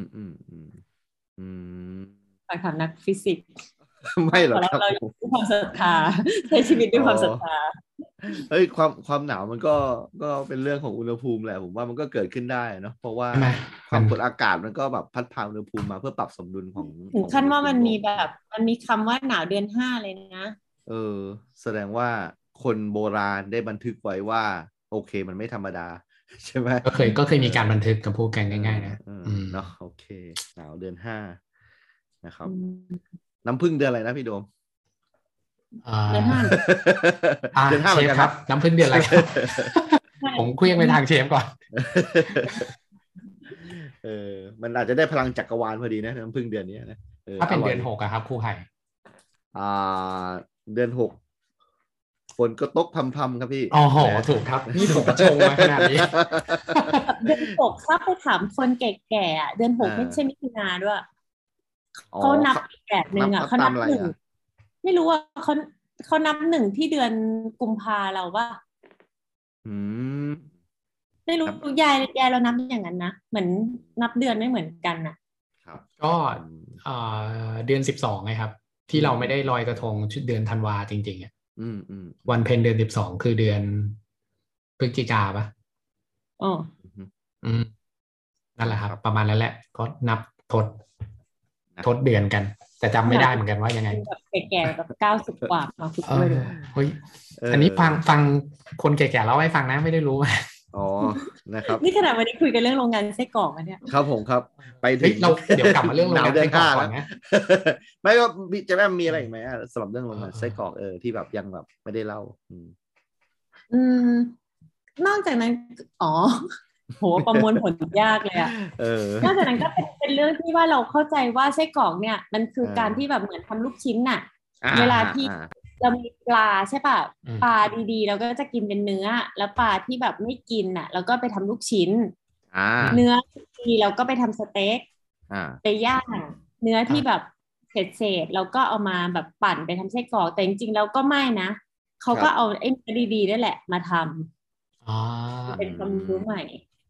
ฝากถามนักฟิสิกส์ไม่หรอกครับเราด้วยความศรัทธาใช้ชีวิตด้วยความศรัทธาเฮ้ยความหนาวมันก็เป็นเรื่องของอุณหภูมิแหละผมว่ามันก็เกิดขึ้นได้เนาะเพราะว่าความกดอากาศมันก็แบบพัดพาอุณหภูมิมาเพื่อปรับสมดุลของถึงขั้นว่ามันมีแบบมันมีคำว่าหนาวเดือน5เลยนะแสดงว่าคนโบราณได้บันทึกไว้ว่าโอเคมันไม่ธรรมดาใช่ไหมก็เคยมีการบันทึกกับพูดกันง่ายๆนะเนาะโอเคหนาวเดือน5นะครับน้ำผึ้งเดือนอะไรนะพี่โดมเดือน5 เดือน5เหมือนกันครับน้ำผึ้งเดือนอะไรครับผมเคลื่อนไปทางเชฟก่อนมันอาจจะได้พลังจักรวาลพอดีนะน้ำผึ้งเดือนนี้นะถ้าเป็นเดือน6อะครับครูไห่เดือน6ฝนก็ตกพรำๆครับพี่อ๋อถูกครับนี่ผมก็ชงมาขนาดนี้เดือน6ถ้าไปถามคนแก่ๆอ่ะเดือน6ไม่ใช่มิถุนาด้วยเขานับแบบนึงอ่ะเขานับ1ไม่รู้ว่าเขานับ1ที่เดือนกุมภาเราว่าไม่รู้ยายเรานับอย่างนั้นนะเหมือนนับเดือนไม่เหมือนกันนะครับก็เดือน12ไงครับที่เราไม่ได้ลอยกระทงชุดเดือนธันวาจริงๆอ่ะวันเพ็ญเดือน12คือเดือนพฤศจิกาปะนั่นแหละครับประมาณนั้นแหละก็นับทดเดือนกันแต่จำไม่ได้เหมือนกันว่ายังไงแบบแก่ๆแบบ90 กว่ามาฝึกด้วยเฮ้ยอันนี้ฟังคนแก่ๆเล่าให้ฟังนะไม่ได้รู้นะครับนี่ขนาดวันนี้คุยกันเรื่องโรงงานไส้กรอกนะเนี่ยครับผมครับไปถึงเราเดี๋ยวกลับมาเรื่องโรงงานไส้กรอกก่อนนะไม่ก็จะแม่มีอะไรอีกไหมสำหรับเรื่องโรงงานไส้กรอกที่แบบยังแบบไม่ได้เล่านอกจากนั้นโหประมวลผลยากเลยนอกจากนั้นก็เป็นเรื่องที่ว่าเราเข้าใจว่าไส้กรอกเนี่ยมันคือการที่แบบเหมือนทำลูกชิ้นน่ะเวลาที่เรามีปลาใช่ป่ะปลาดีๆเราก็จะกินเป็นเนื้อแล้วปลาที่แบบไม่กินน่ะเราก็ไปทำลูกชิ้นเนื้อดีเราก็ไปทำสเต็กไปย่างเนื้อที่แบบเศษเราก็เอามาแบบปั่นไปทำไส้กรอกแต่จริงๆเราก็ไม่นะเขาก็เอาไอ้เนื้อดีๆนั่นแหละมาทำเป็นความรู้ใหม่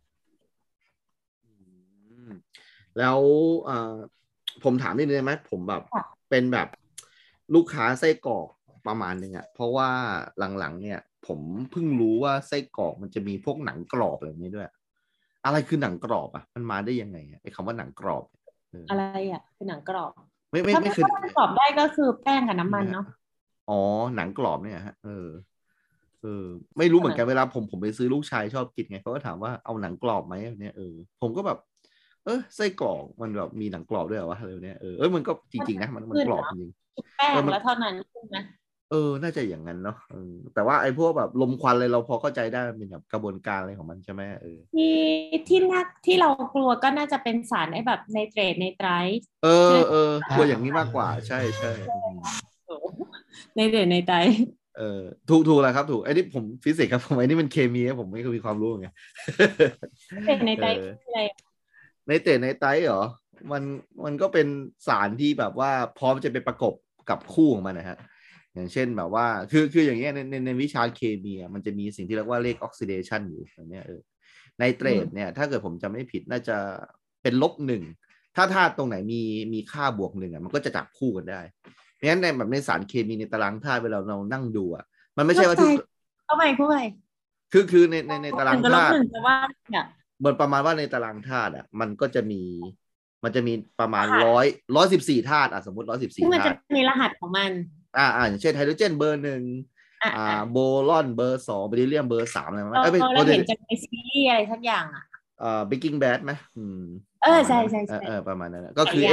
แล้วผมถามนิดนึงได้ไหมผมแบบเป็นแบบลูกค้าไส้กรอกประมาณนึงอ่ะเพราะว่าหลังๆเนี่ยผมเพิ่งรู้ว่าไส้กรอกมันจะมีพวกหนังกรอบอะไรนี้ด้วยอะไรคือหนังกรอบอ่ะมันมาได้ยังไงไอ้คำว่าหนังกรอบอะไรอ่ะคือหนังกรอบไม่คือกรอบได้ก็คือแป้งกับน้ำมันเนาะหนังกรอบเนี่ยฮะไม่รู้เหมือนกันเวลาผมไปซื้อลูกชายชอบกินไงเขาก็ถามว่าเอาหนังกรอบไหมเนี่ยผมก็แบบไส้กรอกมันแบบมีหนังกรอบด้วยเหรอวะอะไรเนี่ยมันก็จริงๆนะมันกรอบจริงแป้งแล้วเท่านั้นใช่ไหมน่าจะอย่างนั้นเนาะแต่ว่าไอ้พวกแบบลมควันเลยเราพอเข้าใจได้เป็นแบบกระบวนการอะไรของมันใช่ไหมที่เรากลัวก็น่าจะเป็นสารไอ้แบบไนเตรตไนไตรท์กลัวอย่างนี้มากกว่าใช่ไนเตรตไนไตรท์ถูกแล้วครับถูกไอ้นี่ผมฟิสิกส์ครับผมไอ้นี่มันเคมีผมไม่เคยมีความรู้ไงไนไตรท์อะไรไนเตรตไนไตรท์เหรอมันก็เป็นสารที่แบบว่าพร้อมจะไปประกบกับคู่ของมันนะฮะอย่างเช่นแบบว่าคืออย่างเงี้ยในวิชาเคมีมันจะมีสิ่งที่เรียกว่าเลขออกซิเดชันอยู่อย่างเนี้ยไนเตรตเนี่ยถ้าเกิดผมจำไม่ผิดน่าจะเป็น-1ถ้าธาตุตรงไหนมีค่า+1มันก็จะจับคู่กันได้เพราะฉะนั้นในแบบในสารเคมีในตารางธาตุเวลาเรานั่งดูมันไม่ใช่ว่าเข้าไปคือในตารางธาตุ 1ว่าเนี่ยเหมือนประมาณว่าในตารางธาตุอ่ะมันจะมีประมาณ114ธาตุสมมติ114ธาตุมันจะมีรหัสของมันอย่างเช่นไฮโดรเจนเบอร์ 1โบรอนเบอร์ 2เบริเลียมเบอร์ 3อะไรเราเห็นจากในซีรีส์อะไรสักอย่าง Breaking Bad ไหมใช่ประมาณนั้นก็คือ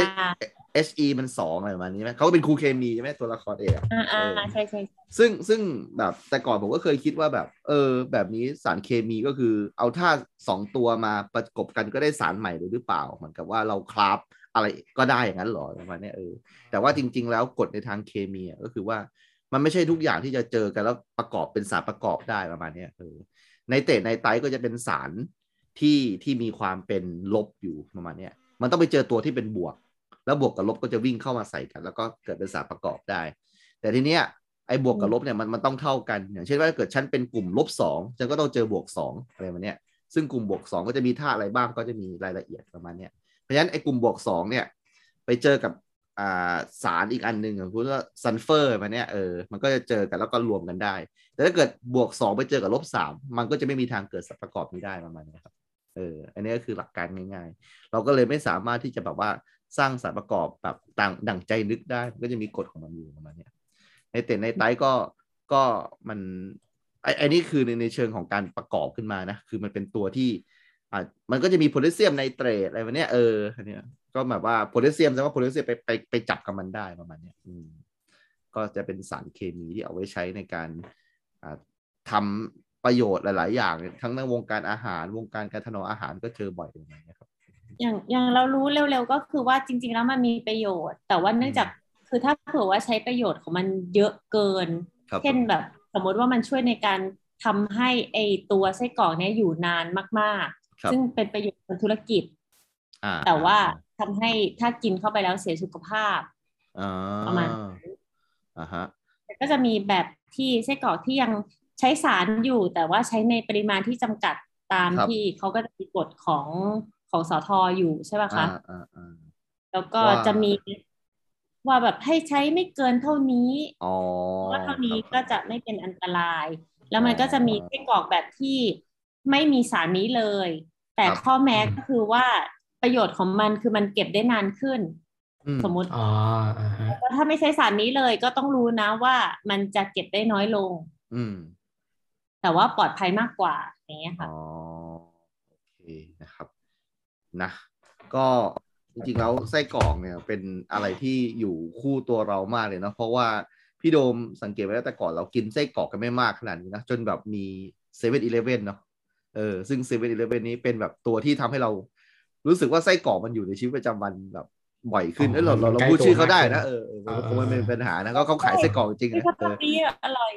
HE มัน2อะไรประมาณนี้ไหมเขาเป็นครูเคมีใช่ไหมตัวละครเอกใช่ซึ่งแบบแต่ก่อนผมก็เคยคิดว่าแบบแบบนี้สารเคมีก็คือเอาธาตุ2ตัวมาประกบกันก็ได้สารใหม่หรือเปล่าเหมือนกับว่าเราคราฟอะไรก็ได้อย่างนั้นหรอประมาณนี้แต่ว่าจริงๆแล้วกฎในทางเคมีก็คือว่ามันไม่ใช่ทุกอย่างที่จะเจอกันแล้วประกอบเป็นสารประกอบได้ประมาณนี้ในเตในไตก็จะเป็นสารที่มีความเป็นลบอยู่ประมาณนี้มันต้องไปเจอตัวที่เป็นบวกแล้วบวกกับลบก็จะวิ่งเข้ามาใส่กันแล้วก็เกิดเป็นสารประกอบได้แต่ทีเนี้ยไอ้บวกกับลบเนี่ยมันต้องเท่ากันอย่างเช่นว่าถ้าเกิดฉันเป็นกลุ่ม-2ฉันก็ต้องเจอบวก2อะไรแบบนี้ซึ่งกลุ่มบวก2ก็จะมีธาตุอะไรบ้างก็จะมีรายละเอียดประมาณนี้เพราะฉะนั้นไอ้กลุ่มบวก2เนี่ยไปเจอกับสารอีกอันหนึ่งอย่างคุณว่าซัลเฟอร์มาเนี่ยมันก็จะเจอกันแล้วก็รวมกันได้แต่ถ้าเกิดบวก2ไปเจอกับ-3มันก็จะไม่มีทางเกิดสารประกอบนี้ได้ประมาณนี้ครับอันนี้ก็คือหลักการง่ายๆเราก็เลยไม่สามารถที่จะแบบว่าสร้างสารประกอบแบบดั่งใจนึกได้มันก็จะมีกฎของมันอยู่ประมาณนี้ในเตในไตก็มันไอ้นี่คือในเชิงของการประกอบขึ้นมานะคือมันเป็นตัวที่มันก็จะมีโพแทสเซียมไนเตรตอะไรแบบนี้อันนี้ก็แบบว่าโพแทสเซียมแสดงว่าโพแทสเซียมไปจับกับมันได้ประมาณนี้ก็จะเป็นสารเคมีที่เอาไว้ใช้ในการทำประโยชน์หลายๆอย่างทั้งในวงการอาหารวงการการถนอมอาหารก็เจอบ่อยอย่างนี้ครับอย่างเรารู้เร็วๆก็คือว่าจริงๆแล้วมันมีประโยชน์แต่ว่าเนื่องจากคือถ้าเผื่อว่าใช้ประโยชน์ของมันเยอะเกินเช่นแบบสมมติว่ามันช่วยในการทำให้ไอตัวไส้กรอกนี้อยู่นานมากๆซึ่งเป็นประโยชน์ทางธุรกิจแต่ว่าทำให้ถ้ากินเข้าไปแล้วเสียสุขภาพประมาณแต่ก็จะมีแบบที่ไส้กรอกที่ยังใช้สารอยู่แต่ว่าใช้ในปริมาณที่จำกัดตามที่เขาก็จะมีกฎของสทอยู่ใช่ป่ะคะแล้วก็จะมีว่าแบบให้ใช้ไม่เกินเท่านี้ว่าเท่านี้ก็จะไม่เป็นอันตรายแล้วมันก็จะมีไส้กรอกแบบที่ไม่มีสารนี้เลยแต่ข้อแม้ก็คือว่าประโยชน์ของมันคือมันเก็บได้นานขึ้นสมมติแล้วถ้าไม่ใช้สารนี้เลยก็ต้องรู้นะว่ามันจะเก็บได้น้อยลงแต่ว่าปลอดภัยมากกว่าอย่างเงี้ยค่ะโอเคนะครับนะก็จริงๆแล้วไส้กรอกเนี่ยเป็นอะไรที่อยู่คู่ตัวเรามากเลยนะเพราะว่าพี่โดมสังเกตไว้แล้วแต่ก่อนเรากินไส้กรอกกันไม่มากขนาดนี้นะจนแบบมี7-Elevenเนาะซึ่ง7-Elevenนี้เป็นแบบตัวที่ทำให้เรารู้สึกว่าไส้กรอกมันอยู่ในชีวิตประจำวันแบบบ่อยขึ้นเราพูดชื่อเขาได้นะคงไม่เป็นปัญหานะก็เขาขายไส้กรอกจริงนะอร่อย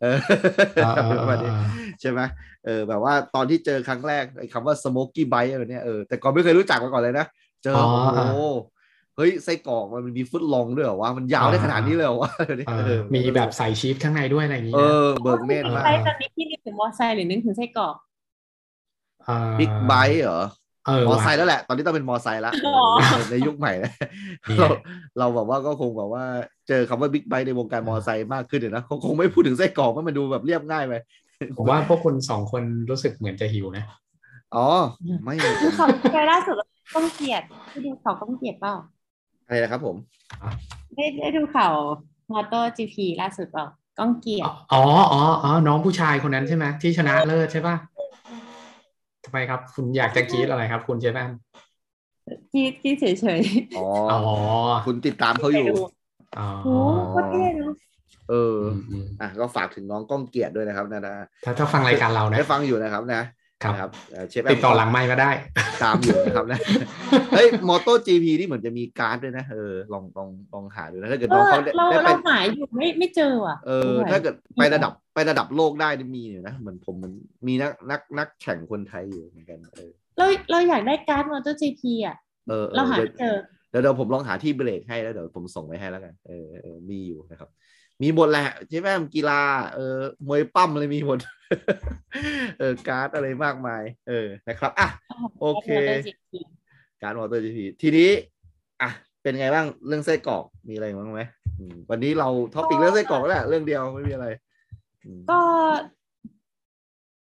ใช่ไหมแบบว่าตอนที่เจอครั้งแรกไอ้คำว่า smoky bite อะไรเนี่ยแต่ก่อนไม่เคยรู้จักมาก่อนเลยนะเจอโอ้เฮ้ยไส้กรอกมันมีฟุตลองด้วยเหรอวะมันยาวได้ขนาดนี้เลยเหรอวะมีแบบใส่ชีสข้างในด้วยอะไรอย่างนี้เบิร์กเมนมากตอนนี้พี่นึกถึงมอไซค์หรือนึกถึงไส้กรอกบิ๊กไบค์เหรอมอไซค์แล้วแหละตอนนี้ต้องเป็นมอไซค์ละในยุคใหม่นะเราแบบว่าก็คงแบบว่าเจอคำว่าบิ๊กไบค์ในวงการมอไซค์มากขึ้นนะเขาคงไม่พูดถึงไส้กรอกมันดูแบบเรียบง่ายไปผมว่าพวกคุณ2คนรู้สึกเหมือนจะหิวนะไม่คือเขาไปล่าสุดก้องเกียรติที่ดูข่าวก้องเกียรติเปล่าอะไรนะครับผมได้ดูข่าวมอเตอร์จีพีล่าสุดเปล่าก้องเกียรติน้องผู้ชายคนนั้นใช่ไหมที่ชนะเลิศใช่ป่ะทำไมครับคุณอยากจะกรี๊ดอะไรครับคุณเจแปนกรี๊ดเฉยๆคุณติดตามเขาอยู่โอ้ก็เท่เนาะก็ฝากถึงน้องก้องเกียรติด้วยนะครับนะถ้าฟังรายการเรานะได้ฟังอยู่นะครับนะครับเชฟติดต่อหลังไมค์มาได้ตามอยู่นะครับนะเฮ้ยมอโต้ GP นี่เหมือนจะมีการ์ดด้วยนะลองหาดูนะถ้าเกิดน้องเขาได้ไปหายอยู่ไม่เจออ่ะถ้าเกิดไประดับโลกได้มีอยู่นะเหมือนผมมันมีนักแข่งคนไทยอยู่เหมือนกันเราอยากได้การ์ดมอเตอร์ GP อ่ะเราหาไม่เจอเดี๋ยวผมลองหาที่เบรกให้แล้วเดี๋ยวผมส่งไปให้แล้วกันมีอยู่นะครับมีหมดแหละใช่ไหมกีฬามวยปั้มอะไรมีหมดการ์ดอะไรมากมายนะครับโอเคการ์ดมอเตอร์จีพีทีนี้เป็นไงบ้างเรื่องไส้กรอกมีอะไรบ้างไหมวันนี้เราท็อปิกเรื่องไส้กรอกแหละเรื่องเดียวไม่มีอะไรก็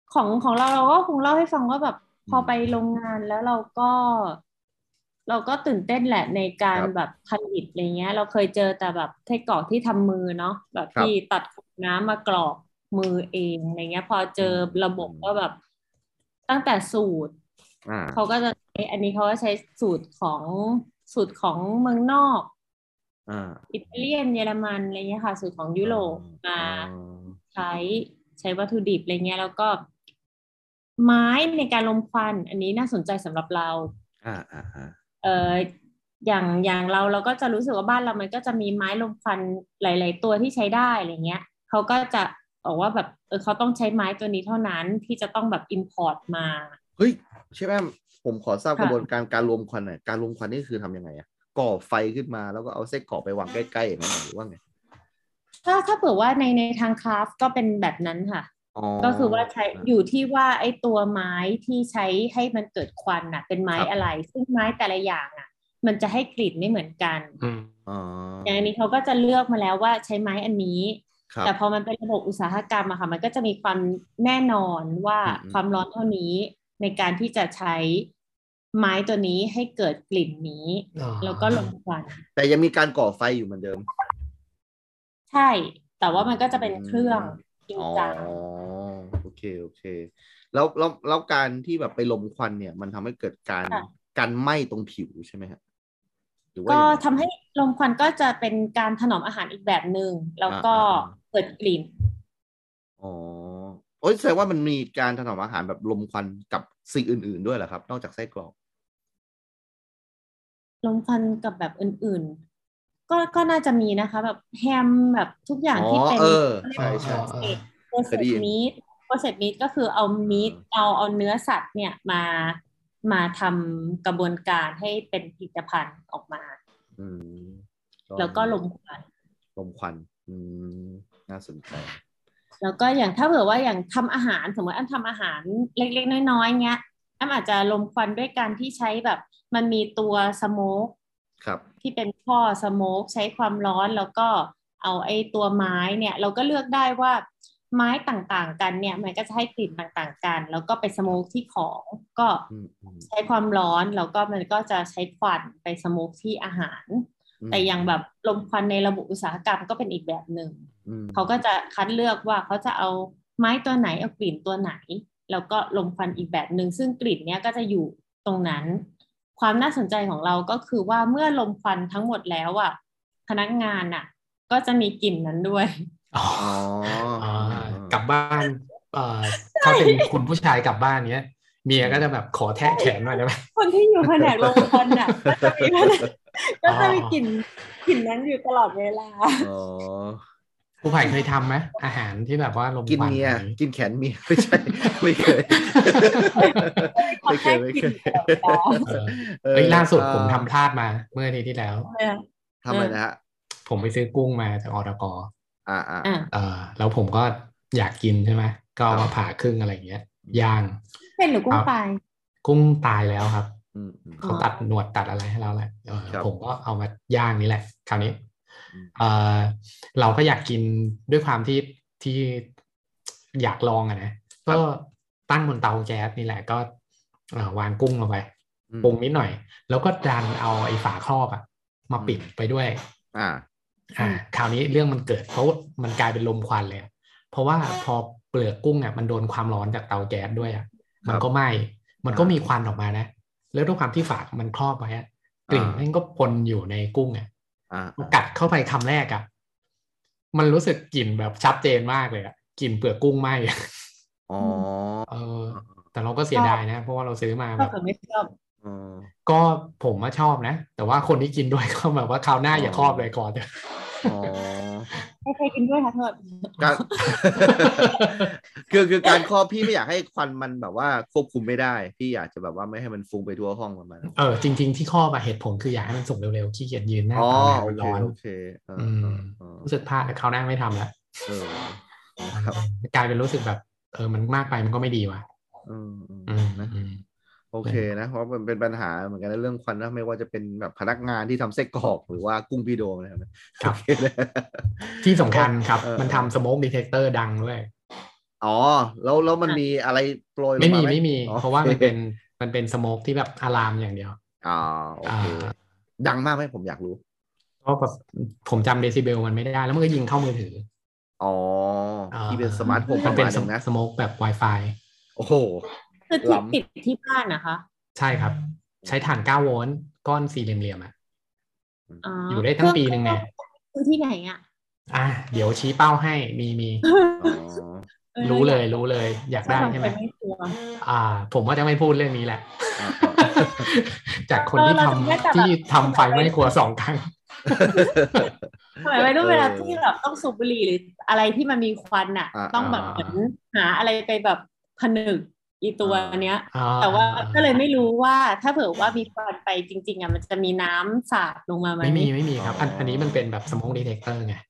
ของเราก็คงเล่าให้ฟังว่าแบบพอไปโรงงานแล้วเราก็ตื่นเต้นแหละในการแบบผลิตอะไรเงี้ยเราเคยเจอแต่แบบไส้กรอกที่ทำมือเนาะแบบที่ตัดน้ำมากรอกมือเองอะไรเงี้ยพอเจอระบบก็แบบตั้งแต่สูตรเขาก็จะใช้อันนี้เขาก็ใช้สูตรของเมืองนอกอิตาเลียนเยอรมันอะไรเงี้ยค่ะสูตรของยุโรปมาใช้วัตถุดิบอะไรเงี้ยแล้วก็ไม้ในการลมควันอันนี้น่าสนใจสำหรับเราอย่างเราก็จะรู้สึกว่าบ้านเรามันก็จะมีไม้ลมควันหลายๆตัวที่ใช้ได้อะไรเงี้ยเขาก็จะบอกว่าแบบเขาต้องใช้ไม้ตัวนี้เท่านั้นที่จะต้องแบบอิมพอร์ตมาเฮ้ยใช่ไหมผมขอทราบกระบวนการรวมควันหน่อยการรวมควันนี่คือทำยังไงก่อไฟขึ้นมาแล้วก็เอาไส้กรอกไปวางใกล้ๆอย่างนั้นหรือว่าไงถ้าเผื่อว่าในทางคราฟก็เป็นแบบนั้นค่ะก็คือว่าใช้อยู่ที่ว่าไอ้ตัวไม้ที่ใช้ให้มันเกิดควันน่ะเป็นไม้อะไรซึ่งไม้แต่ละอย่างอ่ะมันจะให้กลิ่นไม่เหมือนกันอย่างนี้เขาก็จะเลือกมาแล้วว่าใช้ไม้อันนี้แต่พอมันเป็นระบบอุตสาหกรรมอะค่ะมันก็จะมีความแน่นอนว่าความร้อนเท่านี้ในการที่จะใช้ไม้ตัวนี้ให้เกิดกลิ่นนี้แล้วก็ลมควันแต่ยังมีการก่อไฟอยู่เหมือนเดิมใช่แต่ว่ามันก็จะเป็นเครื่องจริงจังโอเคแล้วการที่แบบไปลมควันเนี่ยมันทำให้เกิดการไหม้ตรงผิวใช่ไหมฮะก็ทำให้ลมควันก็จะเป็นการถนอมอาหารอีกแบบหนึ่งแล้วก็เกิดกลิ่นโอ้ยแสดงว่ามันมีการถนอมอาหารแบบลมควันกับสิ่งอื่นๆด้วยเหรอครับนอกจากไส้กรอกลมควันกับแบบอื่นๆก็น่าจะมีนะคะแบบแฮมแบบทุกอย่างที่เป็นใช่โปรเซสมีทก็คือเอามีทเอาเนื้อสัตว์เนี่ยมาทำกระบวนการให้เป็นผลิตภัณฑ์ออกมาแล้วก็ลมควันน่าสนใจแล้วก็อย่างถ้าเผื่อว่าอย่างทำอาหารสมมติอันทำอาหารเล็กๆน้อยๆเงี้ยอันอาจจะลมควันด้วยการที่ใช้แบบมันมีตัวสโมกที่เป็นท่อสโมกใช้ความร้อนแล้วก็เอาไอ้ตัวไม้เนี่ยเราก็เลือกได้ว่าไม้ต่างๆกันเนี่ยมันก็จะให้กลิ่นต่างๆกันแล้วก็ไปสโมกที่ของก็ใช้ความร้อนแล้วก็มันก็จะใช้ควันไปสโมกที่อาหารแต่อย่างแบบลมควันในระบบอุตสาหกรรมก็เป็นอีกแบบหนึ่งเขาก็จะคัดเลือกว่าเขาจะเอาไม้ตัวไหนเอากลิ่นตัวไหนแล้วก็ลมควันอีกแบบหนึ่งซึ่งกลิ่นเนี้ยก็จะอยู่ตรงนั้นความน่าสนใจของเราก็คือว่าเมื่อลมควันทั้งหมดแล้วอ่ะพนักงานอ่ะก็จะมีกลิ่นนั้นด้วยกลับบ้านถ้าเป็นคุณผู้ชายกลับบ้านเนี้ยเมียก็จะแบบขอแทะแขนหน่อยได้ไหมคนที่อยู่แผนกลมควันอ่ะก็จะมีกลิ่นนั้นอยู่ตลอดเวลาครูไผ่เคยทำไหมอาหารที่แบบว่าลมควันกินเมียกินแขนเมียไม่ใช่ไม่เคยล่าสุดผมทำพลาดมาเมื่ออาทิตย์ที่แล้วทำอะไรนะฮะผมไปซื้อกุ้งมาจากอตก.แล้วผมก็อยากกินใช่ไหมก็มาผ่าครึ่งอะไรเงี้ยย่างเป็นหรือกุ้งตายกุ้งตายแล้วครับเขาตัดหนวดตัดอะไรให้เราแหละผมก็เอามาย่างนี่แหละคราวนี้เราก็อยากกินด้วยความที่อยากลองอะนะก็ตั้งบนเตาแก๊สนี่แหละก็วางกุ้งลงไปปรุงนิดหน่อยแล้วก็ดันเอาไอ้ฝาครอบอะมาปิดไปด้วยคราวนี้เรื่องมันเกิดเพราะมันกลายเป็นลมควันเลยเพราะว่าพอเปลือกกุ้งอ่ะมันโดนความร้อนจากเตาแก๊สด้วยอ่ะมันก็ไหม้มันก็มีควันออกมานะแล้วด้วยความที่ฝามันครอบไว้กลิ่นมันก็ปนอยู่ในกุ้งกัดเข้าไปคำแรกอ่ะมันรู้สึกกลิ่นแบบชัดเจนมากเลยอ่ะกลิ่นเปลือกกุ้งไหม้แต่เราก็เสียดายนะเพราะว่าเราซื้อมาแบบไม่ชอบก็ผมว่าชอบนะแต่ว่าคนที่กินด้วยก็แบบว่าคราวหน้าอย่าครอบเลยก่อนไม่เคยกินด้วยค่ะโทษคือการครอบพี่ไม่อยากให้ควันมันแบบว่าควบคุมไม่ได้พี่อยากจะแบบว่าไม่ให้มันฟุ้งไปทั่วห้องประมาณจริงๆที่ครอบเหตุผลคืออยากให้มันสุกเร็วๆขี้เกียจยืนหน้าเตาร้อนรู้สึกพลาดคราวหน้าไม่ทำแล้วกลายเป็นรู้สึกแบบมันมากไปมันก็ไม่ดีว่ะโอเคนะเพราะมันเป็นปัญหาเหมือนกันในเรื่องควันนะไม่ว่าจะเป็นแบบพนักงานที่ทำไส้กรอกหรือว่ากุ้งพี่โดมนะครับที่สำคัญครับมันทำ smoke detector ดังด้วยอ๋อแล้วมันมีอะไรโปรยลงไม่มาไหมมีเพราะว่ามันเป็นสโมกที่แบบอะลามอย่างเดียวอ๋อโอเคดังมากไหมผมอยากรู้ก็แบบผมจำเดซิเบลมันไม่ได้แล้วมันก็ยิงเข้ามือถืออ๋อที่เป็นสมาร์ทโฮมปมันเป็นระมาณนึงนะสโมกแบบ Wi-Fi โอ้โหคือที่ติดที่บ้านนะคะใช่ครับใช้ถ่าน9 โวลต์ก้อนสี่เหลี่ยมๆอยู่ได้เคทั้งปีหนึ่งเนี่ยคือที่ไหนเดี๋ยวชี้เป้าให้มี รู้เลยอยากได้ใช่ไหมผมว่าจะไม่พูดเรื่องนี้แหละจากคนที่ทำไฟไม่ครัว2 ครั้งทำไมไม่รู้เวลาที่แบบต้องสูบบุหรี่หรืออะไรที่มันมีควันต้องแบบเหมือนหาอะไรไปแบบผนึกอีตัวเนี้ยแต่ว่าก็เลยไม่รู้ว่าถ้าเผื่อว่ามีควันไปจริงๆมันจะมีน้ำสาดลงมาไหมไม่มีครับอันนี้มันเป็นแบบสโมกดีเทคเตอร์ไง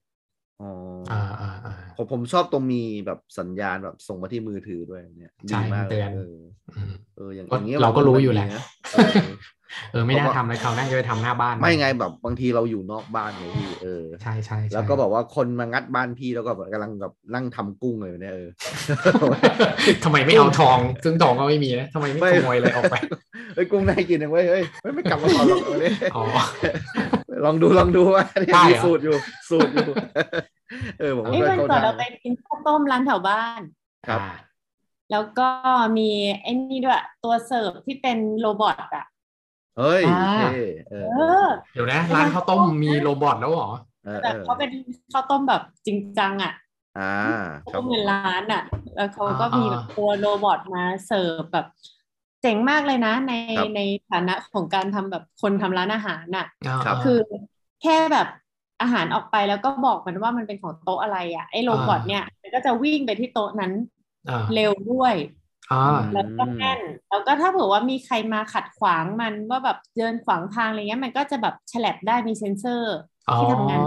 ผมชอบตรงมีแบบสัญญาณแบบส่งมาที่มือถือด้วยเนี่ยดีมากเตือนอย่างนี้เราก็รู้อยู่แหละไม่น่าทำเลยเขาน่าจะไปทำหน้าบ้านไม่ไงแบบบางทีเราอยู่นอกบ้านไงพี่ใช่แล้วก็บอกว่าคนมางัดบ้านพี่แล้วก็กำลังแบบนั่งทำกุ้งเลยเนี่ยทำไมไม่เอาทองซึ่งทองก็ไม่มีนะทำไมไม่ขโมยเลยออกไปกุ้งน่ากินอย่างเว้ยเฮ้ยไม่กลับมาก่อนหรอกเลยลองดูว่าเนี่ยมีสูตรอยู่ผมก็วันก่อนเราไปกินข้าวต้มร้านแถวบ้านครับแล้วก็มีไอ้นี่ด้วยตัวเสิร์ฟที่เป็นโรบอทเฮ้ยเดี๋ยวนะร้านข้าวต้มมีโรบอทแล้วเหรอแต่เขาเป็นข้าวต้มแบบจริงจังเขาเป็นร้านแล้วเขาก็มีแบบตัวโรบอทมาเสิร์ฟแบบเจ๋งมากเลยนะในฐานะของการทำแบบคนทำร้านอาหารคือแค่แบบอาหารออกไปแล้วก็บอกมันว่ามันเป็นของโต๊ะอะไรไอ้โรบอทเนี่ยมันก็จะวิ่งไปที่โต๊ะนั้นเร็วด้วยแล้วก็แน่นแล้วก็ถ้าเผื่อว่ามีใครมาขัดขวางมันว่าแบบเดินขวางทางอะไรเงี้ยมันก็จะแบบแฉลบได้มีเซ็นเซอร์ที่ทำงาน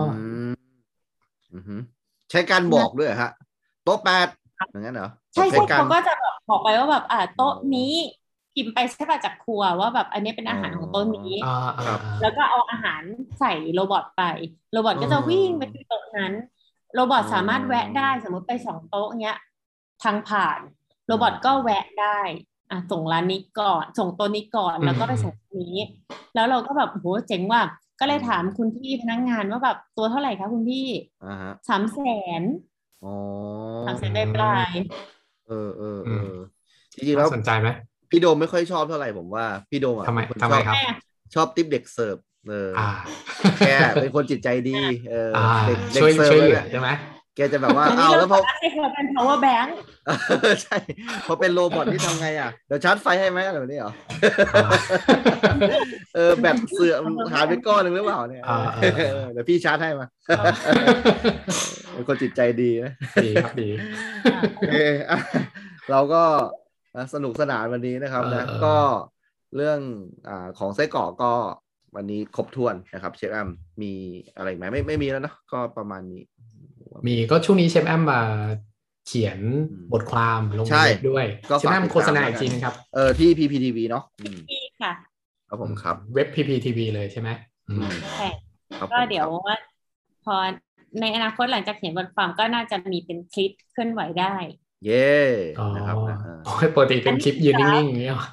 ใช้การบอกด้วยฮะโต๊ะ8อย่างนั้นเหรอใช่เขาก็จะแบบบอกไปว่าแบบโต๊ะนี้พิมพ์ไปใช่ป่ะจากครัวว่าแบบอันนี้เป็นอาหารของโต๊ะนี้แล้วก็เอาอาหารใส่โรบอทไปโรบอทก็จะวิ่งไปที่โต๊ะนั้นโรบอทสามารถแวะได้สมมติไป2 โต๊ะเงี้ยทางผ่านโรบอทก็แวะได้ส่งร้านนี้ก่อนส่งตัวนี้ก่อนแล้วก็ไปส่งนี้แล้วเราก็แบบโหเจ๋งว่ะก็เลยถามคุณพี่พนักงานว่าแบบตัวเท่าไหร่คะคุณพี่300,000300,000ได้ปลายจริงๆแล้วสนใจไหมพี่โดมไม่ค่อยชอบเท่าไหร่ผมว่าพี่โดมทำไมครับชอบติ๊บเด็กเสิร์ฟแกเป็นคนจิตใจดีเด็กเสิร์ฟใช่ไหมแกจะแบบว่าแล้วพอเป็น power bank ใช่พอเป็นโรบอทที่ทำไงเดี๋ยวชาร์จไฟให้ไหมอะไรแบบนี้เหรอแบบเสื่อมหาไปก้อนหนึ่งหรือเปล่าเนี่ยเดี๋ยวพี่ชาร์จให้มาเป็นคนจิตใจดีนะดีครับดีเราก็สนุกสนานวันนี้นะครับนะก็เรื่องของไส้กรอกก็วันนี้ครบถ้วนนะครับเชฟแอมมีอะไรไหมไม่มีแล้วเนาะก็ประมาณนี้มีก็ช่วงนี้เชฟแอมมาเขียนบทความลงเว็บด้วยเชฟแอมโฆษณาอีกทีนึงครับที่ PPTV เนาะค่ะครับผมครับเว็บ PPTV เลยใช่ไหมใช่ก็เดี๋ยวว่าพอในอนาคตหลังจากเขียนบทความก็น่าจะมีเป็นคลิปเคลื่อนไหวได้เย่นะครับปกติเป็นคลิปยืนนิ่งๆอย่างเงี้ย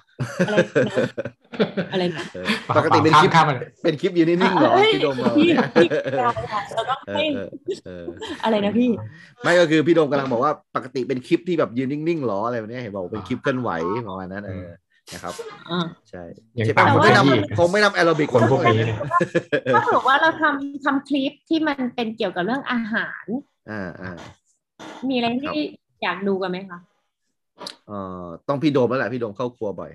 อะไรนะปกติเป็นคลิปยืนนิ่งๆเหรอพี่โดมแล้วก็อะไรนะพี่ไม่ก็คือพี่โดมกำลังบอกว่าปกติเป็นคลิปที่แบบยืนนิ่งๆหรออะไรแบบนี้เห็นบอกเป็นคลิปเคลื่อนไหวประมาณนั้นนะครับใช่คงไม่ทำแอโรบิกคนพวกนี้ถ้าบอกว่าเราทำคลิปที่มันเป็นเกี่ยวกับเรื่องอาหารมีอะไรที่อยากดูกันไหมคะต้องพี่โดมแล้วแหละพี่โดมเข้าครัวบ่อย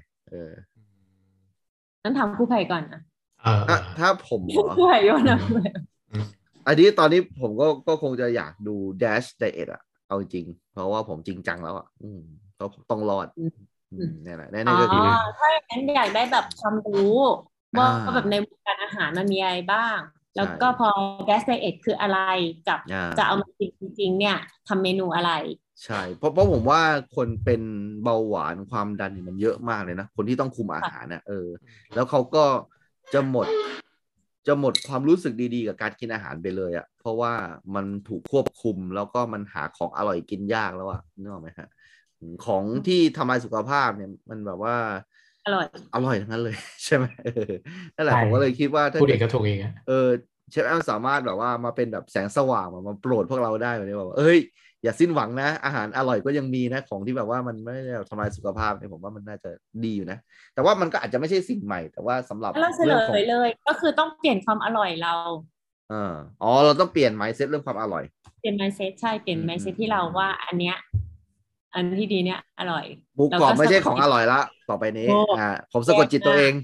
นั้นทำคู่ไผ่ก่อนถ้าผมคู่ไผ่ย้อนอันนี้ตอนนี้ผมก็คงจะอยากดู Dash Diet เอาจริงเพราะว่าผมจริงจังแล้วเขาต้องรอดนี่แหละนั่นก็คือถ้าอย่างนั้นอยากได้แบบความรู้ว่าแบบในวงการอาหารมันมีอะไรบ้างแล้วก็พอ Dash Diet คืออะไรกับจะเอามากินจริงๆเนี่ยทำเมนูอะไรใช่เพราะผมว่าคนเป็นเบาหวานความดันเนี่ยมันเยอะมากเลยนะคนที่ต้องคุมอาหารนะแล้วเขาก็จะหมดจะหมดความรู้สึกดีๆกับการกินอาหารไปเลยอะเพราะว่ามันถูกควบคุมแล้วก็มันหาของอร่อยกินยากแล้วอะนึกออกไหมฮะของที่ทำลายสุขภาพเนี่ยมันแบบว่าอร่อยทั้งนั้นเลยใช่ไหมนั่นแหละผมก็เลยคิดว่าถ้าพูดเองก็ถูกเองอะเชฟแอมสามารถแบบว่ามาเป็นแบบแสงสว่างมาโปรดพวกเราได้แบบนี้แบบเอ้ยอย่าสิ้นหวังนะอาหารอร่อยก็ยังมีนะของที่แบบว่ามันไม่ได้ทำลายสุขภาพเนี่ยผมว่ามันน่าจะดีอยู่นะแต่ว่ามันก็อาจจะไม่ใช่สิ่งใหม่แต่ว่าสำหรับเราเฉลยเลยก็คือต้องเปลี่ยนความอร่อยเราเราต้องเปลี่ยน mindset เรื่องความอร่อยเปลี่ยน mindset ใช่เปลี่ยน mindset ที่เราว่าอันเนี้ยอันที่ดีเนี้ยอร่อยหมูกรอบไม่ใช่ของอร่อยละต่อไปนี้ผมสะกดจิตตัวเอง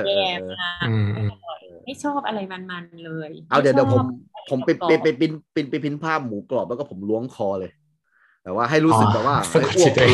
ไม่ชอบอะไรมันๆเลยเอาเดี๋ยวผมไปพินภาพหมูกรอบแล้วก็ผมล้วงคอเลยแต่ว่าให้รู้สึกแบบว่าอ้วก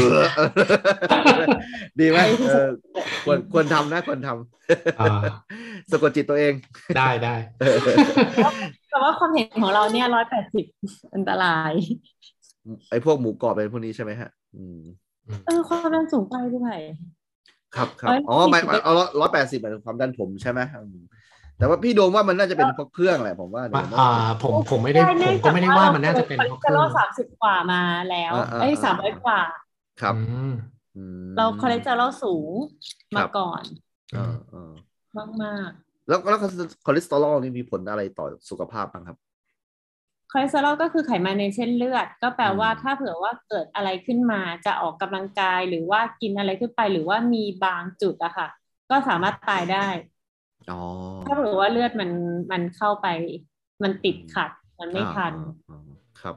ดีไหมควรทำนะควรทำสะกดจิตตัวเองได้แต่ว่าความเห็นของเราเนี่ย180อันตรายไอ้พวกหมูกรอบเป็นพวกนี้ใช่ไหมฮะความดันสูงไปด้วยครับไม่เอา180เป็นความดันผมใช่ไหมแต่ว่าพี่โดมว่ามันน่าจะเป็นเพราะเครื่องแหละผมว่าผมไม่ได้ผมก็ไม่ได้ว่ามันน่าจะเป็นเพราะเครื่อง 30 กว่ามาแล้ว300 กว่าครับเราคอเลสเตอรอลสูงมาก่อนมากแล้วคอเลสเตอรอลนี่มีผลอะไรต่อสุขภาพบ้างครับคอเลสเตอรอลก็คือไขมันในเส้นเลือดก็แปลว่าถ้าเผื่อว่าเกิดอะไรขึ้นมาจะออกกำลังกายหรือว่ากินอะไรขึ้นไปหรือว่ามีบางจุดอะค่ะก็สามารถตายได้ถ้าเผื่อว่าเลือดมันเข้าไปมันติดขัดมันไม่ทันครับ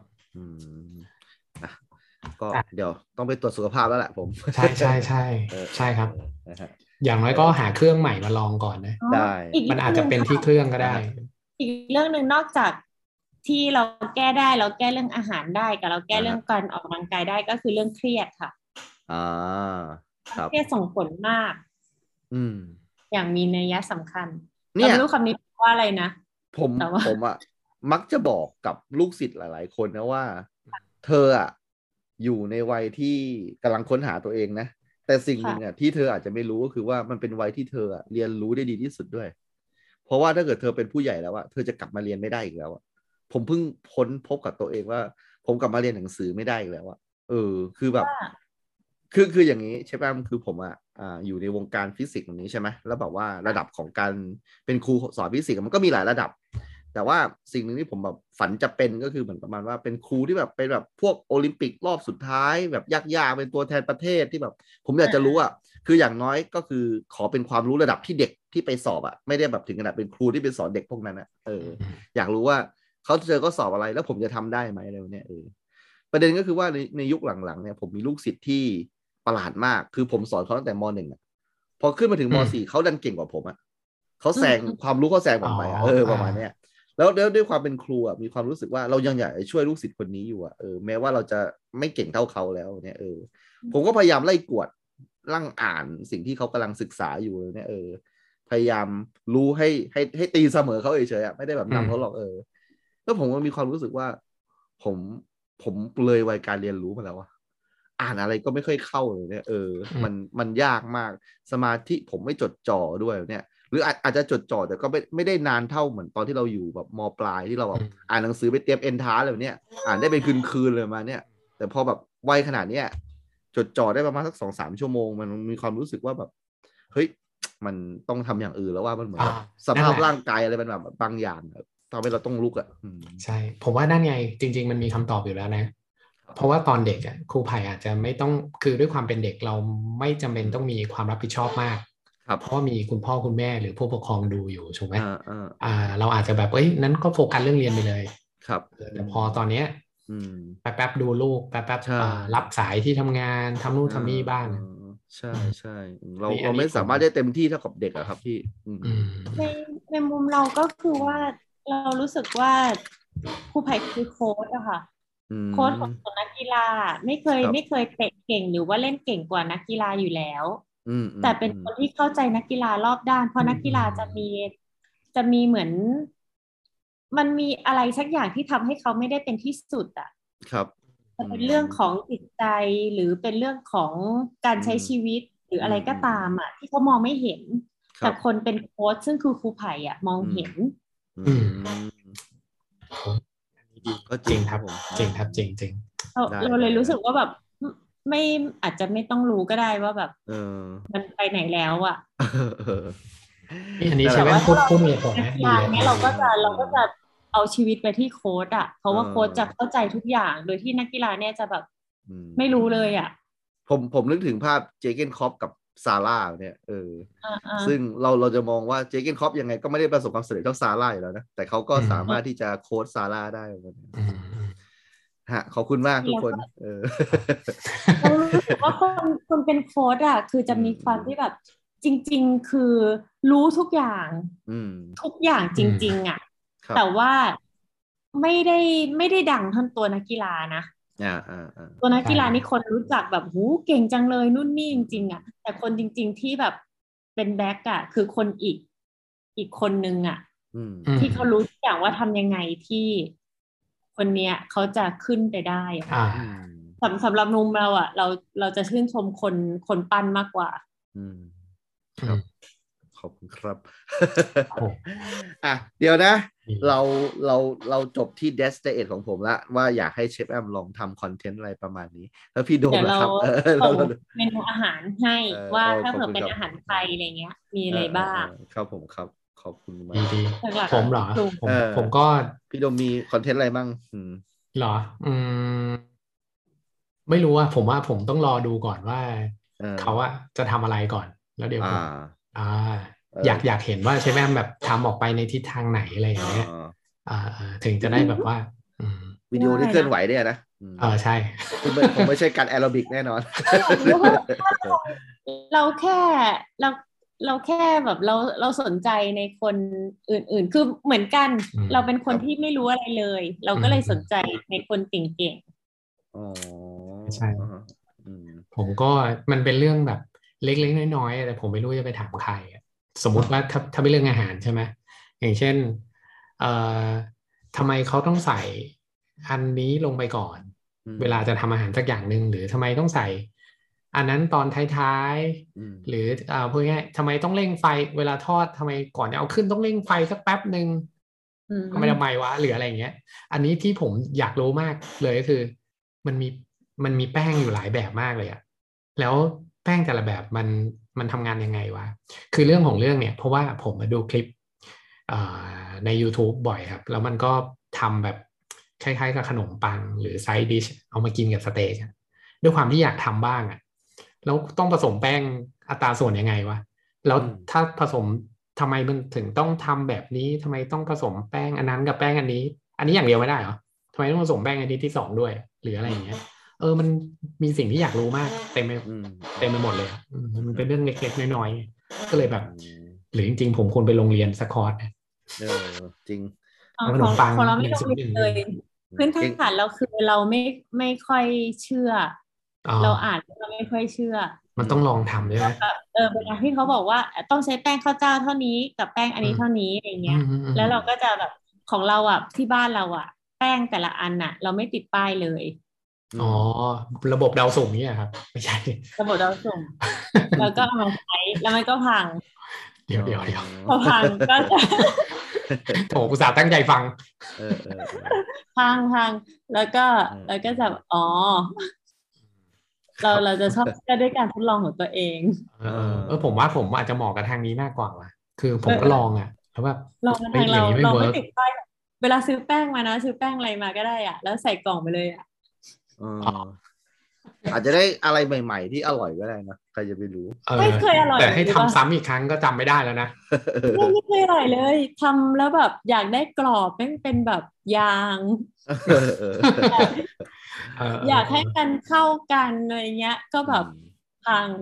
ก็เดี๋ยวต้องไปตรวจสุขภาพแล้วแหละผมใช่ครับอย่างน้อยก็หาเครื่องใหม่มาลองก่อนนะได้มันอาจจะเป็นที่เครื่องก็ได้อีกเรื่องนึงนอกจากที่เราแก้ได้เราแก้เรื่องอาหารได้กับเราแก้เรื่องการออกกำลังกายได้ก็คือเรื่องเครียดค่ะเครียดส่งผลมากอย่างมีนัยสำคัญเราไม่รู้คำนี้ว่าอะไรนะผมมักจะบอกกับลูกศิษย์หลายๆคนนะว่าเธออยู่ในวัยที่กำลังค้นหาตัวเองนะแต่สิ่งหนึ่งที่เธออาจจะไม่รู้ก็คือว่ามันเป็นวัยที่เธอเรียนรู้ได้ดีที่สุดด้วยเพราะว่าถ้าเกิดเธอเป็นผู้ใหญ่แล้วเธอจะกลับมาเรียนไม่ได้อีกแล้วผมเพิ่งพ้นพบกับตัวเองว่าผมกลับมาเรียนหนังสือไม่ได้อีกแล้วคือแบบคืออย่างนี้ใช่ป่ะคือผมอยู่ในวงการฟิสิกส์แบบนี้ใช่ไหมแล้วแบบว่าระดับของการเป็นครูสอนฟิสิกส์มันก็มีหลายระดับแต่ว่าสิ่งหนึ่งที่ผมแบบฝันจะเป็นก็คือเหมือนประมาณว่าเป็นครูที่แบบเป็นแบบพวกโอลิมปิกรอบสุดท้ายแบบยากๆเป็นตัวแทนประเทศที่แบบผมอยากจะรู้คืออย่างน้อยก็คือขอเป็นความรู้ระดับที่เด็กที่ไปสอบไม่ได้แบบถึงขนาดเป็นครูที่ไปสอนเด็กพวกนั้นอยากรู้ว่าเขาเจอก็สอบอะไรแล้วผมจะทำได้ไหมอะไรเนี่ยประเด็นก็คือว่าในยุคหลังๆเนี่ยผมมีลูกศิษย์ที่ประหลาดมากคือผมสอนเขาตั้งแต่ม.1พอขึ้นมาถึงม.4เขาดันเก่งกว่าผมเขาแซงความรู้เขาแซงผมไปประมาณเนี้ยแล้วด้วยความเป็นครูมีความรู้สึกว่าเรายังอยากช่วยลูกศิษย์คนนี้อยู่แม้ว่าเราจะไม่เก่งเท่าเขาแล้วเนี่ยผมก็พยายามไล่กวดร่างอ่านสิ่งที่เขากำลังศึกษาอยู่เนี่ยพยายามรู้ให้ตีเสมอเขาเฉยๆไม่ได้แบบนำเขาหรอกแล้วผมก็มีความรู้สึกว่าผมเลยวัยการเรียนรู้มาแล้วอ่านอะไรก็ไม่ค่อยเข้าเลยเนี่ยมันยากมากสมาธิผมไม่จดจ่อด้วยเนี่ยหรืออาจจะจดจ่อแต่ก็ไม่ได้นานเท่าเหมือนตอนที่เราอยู่แบบม.ปลายที่เราแบบอ่านหนังสือไปเตรียมเอนทรานซ์อะไรแบบเนี้ยอ่านได้เป็นคืนเลยมาเนี่ยแต่พอแบบวัยขนาดเนี้ยจดจ่อได้ประมาณสัก 2-3 ชั่วโมงมันมีความรู้สึกว่าแบบเฮ้ยมันต้องทำอย่างอื่นแล้วว่ามันเหมือนสภาพร่างกายอะไรมันแบบบางอย่างทำให้เราต้องลุกใช่ผมว่านั่นไงจริงๆมันมีคำตอบอยู่แล้วนะเพราะว่าตอนเด็กครูไผ่อาจจะไม่ต้องคือด้วยความเป็นเด็กเราไม่จำเป็นต้องมีความรับผิดชอบมากเพราะว่ามีคุณพ่อคุณแม่หรือผู้ปกครองดูอยู่ถูกไหมเราอาจจะแบบนั้นก็โฟกัสเรื่องเรียนไปเลยครับแต่พอตอนเนี้ยแป๊บดูลูกแป๊บรับสายที่ทำงานทำนู่นทำนี่บ้างใช่เราไม่สามารถได้เต็มที่เท่ากับเด็กครับพี่ในมุมเราก็คือว่าเรารู้สึกว่าครูไผ่คือโค้ชอะค่ะโค้ชของนักกีฬาไม่เคยเตะเก่งหรือว่าเล่นเก่งกว่านักกีฬาอยู่แล้วแต่เป็นคนที่เข้าใจนักกีฬารอบด้านเพราะนักกีฬาจะมีเหมือนมันมีอะไรสักอย่างที่ทำให้เขาไม่ได้เป็นที่สุดอะครับจะเป็นเรื่องของจิตใจหรือเป็นเรื่องของการใช้ชีวิตหรืออะไรก็ตามที่เขามองไม่เห็นแต่คนเป็นโค้ชซึ่งคือครูไผ่มองเห็นก็จริงครับจริงครับจริงจริงเราเลยรู้สึกว่าแบบไม่อาจจะไม่ต้องรู้ก็ได้ว่าแบบมันไปไหนแล้วอ่ะอันนี้ใช่ไหมพูดมีผลนะดีเลยเนี่ยเราก็จะเอาชีวิตไปที่โค้ชอ่ะเพราะว่าโค้ชจะเข้าใจทุกอย่างโดยที่นักกีฬาเนี่ยจะแบบไม่รู้เลยอ่ะผมนึกถึงภาพเจเกนคล็อปกับซาร่าเนี่ยซึ่งเราจะมองว่าเจเกนคล็อปยังไงก็ไม่ได้ประสบความสำเร็จเท่าซาร่าอยู่แล้วนะแต่เขาก็สามารถที่จะโค้ชซาร่าได้ฮะขอบคุณมากทุกคนเรารู้สึกว่าคนเป็นโค้ชอ่ะคือจะมีความที่แบบจริงๆคือรู้ทุกอย่างทุกอย่างจริงๆอ่ะแต่ว่าไม่ได้ดังเท่าตัวนักกีฬานะตัวนักกีฬานี่คนรู้จักแบบหูเก่งจังเลยนู่นนี่จริงๆอ่ะแต่คนจริงๆที่แบบเป็นแบ็คอ่ะคือคนอีกคนนึงอ่ะที่เขารู้ทุกอย่างว่าทำยังไงที่คนเนี้ยเขาจะขึ้นไปได้สำหรับมุมเราอ่ะเราจะชื่นชมคนปั้นมากกว่าครับขอบคุณครับเดี๋ยวนะเราจบที่ Death Diet ของผมละว่าอยากให้เชฟแอมลองทำคอนเทนต์อะไรประมาณนี้แล้วพี่โดมนะครับเราเมนูอาหารให้ว่าถ้าเผื่อเป็นอาหารไทยอะไรเงี้ยมีอะไรบ้างครับผมครับขอบคุณมากดีผมเหรอผมก็พี่โดมมีคอนเทนต์อะไรบ้างเหรอไม่รู้ว่าผมว่าผมต้องรอดูก่อนว่าเขาอะจะทำอะไรก่อนแล้วเดี๋ยวผมอยากเห็นว่าเชฟแอมแบบทำออกไปในทิศทางไหนอะไรอย่างเงี้ยถึงจะได้แบบว่าวิดีโอที่เคลื่อนไหวเนี่ยนะใช่ผมไม่ใช่การแอโรบิกแน่นอนเราแค่แบบเราสนใจในคนอื่นๆคือเหมือนกันเราเป็นคนที่ไม่รู้อะไรเลยเราก็เลยสนใจในคนเก่งใช่ผมก็มันเป็นเรื่องแบบเล็กๆน้อยๆแต่ผมไม่รู้จะไปถามใครสมมุติว่าถ้าเป็นเรื่องอาหารใช่ไหมอย่างเช่นทำไมเขาต้องใส่อันนี้ลงไปก่อนเวลาจะทำอาหารสักอย่างหนึ่งหรือทำไมต้องใส่อันนั้นตอนท้ายๆหรือพูดง่ายทำไมต้องเร่งไฟเวลาทอดทำไมก่อนจะเอาขึ้นต้องเร่งไฟสักแป๊บหนึ่งทำไมวะหรืออะไรอย่างเงี้ยอันนี้ที่ผมอยากรู้มากเลยก็คือมันมีแป้งอยู่หลายแบบมากเลยอะแล้วแป้งแต่ละแบบมันทำงานยังไงวะคือเรื่องของเรื่องเนี่ยเพราะว่าผมมาดูคลิปใน YouTube บ่อยครับแล้วมันก็ทำแบบคล้ายๆกับขนมปังหรือไซด์ดิชเอามากินกับสเต็กด้วยความที่อยากทำบ้างแล้วต้องผสมแป้งอัตราส่วนยังไงวะแล้วถ้าผสมทำไมมันถึงต้องทำแบบนี้ทำไมต้องผสมแป้งอันนั้นกับแป้งอันนี้อย่างเดียวไม่ได้เหรอทำไมต้องผสมแป้งอันนี้ที่2ด้วยหรืออะไรอย่างเงี้ยมันมีสิ่งที่อยากรู้มากเต็มไปหมดเลยมันเป็นเรื่องเล็กๆน้อยๆก็เลยแบบหรือจริงๆผมควรไปโรงเรียนสคอร์สจริงขนมปังของเราไม่ต้องเลยพื้นฐานเราคือเราไม่ค่อยเชื่อเราอ่านเราไม่ค่อยเชื่อมันต้องลองทำใช่ไหมเวลาที่เขาบอกว่าต้องใช้แป้งข้าวเจ้าเท่านี้กับแป้งอันนี้เท่านี้อะไรเงี้ยแล้วเราก็จะแบบของเราที่บ้านเราแป้งแต่ละอันเราไม่ติดป้ายเลยระบบเดาสุ่มนี่ครับไม่ใช่ระบบเดาสุ่มแล้วก็เอามาใช้แล้วมันก็พังเดี๋ยวพอพังก็จะโถอุตส่าห์ตั้งใจฟังพังแล้วก็จะเราจะชอบเชื่อด้วยการทดลองของตัวเองผมว่าผมอาจจะเหมาะกับทางนี้มากกว่าว่ะคือผมก็ลองแล้วแบบลองทางเราไม่ติดป้ายเวลาซื้อแป้งมานะซื้อแป้งอะไรมาก็ได้แล้วใส่กล่องไปเลยอาจจะได้อะไรใหม่ๆที่อร่อยก็ได้นะใครจะไปรู้ไม่เคยอร่อยแต่ให้ทำซ้ำอีกครั้งก็จำไม่ได้แล้วนะไม่เคยอร่อยเลยทำแล้วแบบอยากได้กรอบเป็นแบบยางอยากให้กันเข้ากันอะไรเงี้ยก็แบบพัง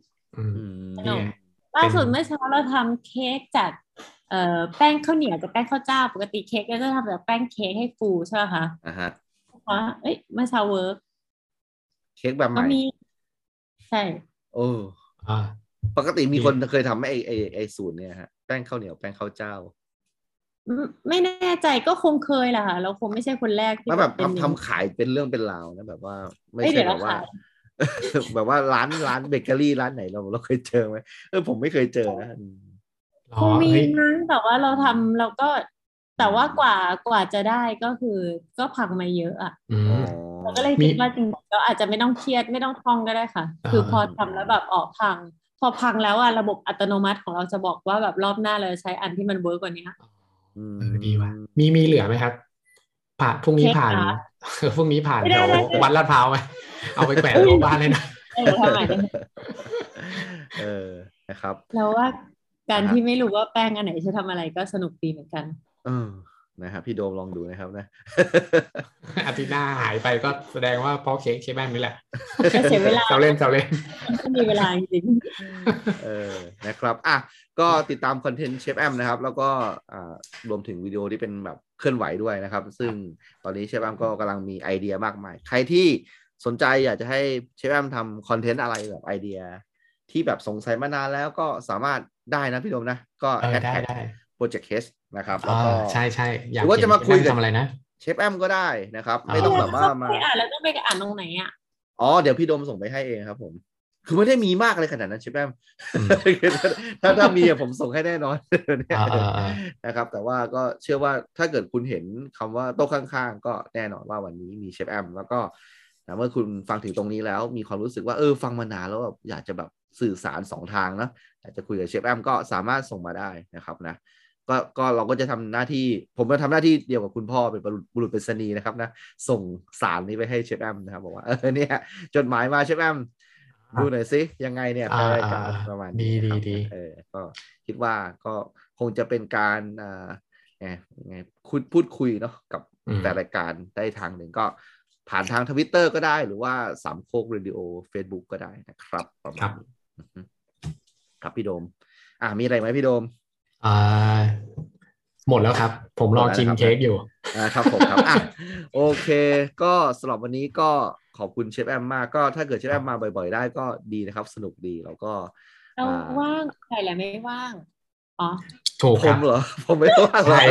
ล่าสุดเมื่อเช้าเราทำเค้กจากแป้งข้าวเหนียวกับแป้งข้าวเจ้าปกติเค้กก็จะทำแบบแป้งเค้กให้ฟูใช่ไหมคะเมื่อเช้าเวิร์กเค้กแบบใหม่ใช่ปกติมีคนเคยทำไอ้สูตรเนี่ยฮะแป้งข้าวเหนียวแป้งข้าวเจ้าไม่แน่ใจก็คงเคยแหละค่ะเราคงไม่ใช่คนแรกที่แบบทำขายเป็นเรื่องเป็นราวนะแบบว่าไม่ใช่แบบว่าแบบว่าร้านเบเกอรี่ร้านไหนเราเคยเจอไหมผมไม่เคยเจอนะคงมีมั้งแต่ว่าเราทำเราก็แต่ว่ากว่าจะได้ก็คือก็พังมาเยอะอ่ะเราก็เลยคิดว่าจริงๆเราอาจจะไม่ต้องเครียดไม่ต้องท่องก็ได้ค่ะคือพอทำแล้วแบบพังพอพังแล้วอ่ะระบบอัตโนมัติของเราจะบอกว่าแบบรอบหน้าเราใช้อันที่มันเวิร์กกว่านี้ดีว่ะมีเหลือไหมครับพรุ่งนี้ผ่านพรุ่งนี้ผ่านแถววัดลาดพร้าวไหมเอาไปแขวนโรงพยาบาลเลยนะทำไมนะครับแล้วว่าการที่ไม่รู้ว่าแป้งอันไหนจะทำอะไรก็สนุกดีเหมือนกันนะครับพี่โดมลองดูนะครับนะอาทิตย์หน้าหายไปก็แสดงว่าเพราะเค้กเชฟแอมนี่แหละเสียเวลาเล่นไม่มีเวลาจริงนะครับก็ติดตามคอนเทนต์เชฟแอมนะครับแล้วก็รวมถึงวิดีโอที่เป็นแบบเคลื่อนไหวด้วยนะครับซึ่งตอนนี้เชฟแอมก็กำลังมีไอเดียมากมายใครที่สนใจอยากจะให้เชฟแอมทำคอนเทนต์อะไรแบบไอเดียที่แบบสงสัยมานานแล้วก็สามารถได้นะพี่โดมนะก็แฮชแท็กProject H นะครับแล้วก็ใช่หรือว่าจะมาคุยกับอะไรนะเชฟแอมก็ได้นะครับไม่ต้องแบบว่ามาอ่านแล้วต้องไปอ่านตรงไหนอ่ะเดี๋ยวพี่โดมส่งไปให้เองครับผมคือไม่ได้มีมากอะไรขนาดนั้นเชฟแอมถ้ามีผมส่งให้แน่นอนนะครับแต่ว่าก็เชื่อว่าถ้าเกิดคุณเห็นคำว่าโต๊ะข้างๆก็แน่นอนว่าวันนี้มีเชฟแอมแล้วก็เมื่อคุณฟังถึงตรงนี้แล้วมีความรู้สึกว่าฟังมานานแล้วแบบอยากจะแบบสื่อสาร2ทางนะอยากจะคุยกับเชฟแอมก็สามารถส่งมาได้นะครับนะก็เราก็จะทำหน้าที่ผมจะทำหน้าที่เดียวกับคุณพ่อเป็นบุรุษไปรษณีย์นะครับนะส่งสารนี้ไปให้เชฟแอมนะครับบอกว่าเนี่ยจดหมายมาเชฟแอมดูหน่อยสิยังไงเนี่ยรายการประมาณนี้ดีก็คิดว่าก็คงจะเป็นการไงพูดคุยเนาะกับแต่รายการได้ทางหนึ่งก็ผ่านทาง Twitter ก็ได้หรือว่าสามโคกเรดิโอ Facebook ก็ได้นะครับประมาณนี้ครับพี่โดมมีอะไรไหมพี่โดมหมดแล้วครับผมรอกินเค้กอยู่ครับผมครับโอเคก็สำหรับวันนี้ก็ขอบคุณเชฟแอมมากก็ถ้าเกิดเชฟแอมมาบ่อยๆได้ก็ดีนะครับสนุกดีแล้วก็เราว่างใครแหละไม่ว่างถูกครับผมเหรอผมไม่ว่างเลย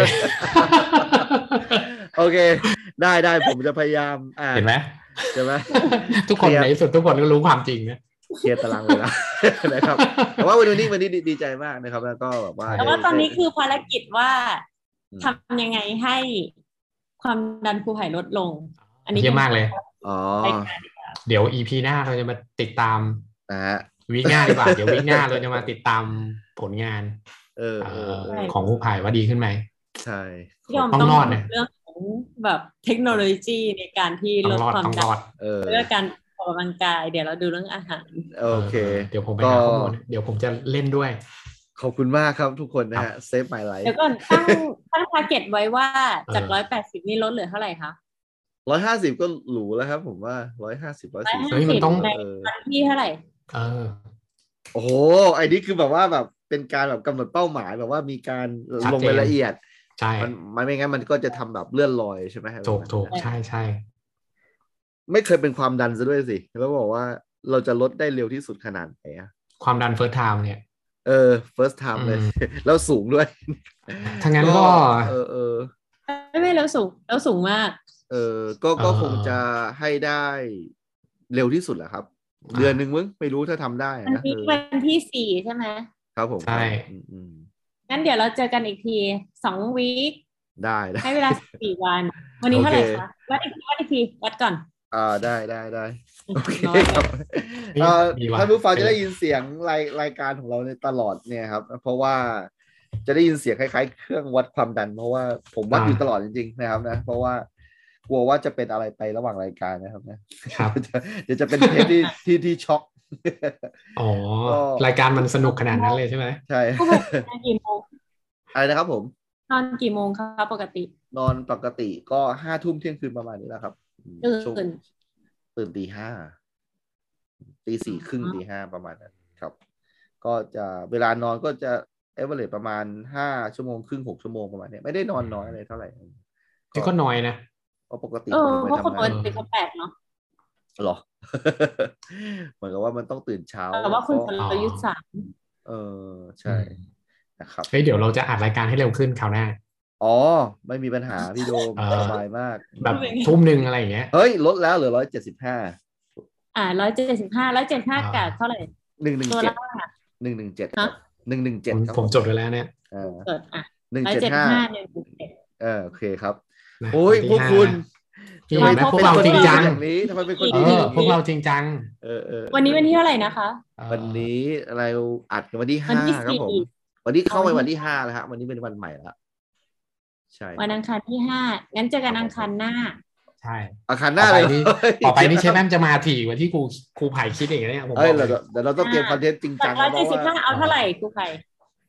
โอเคได้ผมจะพยายามเห็นไหมใช่ไหมทุกคนในสุดทุกคนก็รู้ความจริงนะเคลียร์ตารางเวลานะครับแต่ว่าวันนี้ดีใจมากนะครับแล้วก็แบบว่าแต่ว่าตอนนี้คือภารกิจว่าทำยังไงให้ความดันภูไผ่ลดลงอันนี้เยอะมากเลยเดี๋ยว EP หน้าเราจะมาติดตามวีคหน้าดีกว่าเดี๋ยววีคหน้าเราจะมาติดตามผลงานของภูไผ่ว่าดีขึ้นไหมใช่ต้องรอดเนี่ยเรื่องของแบบเทคโนโลยีในการที่ลดความดันเรื่องการออกกำลังกายเดี๋ยวเราดูเรื่องอาหารโอเคเดี๋ยวผมไปหาข้อมูลเดี๋ยวผมจะเล่นด้วยขอบคุณมากครับทุกคนนะฮะเซฟไมล์ไลฟ์เดี๋ยวก่อนตั้งทาร์เก็ตไว้ว่าจาก180นี่ลดเหลือเท่าไหร่คะ 150ก็หรูแล้วครับผมว่า150 140 มันต้องที่เท่าไหร่โอ้โหไอ้นี่คือแบบว่าแบบเป็นการแบบกำหนดเป้าหมายแบบว่ามีการลงรายละเอียดใช่มันไม่งั้นมันก็จะทำแบบเลื่อนลอยใช่ไหมถูกใช่ไม่เคยเป็นความดันซะด้วยสิแล้วบอกว่าเราจะลดได้เร็วที่สุดขนาดไหนความดัน first time เนี่ย first time เลยแล้วสูงด้วยถ้างั้นก็ไม่เราสูงมากก็คงจะให้ได้เร็วที่สุดแหละครับเดือนหนึ่งมึงไม่รู้ถ้าทำได้นะวันที่4ใช่ไหมครับผมใช่งั้นเดี๋ยวเราเจอกันอีกที2 วีคได้ให้เวลา4 วันวันนี้เท่าไหร่คะวัดอีกทีวัดก่อนได้โอเคครับท่านผู้ฟังจะได้ยินเสียงรายการของเราในตลอดเนี่ยครับเพราะว่าจะได้ยินเสียงคล้ายๆเครื่องวัดความดันเพราะว่าผมวัดอยู่ตลอดจริงๆนะครับนะเพราะว่ากลัวว่าจะเป็นอะไรไประหว่างรายการนะครับนะครับเดี๋ยวจะเป็นเทปที่ช็อกรายการมันสนุกขนาดนั้นเลยใช่ไหมใช่กี่โมงอะไรนะครับผมนอนกี่โมงครับปกตินอนปกติก็5 ทุ่มเที่ยงคืนประมาณนี้แหละครับตื่นตี 5ตี 4 ครึ่งตี 5ประมาณนั้นครับก็จะเวลานอนก็จะเอเวอเรจประมาณ5 ชั่วโมงครึ่ง6 ชั่วโมงประมาณนี้ไม่ได้นอนน้อยอะไรเท่าไหร่ก็น้อยนะปกติเพราะคนปกติเขา8เนาะหรอเหมือนกับว่ามันต้องตื่นเช้าแต่ว่าคุณประยุทธ์ 3ใช่นะครับเฮ้ยเดี๋ยวเราจะอัดรายการให้เร็วขึ้นคราวหน้าไม่มีปัญหาพี่โดมสบายมากแบบทุ่มนึงอะไรอย่างเงี้ยเฮ้ยลดแล้วเหลือ175 175กับเท่าไหร่ 117 117ครับผมจดไว้แล้วเนี่ย 175 โอเคครับโอ้ยพวกคุณทำไมพวกเราจริงจังอย่างนี้ทำไมเป็นคนดีพวกเราจริงจังวันนี้วันที่เท่าไหร่นะคะวันนี้เราอัดกันวันที่5ครับผมวันนี้เข้าไปวันที่5แล้วฮะวันนี้เป็นวันใหม่แล้วใช่วันอังคารที่5งั้นเจอกันอังคารหน้าใช่อังคารหน้าเลยต่อไปนี้เชฟแอมจะมาถี่กว่าที่ครูไผ่คิดอย่างนี้ผมบอกเลยเดี๋ยวเราต้องเตรียมคอนเทนต์จริงจังแล้ว175เอาเท่าไหร่ครูไผ่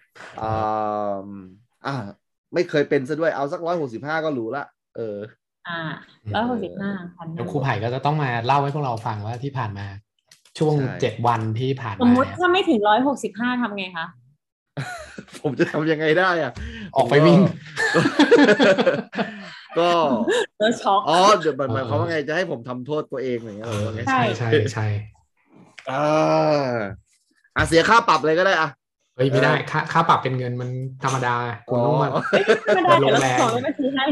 ไม่เคยเป็นซะด้วยเอาสัก165ก็รู้ละ 165 แล้วครูไผ่ก็จะต้องมาเล่าให้พวกเราฟังว่าที่ผ่านมาช่วง7 วันที่ผ่านมาสมมติถ้าไม่ถึง165ทำไงคะผมจะทำยังไงได้อ่ะออกไปวิ่งก็ช็อกเดี๋ยวหมายความว่าไงจะให้ผมทำโทษตัวเองอย่างเงี้ยใช่ใช่ใช่เสียค่าปรับเลยก็ได้เฮ้ยไม่ได้ค่าปรับเป็นเงินมันธรรมดาคุณต้องมาลงแรงไม่ซื้อให้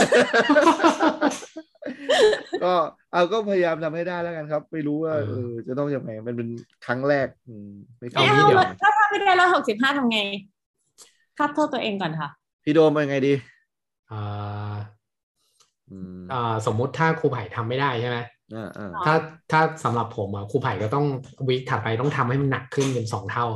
ก็พยายามทำให้ได้แล้วกันครับไม่รู้ว่าจะต้องยังไงมันเป็นครั้งแรกไม่เอาถ้าไม่ได้165ทำไงค่าโทษตัวเองก่อนค่ะพี่โดมเป็นไงดีสมมุติถ้าครูไผ่ทำไม่ได้ใช่ไหมถ้าสำหรับผมครูไผ่ก็ต้องวีคถัดไปต้องทำให้มันหนักขึ้นเป็น2 เท่า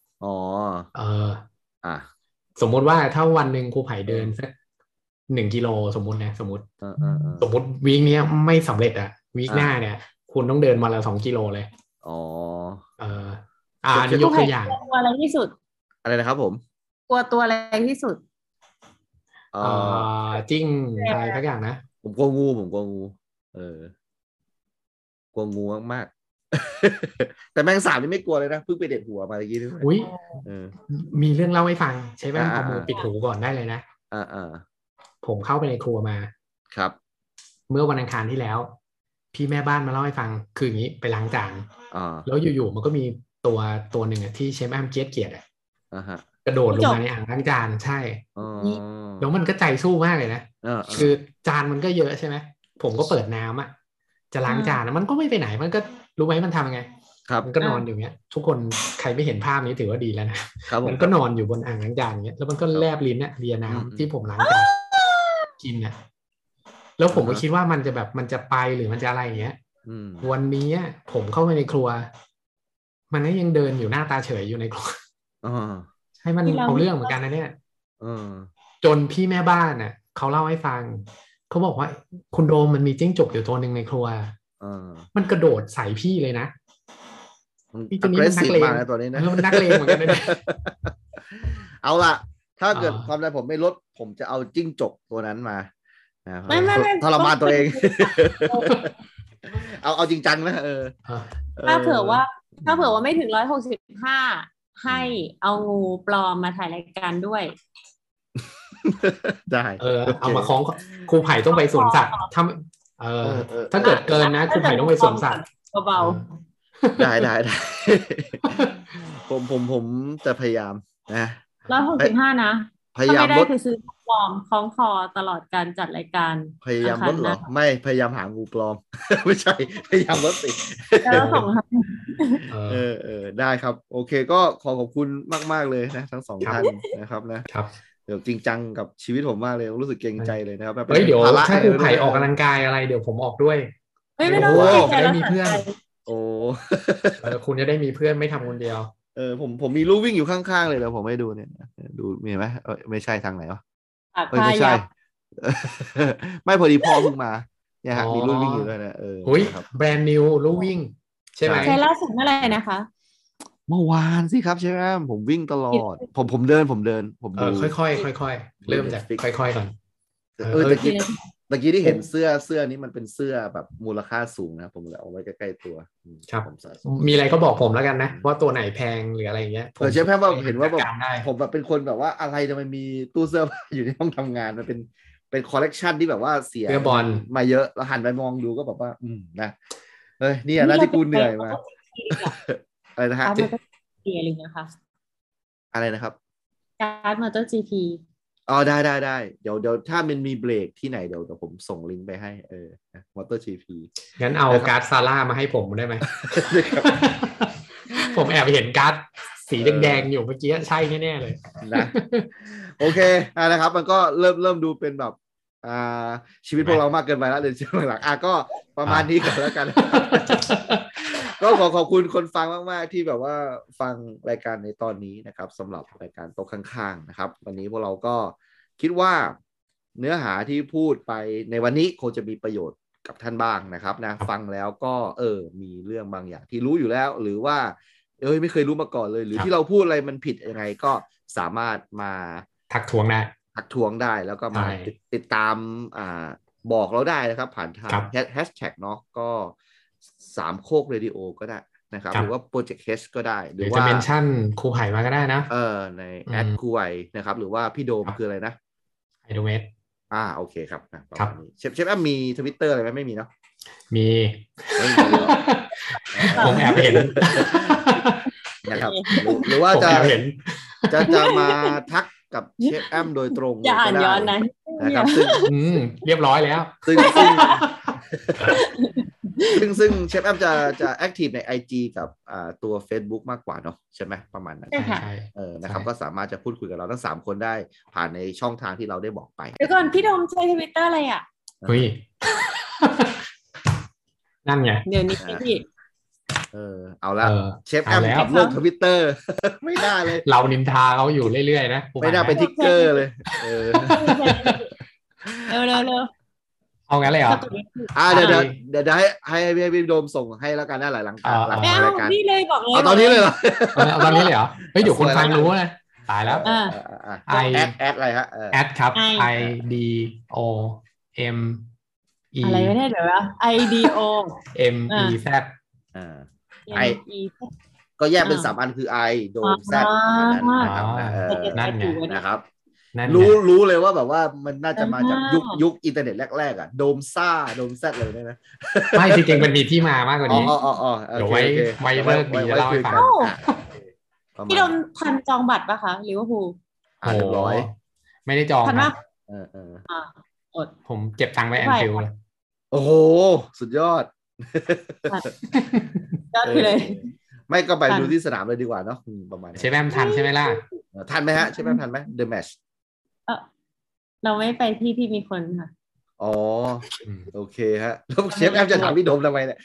สมมุติว่าถ้าวันหนึ่งครูไผ่เดินสัก1 กิโลสมมุติวีคนี้ไม่สำเร็จวีคหน้าเนี่ยคุณต้องเดินมาละ2 กิโลเลยอันนี้ยกตัวอย่างกลัวอะไรที่สุดอะไรนะครับผมกลัวตัวอะไรที่สุดจิ้งอะไรทักอย่างนะผมกลัวงูกลัวงูมากๆแต่แมงสาบนี่ไม่กลัวเลยนะเพิ่งไปเด็ดหัวมาเมื่อกี้ด้วยมีเรื่องเล่าให้ฟังใช้แว่นเอามือปิดหูก่อนได้เลยนะผมเข้าไปในครัวมาครับเมื่อวันอังคารที่แล้วพี่แม่บ้านมาเล่าให้ฟังคืออย่างนี้ไปล้างจานแล้วอยู่ๆมันก็มีตัวหนึ่งที่เชฟแอมเกลียดกระโดดลงมาในอ่างล้างจานใช่แล้วมันก็ใจสู้มากเลยนะคือจานมันก็เยอะใช่ไหมผมก็เปิดน้ำจะล้างจานมันก็ไม่ไปไหนมันก็รู้ไหมมันทำยังไงมันก็นอนอยู่เงี้ยทุกคนใครไม่เห็นภาพนี้ถือว่าดีแล้วนะมันก็นอนอยู่บนอ่างล้างจานเงี้ยแล้วมันก็แลบลิ้นเลียน้ำที่ผมล้างจานกินแล้วผมก็คิดว่ามันจะแบบมันจะไปหรือมันจะอะไรอย่างเงี้ยวันนี้ผมเข้าไปในครัวมันก็ยังเดินอยู่หน้าตาเฉยอยู่ในครัวให้มันเอาเรื่องเหมือนกันนะเนี่ยจนพี่แม่บ้านเขาเล่าให้ฟังเขาบอกว่าคุณโดมมันมีจิ้งจกอยู่ตัวหนึ่งในครัวมันกระโดดใส่พี่เลยนะพี่ตัวนี้มันนักเลงตัวนี้นะมันนักเลงเหมือนกันนะเอาล่ะถ้าเกิดความดันผมไม่ลดผมจะเอาจิ้งจกตัวนั้นมาไม่ทรมานตัวเองเอาจริงจังนะถ้าเผื่อว่าไม่ถึง165ให้เอางูปลอมมาถ่ายรายการด้วยได้เอามาคล้องครูไผ่ต้องไปสวนสัตว์ถ้าเกิดเกินนะครูไผ่ต้องไปสวนสัตว์เบาๆได้ผมจะพยายามนะ 165นะพยายามลดคือซื้อปลอมคล้องคอตลอดการจัดรายการพยายามลดเหรอไม่พยายามหางูปลอมไม่ใช่พยายามลดสิแล้วส่งครับได้ครับโอเคก็ขอบคุณมากๆเลยนะทั้ง2ท่านนะครับนะครับเดี๋ยวจริงจังกับชีวิตผมมากเลยรู้สึกเกรงใจเลยนะครับเดี๋ยวถ้าครูไผ่ออกกำลังกายอะไรเดี๋ยวผมออกด้วยไม่ต้องจะได้มีเพื่อนคุณจะได้มีเพื่อนไม่ทำคนเดียวผมมีลูกวิ่งอยู่ข้างๆเลยเดี๋ยวผมให้ดูเนี่ยดูมีไหมไม่ใช่ทางไหนวะไม่ใช่ไม่พอดีพ่อเพิ่งมาเนี่ยฮะมีลูกวิ่งอยู่ด้วยนะแบรนด์นิวลูกวิ่งใช่ไหมใช่ล่าสุดเมื่อไหร่นะคะเมื่อวานสิครับใช่ไหมผมวิ่งตลอดผมเดินผมค่อยๆเริ่มจากค่อยๆก่อนตะกี้ที่เห็นเสื้อนี้มันเป็นเสื้อแบบมูลค่าสูงนะผมเลยเอาไว้ใกล้ๆตัวครับมีอะไรก็บอกผมแล้วกันนะว่าตัวไหนแพงหรืออะไรเงี้ยเชฟแพมว่าเห็นว่าแบบผมแบบเป็นคนแบบว่าอะไรจะมันมีตู้เสื้ออยู่ในห้องทำงานมันเป็นคอลเลกชันที่แบบว่าเสียบอลมาเยอะแล้วหันไปมองดูก็แบบว่านะนี่นะที่กูเหนื่อยมาอะไรนะฮะอะไรนะคะอะไรนะครับการ์ดมอเตอร์ GP ได้เดี๋ยวถ้ามันมีเบรกที่ไหนเดี๋ยวผมส่งลิงก์ไปให้มอเตอร์ GP งั้นเอาการ์ดซาร่ามาให้ผมได้ไหมผมแอบเห็นการ์ดสีแดงๆอยู่เมื่อกี้ใช่แน่ๆเลยนะโอเคนะครับมันก็เริ่มดูเป็นแบบชีวิตพวกเรามากเกินไปแล้วเดี๋ยวช่วงหลังก็ประมาณนี้ก่อนแล้วกัน ก็ขอบคุณคนฟังมากๆที่แบบว่าฟังรายการในตอนนี้นะครับสำหรับรายการโต๊ะข้างๆนะครับวันนี้พวกเราก็คิดว่าเนื้อหาที่พูดไปในวันนี้คงจะมีประโยชน์กับท่านบ้างนะครับนะฟังแล้วก็มีเรื่องบางอย่างที่รู้อยู่แล้วหรือว่าไม่เคยรู้มาก่อนเลยหรือที่เราพูดอะไรมันผิดยังไงก็สามารถมาทักท้วงได้แล้วก็มาติดตามบอกเราได้นะครับผ่านทางแฮชแท็กเนาะก็3โคกเรดิโอก็ได้นะครับหรือว่าโปรเจกต์เฮชก็ได้หรือว่าจะเมนชั่นครูไผ่มาก็ได้นะในแอดครูไผ่นะครับหรือว่าพี่โดมคืออะไรนะไอโดเมสโอเคครับครับเชฟแอมมี Twitter อะไรไหมไม่มีเนาะมีผมแอบเห็นนะครับหรือว่าจะมาทักกับเชฟแอมโดยตรงจะอ่านย้อนนะครับเรียบร้อยแล้วซึ่งเชฟแอมจะแอคทีฟใน IG กับตัว Facebook มากกว่าเนาะใช่ไหมประมาณนั้นใช่นะครับก็สามารถจะพูดคุยกับเราทั้ง3คนได้ผ่านในช่องทางที่เราได้บอกไปเดี๋ยวก่อนพี่โดมใช้ Twitter อะไรอ่ะเฮ้ยนั่นไงเดี๋ยวนี้พี่เอาละเชฟแอมกับโลก Twitter ไม่ได้เลยเรานินทาเขาอยู่เรื่อยๆนะไม่น่าเป็นทิกเกอร์เลยเร็วเอางั้นเลยเหรอเดี๋ยวให้พี่โดมส่งให้แล้วกันนะหลังรายการนี่เลยบอกเลยเอาตอนนี้เลยเหรอเอาตอนนี้เลยเหรอเฮ้ยเดี๋ยวคนฟังรู้นะตายแล้วแอดอะไรฮะแอดครับ IDOM อะไรไม่ได้เดี๋ยวนะ IDO MEZ ก็แยกเป็น3อันคือ I โดม Z ประมาณนั้นนะครับนั่นไงนะครับรู้เลยว่าแบบว่ามันน่าจะมาจากยุคอินเทอร์เน็ตแรกๆโดมซ่าโดมแซดเลยนะไม่จริงๆมันมีที่มามากกว่านี้เดี๋ยวไว้เลิกดีแล้วเล่าให้ฟังพี่โดมทันจองบัตรป่ะคะลิเวอร์พูลเรียบร้อยไม่ได้จองทันป่ะอดผมเก็บตังค์ไว้แอนฟิลด์เลยโอ้โหสุดยอดยอดเลยไม่ก็ไปดูที่สนามเลยดีกว่าเนาะประมาณเชฟแอมทันใช่ไหมล่ะทันไหมฮะเชฟแอมทันไหม The Match เราไม่ไปที่มีคนค่ะโอเคฮะแล้วเชฟแอมจะถามพี่โดมทำไมเนี่ย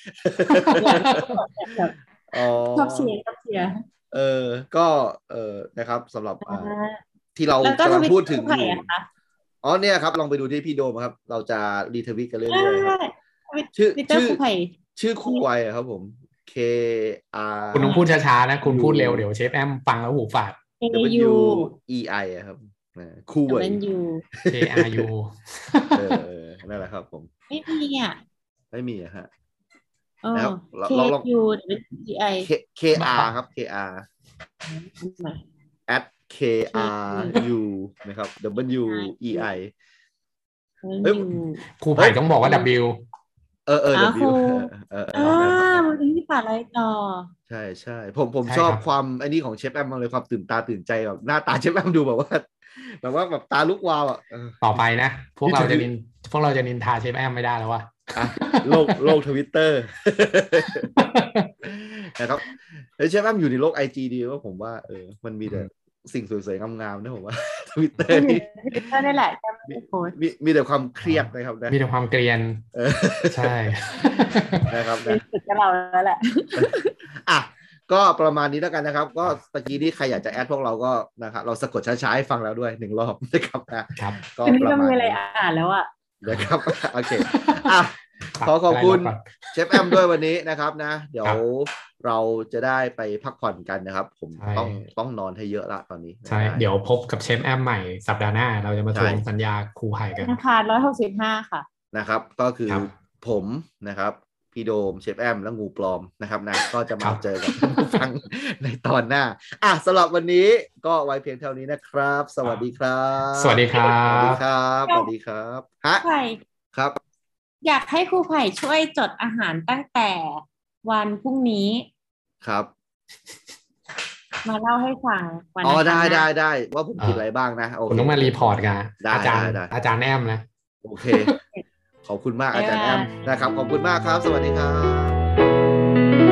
ชอบเชียร์ก็นะครับสำหรับที่เรากำลังพูดถึงเนี่ยครับลองไปดูที่พี่โดมครับเราจะรีทวิตกันเรื่อยๆครับชื่อคู่ไวครับผม KR คุณต้องพูดช้าๆนะคุณพูดเร็วเดี๋ยวเชฟแอมฟังแล้วหูฝาด WEI ครับคู่ไว KRU นั่นแหละครับผมไม่มีไม่มีฮะแล้วเราลอง KR ครับ KR @KRU นะครับ WEI ครูไผ่ต้องบอกว่า W W วันนี้ที่ผ่านอะไรต่อใช่ผมชอบความอันนี้ของเชฟแอมมากเลยความตื่นตาตื่นใจแบบหน้าตาเชฟแอมดูแบบว่าแบบตาลุกวาวต่อไปนะพวกเราจะนินทาเชฟแอมไม่ได้แล้วว่ะโลก Twitter นะครับเชฟแอมอยู่ในโลก IG ดีว่าผมว่ามันมีแต่สิ่งสวยๆงามๆนะผมว่า Twitter นี่แหละมีแต่ความเครียดนะครับนะมีแต่ความเกรียนใช่นะครับสุดกับเราแล้วแหละก็ประมาณนี้แล้วกันนะครับก็ตะกี้นี้ใครอยากจะแอดพวกเราก็นะครับเราสะกดช้าๆให้ฟังแล้วด้วย1รอบนะครับนะครับก็ประมาณนี้อ่านแล้วนะครับโอเคขอบคุณเชฟแอมด้วยวันนี้นะครับนะเดี๋ยวเราจะได้ไปพักผ่อนกันนะครับผมต้องนอนให้เยอะละตอนนี้ใช่เดี๋ยวพบกับเชฟแอมใหม่สัปดาห์หน้าเราจะมาทวงสัญญาครูไผ่กันค่ะ165ค่ะนะครับก็คือผมนะครับพี่โดมเชฟแอมและงูปลอมนะครับนะก็จะมาเจอกับท่านผู้ฟังในตอนหน้าสำหรับวันนี้ก็ไว้เพียงเท่านี้นะครับสวัสดีครับสวัสดีครับสวัสดีครับฮะครับอยากให้ครูไผ่ช่วยจดอาหารตั้งแต่วันพรุ่งนี้ครับมาเล่าให้ฟังวันได้ว่าผมกินอะไรบ้างนะคุณต้องมารีพอร์ตกันอาจารย์แอมนะโอเคขอบคุณมากอาจารย์แอมนะครับขอบคุณมากครับสวัสดีครับ